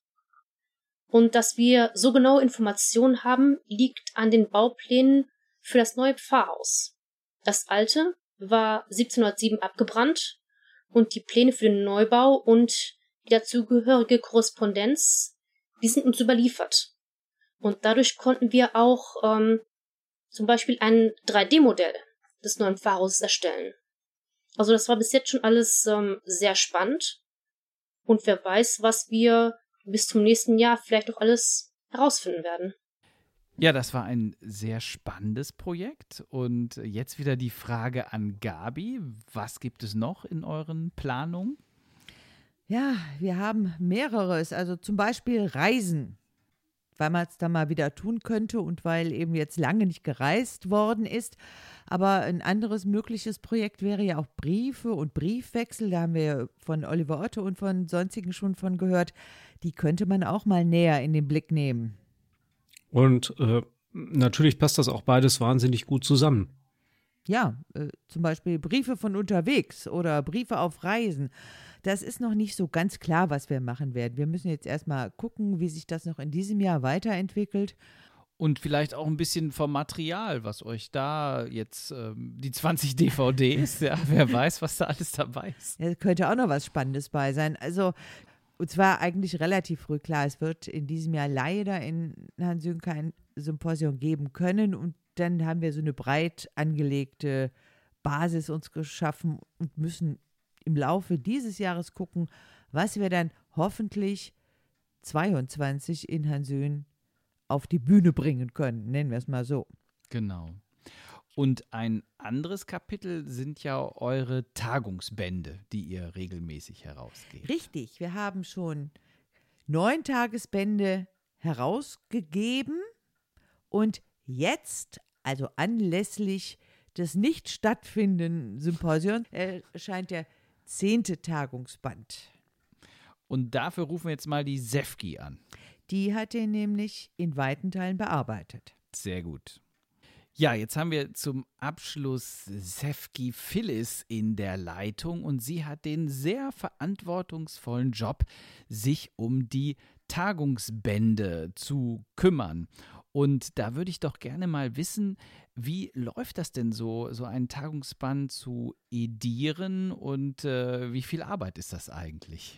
Und dass wir so genaue Informationen haben, liegt an den Bauplänen für das neue Pfarrhaus. Das alte war siebzehnhundertsieben abgebrannt und die Pläne für den Neubau und die dazugehörige Korrespondenz, die sind uns überliefert. Und dadurch konnten wir auch ähm, zum Beispiel ein drei D Modell des neuen Pfarrhauses erstellen. Also das war bis jetzt schon alles ähm, sehr spannend. Und wer weiß, was wir bis zum nächsten Jahr vielleicht auch alles herausfinden werden. Ja, das war ein sehr spannendes Projekt. Und jetzt wieder die Frage an Gabi. Was gibt es noch in euren Planungen? Ja, wir haben mehreres. Also zum Beispiel Reisen, weil man es dann mal wieder tun könnte und weil eben jetzt lange nicht gereist worden ist. Aber ein anderes mögliches Projekt wäre ja auch Briefe und Briefwechsel. Da haben wir von Oliver Otto und von sonstigen schon von gehört. Die könnte man auch mal näher in den Blick nehmen. Und äh, natürlich passt das auch beides wahnsinnig gut zusammen. Ja, äh, zum Beispiel Briefe von unterwegs oder Briefe auf Reisen. Das ist noch nicht so ganz klar, was wir machen werden. Wir müssen jetzt erstmal gucken, wie sich das noch in diesem Jahr weiterentwickelt. Und vielleicht auch ein bisschen vom Material, was euch da jetzt, ähm, die zwanzig D V Ds, ja, wer weiß, was da alles dabei ist. Ja, könnte auch noch was Spannendes bei sein. Also, und zwar eigentlich relativ früh klar, es wird in diesem Jahr leider in Hansjön kein Symposium geben können. Und dann haben wir so eine breit angelegte Basis uns geschaffen und müssen im Laufe dieses Jahres gucken, was wir dann hoffentlich zweiundzwanzig in Hansjön auf die Bühne bringen können, nennen wir es mal so. Genau. Und ein anderes Kapitel sind ja eure Tagungsbände, die ihr regelmäßig herausgebt. Richtig, wir haben schon neun Tagesbände herausgegeben und jetzt, also anlässlich des nicht stattfindenden Symposions, erscheint der zehnte Tagungsband. Und dafür rufen wir jetzt mal die Sefki an. Die hat er nämlich in weiten Teilen bearbeitet. Sehr gut. Ja, jetzt haben wir zum Abschluss Sefki Phyllis in der Leitung und sie hat den sehr verantwortungsvollen Job, sich um die Tagungsbände zu kümmern. Und da würde ich doch gerne mal wissen, wie läuft das denn so, so einen Tagungsband zu edieren und äh, wie viel Arbeit ist das eigentlich?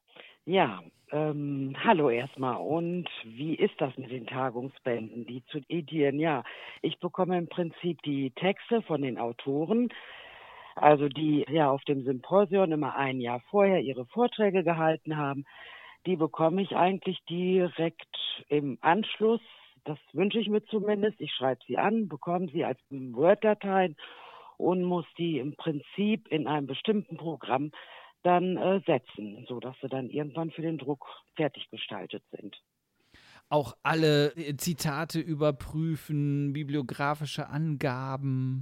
Ja, ähm, hallo erstmal. Und wie ist das mit den Tagungsbänden, die zu edieren? Ja, ich bekomme im Prinzip die Texte von den Autoren, also die ja auf dem Symposion immer ein Jahr vorher ihre Vorträge gehalten haben. Die bekomme ich eigentlich direkt im Anschluss. Das wünsche ich mir zumindest. Ich schreibe sie an, bekomme sie als Word-Dateien und muss die im Prinzip in einem bestimmten Programm dann äh, setzen, sodass sie dann irgendwann für den Druck fertig gestaltet sind. Auch alle Zitate überprüfen, bibliografische Angaben.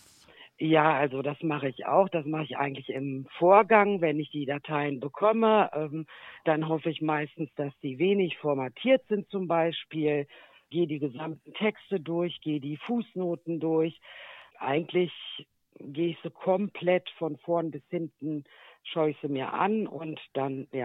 Ja, also das mache ich auch. Das mache ich eigentlich im Vorgang, wenn ich die Dateien bekomme. Ähm, dann hoffe ich meistens, dass die wenig formatiert sind zum Beispiel. Gehe die gesamten Texte durch, gehe die Fußnoten durch. Eigentlich gehe ich so komplett von vorn bis hinten, schaue ich sie mir an und dann ja,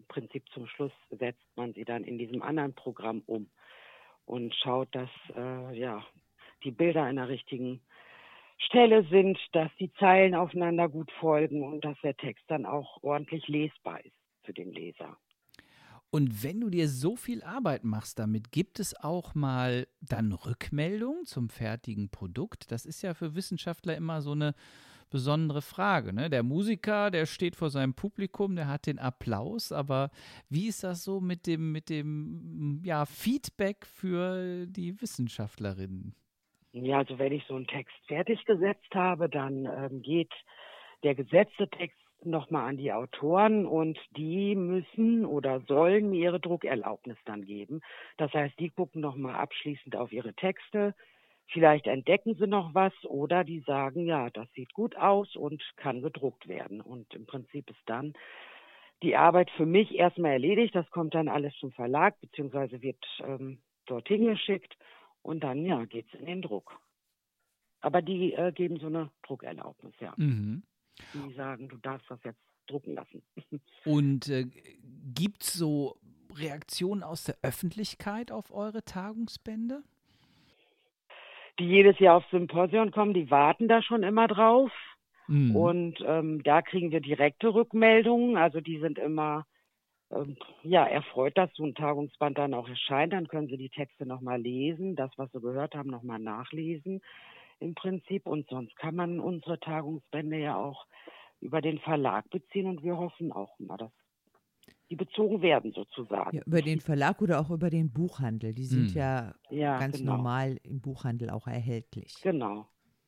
im Prinzip zum Schluss setzt man sie dann in diesem anderen Programm um und schaut, dass äh, ja, die Bilder an der richtigen Stelle sind, dass die Zeilen aufeinander gut folgen und dass der Text dann auch ordentlich lesbar ist für den Leser. Und wenn du dir so viel Arbeit machst damit, gibt es auch mal dann Rückmeldung zum fertigen Produkt? Das ist ja für Wissenschaftler immer so eine besondere Frage, ne? Der Musiker, der steht vor seinem Publikum, der hat den Applaus, aber wie ist das so mit dem, mit dem ja, Feedback für die Wissenschaftlerinnen? Ja, also wenn ich so einen Text fertig gesetzt habe, dann ähm, geht der gesetzte Text nochmal an die Autoren und die müssen oder sollen mir ihre Druckerlaubnis dann geben. Das heißt, die gucken nochmal abschließend auf ihre Texte. Vielleicht entdecken sie noch was oder die sagen, ja, das sieht gut aus und kann gedruckt werden. Und im Prinzip ist dann die Arbeit für mich erstmal erledigt. Das kommt dann alles zum Verlag, beziehungsweise wird ähm, dorthin geschickt und dann, ja, geht's in den Druck. Aber die äh, geben so eine Druckerlaubnis, ja. Mhm. Die sagen, du darfst das jetzt drucken lassen. Und äh, gibt es so Reaktionen aus der Öffentlichkeit auf eure Tagungsbände? Die jedes Jahr aufs Symposion kommen, die warten da schon immer drauf. Mhm. Und ähm, da kriegen wir direkte Rückmeldungen. Also die sind immer ähm, ja, erfreut, dass so ein Tagungsband dann auch erscheint. Dann können sie die Texte nochmal lesen, das, was sie gehört haben, nochmal nachlesen im Prinzip. Und sonst kann man unsere Tagungsbände ja auch über den Verlag beziehen. Und wir hoffen auch immer, dass die bezogen werden sozusagen. Ja, über den Verlag oder auch über den Buchhandel. Die sind Hm. ja, Ja, ganz genau. normal im Buchhandel auch erhältlich. Genau.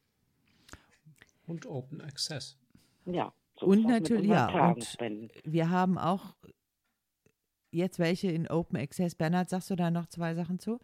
Und Open Access. Ja. So Und ist das mit natürlich, unseren ja, und Tagungsbänden. wir haben auch jetzt welche in Open Access. Bernhard, sagst du da noch zwei Sachen zu?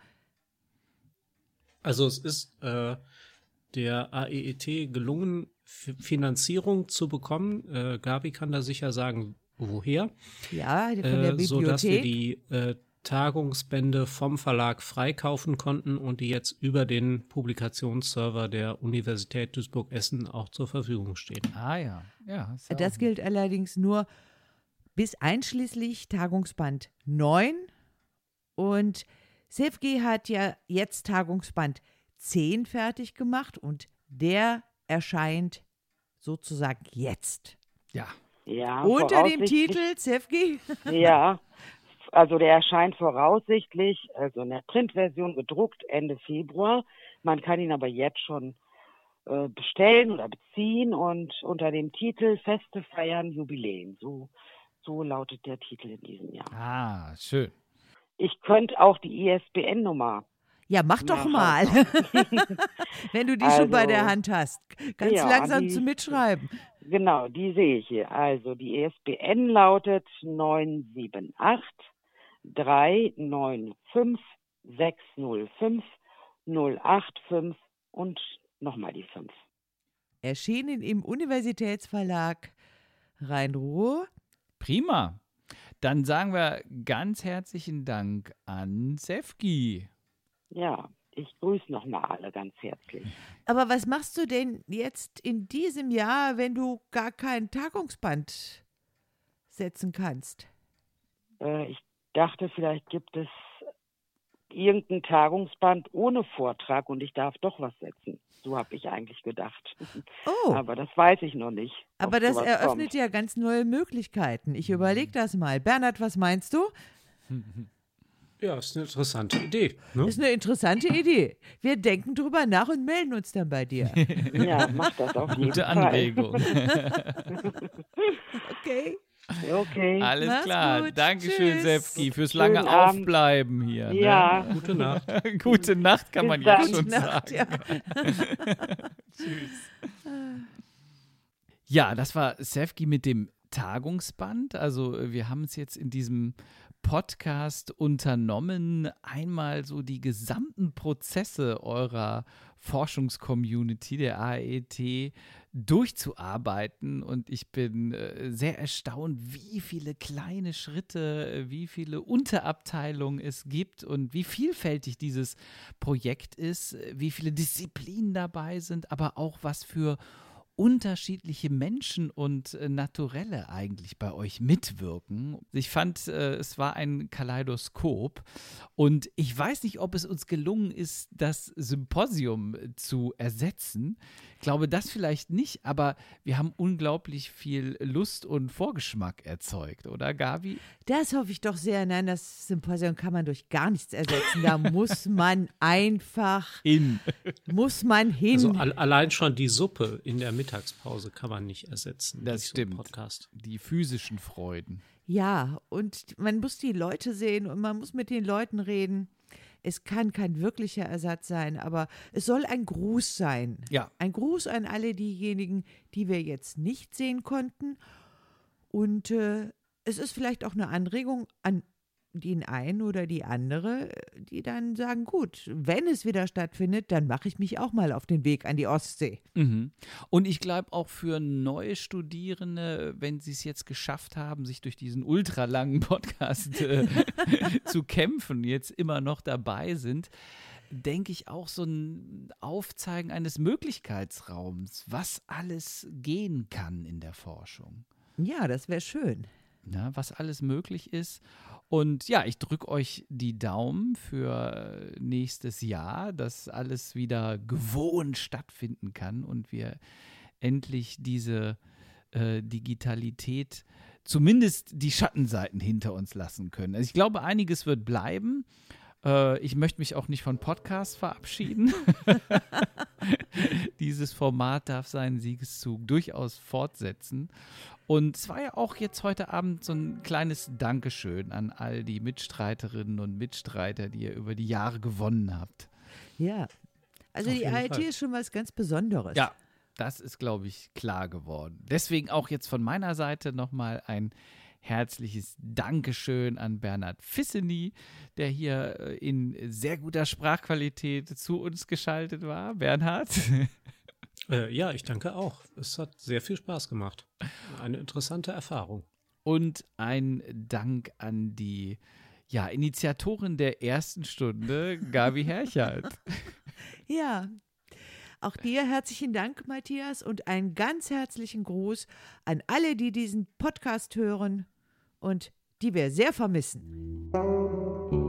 Also es ist äh, der A E E T gelungen, F- Finanzierung zu bekommen. Äh, Gabi kann da sicher sagen, woher. Ja, von der Äh, so dass wir Bibliothek. die äh, Tagungsbände vom Verlag freikaufen konnten und die jetzt über den Publikationsserver der Universität Duisburg-Essen auch zur Verfügung stehen. Ah ja, ja. ist ja Das auch- gilt allerdings nur bis einschließlich Tagungsband neun. Und S E F G hat ja jetzt Tagungsband zehn fertig gemacht und der erscheint sozusagen jetzt. Ja. Ja, Unter dem voraussichtlich- Titel S E F G. Ja, also der erscheint voraussichtlich, also in der Printversion gedruckt Ende Februar. Man kann ihn aber jetzt schon äh, bestellen oder beziehen und unter dem Titel Feste feiern Jubiläen. So, so lautet der Titel in diesem Jahr. Ah, schön. Ich könnte auch die I S B N-Nummer. Ja, mach doch mal. Wenn du die Also, schon bei der Hand hast. Ganz ja, langsam die- zu mitschreiben. Genau, die sehe ich hier. Also die I S B N lautet neun sieben acht drei neun fünf sechs null fünf null acht fünf und nochmal die fünf. Erschienen im Universitätsverlag Rhein-Ruhr. Prima. Dann sagen wir ganz herzlichen Dank an Sefki. Ja, ich grüße nochmal alle ganz herzlich. Aber was machst du denn jetzt in diesem Jahr, wenn du gar kein Tagungsband setzen kannst? Äh, ich dachte, vielleicht gibt es irgendein Tagungsband ohne Vortrag und ich darf doch was setzen. So habe ich eigentlich gedacht. Oh. Aber das weiß ich noch nicht. ob Aber das sowas eröffnet kommt. ja ganz neue Möglichkeiten. Ich überlege das mal. Bernhard, was meinst du? Ja, ist eine interessante Idee. Ne? Ist eine interessante Idee. Wir denken drüber nach und melden uns dann bei dir. Ja, mach das auf jeden Gute Fall. Anregung. Okay. Okay. Alles Mach's klar. gut. Dankeschön, Tschüss. Sefki, fürs Schönen lange Abend. Aufbleiben hier. Ne? Ja. Gute Nacht. Gute Nacht, kann Bis man dann. jetzt schon Gute Nacht, sagen. ja. Tschüss. Ja, das war Sefki mit dem Tagungsband. Also wir haben es jetzt in diesem Podcast unternommen, einmal so die gesamten Prozesse eurer Forschungscommunity, der A E E T, durchzuarbeiten. Und ich bin äh, sehr erstaunt, wie viele kleine Schritte, äh, wie viele Unterabteilungen es gibt und wie vielfältig dieses Projekt ist, äh, wie viele Disziplinen dabei sind, aber auch was für unterschiedliche Menschen und äh, Naturelle eigentlich bei euch mitwirken. Ich fand, äh, es war ein Kaleidoskop und ich weiß nicht, ob es uns gelungen ist, das Symposium zu ersetzen. Ich glaube, das vielleicht nicht, aber wir haben unglaublich viel Lust und Vorgeschmack erzeugt, oder Gabi? Das hoffe ich doch sehr. Nein, das Symposium kann man durch gar nichts ersetzen. Da muss man einfach hin. Muss man hin. Also al- allein schon die Suppe in der Mittagspause kann man nicht ersetzen. Das stimmt. Podcast. Die physischen Freuden. Ja, und man muss die Leute sehen und man muss mit den Leuten reden. Es kann kein wirklicher Ersatz sein, aber es soll ein Gruß sein. Ja. Ein Gruß an alle diejenigen, die wir jetzt nicht sehen konnten. Und äh, es ist vielleicht auch eine Anregung an den einen oder die andere, die dann sagen, gut, wenn es wieder stattfindet, dann mache ich mich auch mal auf den Weg an die Ostsee. Mhm. Und ich glaube auch für neue Studierende, wenn sie es jetzt geschafft haben, sich durch diesen ultralangen Podcast äh, zu kämpfen, jetzt immer noch dabei sind, denke ich auch so ein Aufzeigen eines Möglichkeitsraums, was alles gehen kann in der Forschung. Ja, das wäre schön. Na, was alles möglich ist. Und ja, ich drücke euch die Daumen für nächstes Jahr, dass alles wieder gewohnt stattfinden kann und wir endlich diese äh, Digitalität, zumindest die Schattenseiten hinter uns lassen können. Also ich glaube, einiges wird bleiben. Äh, ich möchte mich auch nicht von Podcasts verabschieden. Dieses Format darf seinen Siegeszug durchaus fortsetzen. Und es war ja auch jetzt heute Abend so ein kleines Dankeschön an all die Mitstreiterinnen und Mitstreiter, die ihr über die Jahre gewonnen habt. Ja, also Auf die jeden A I T Fall. ist schon was ganz Besonderes. Ja, das ist, glaube ich, klar geworden. Deswegen auch jetzt von meiner Seite nochmal ein herzliches Dankeschön an Bernhard Fisseny, der hier äh, in sehr guter Sprachqualität zu uns geschaltet war. Bernhard? Äh, ja, ich danke auch. Es hat sehr viel Spaß gemacht. Eine interessante Erfahrung. Und ein Dank an die ja, Initiatorin der ersten Stunde, Gabi Herchalt. Ja, auch dir herzlichen Dank, Matthias, und einen ganz herzlichen Gruß an alle, die diesen Podcast hören und die wir sehr vermissen.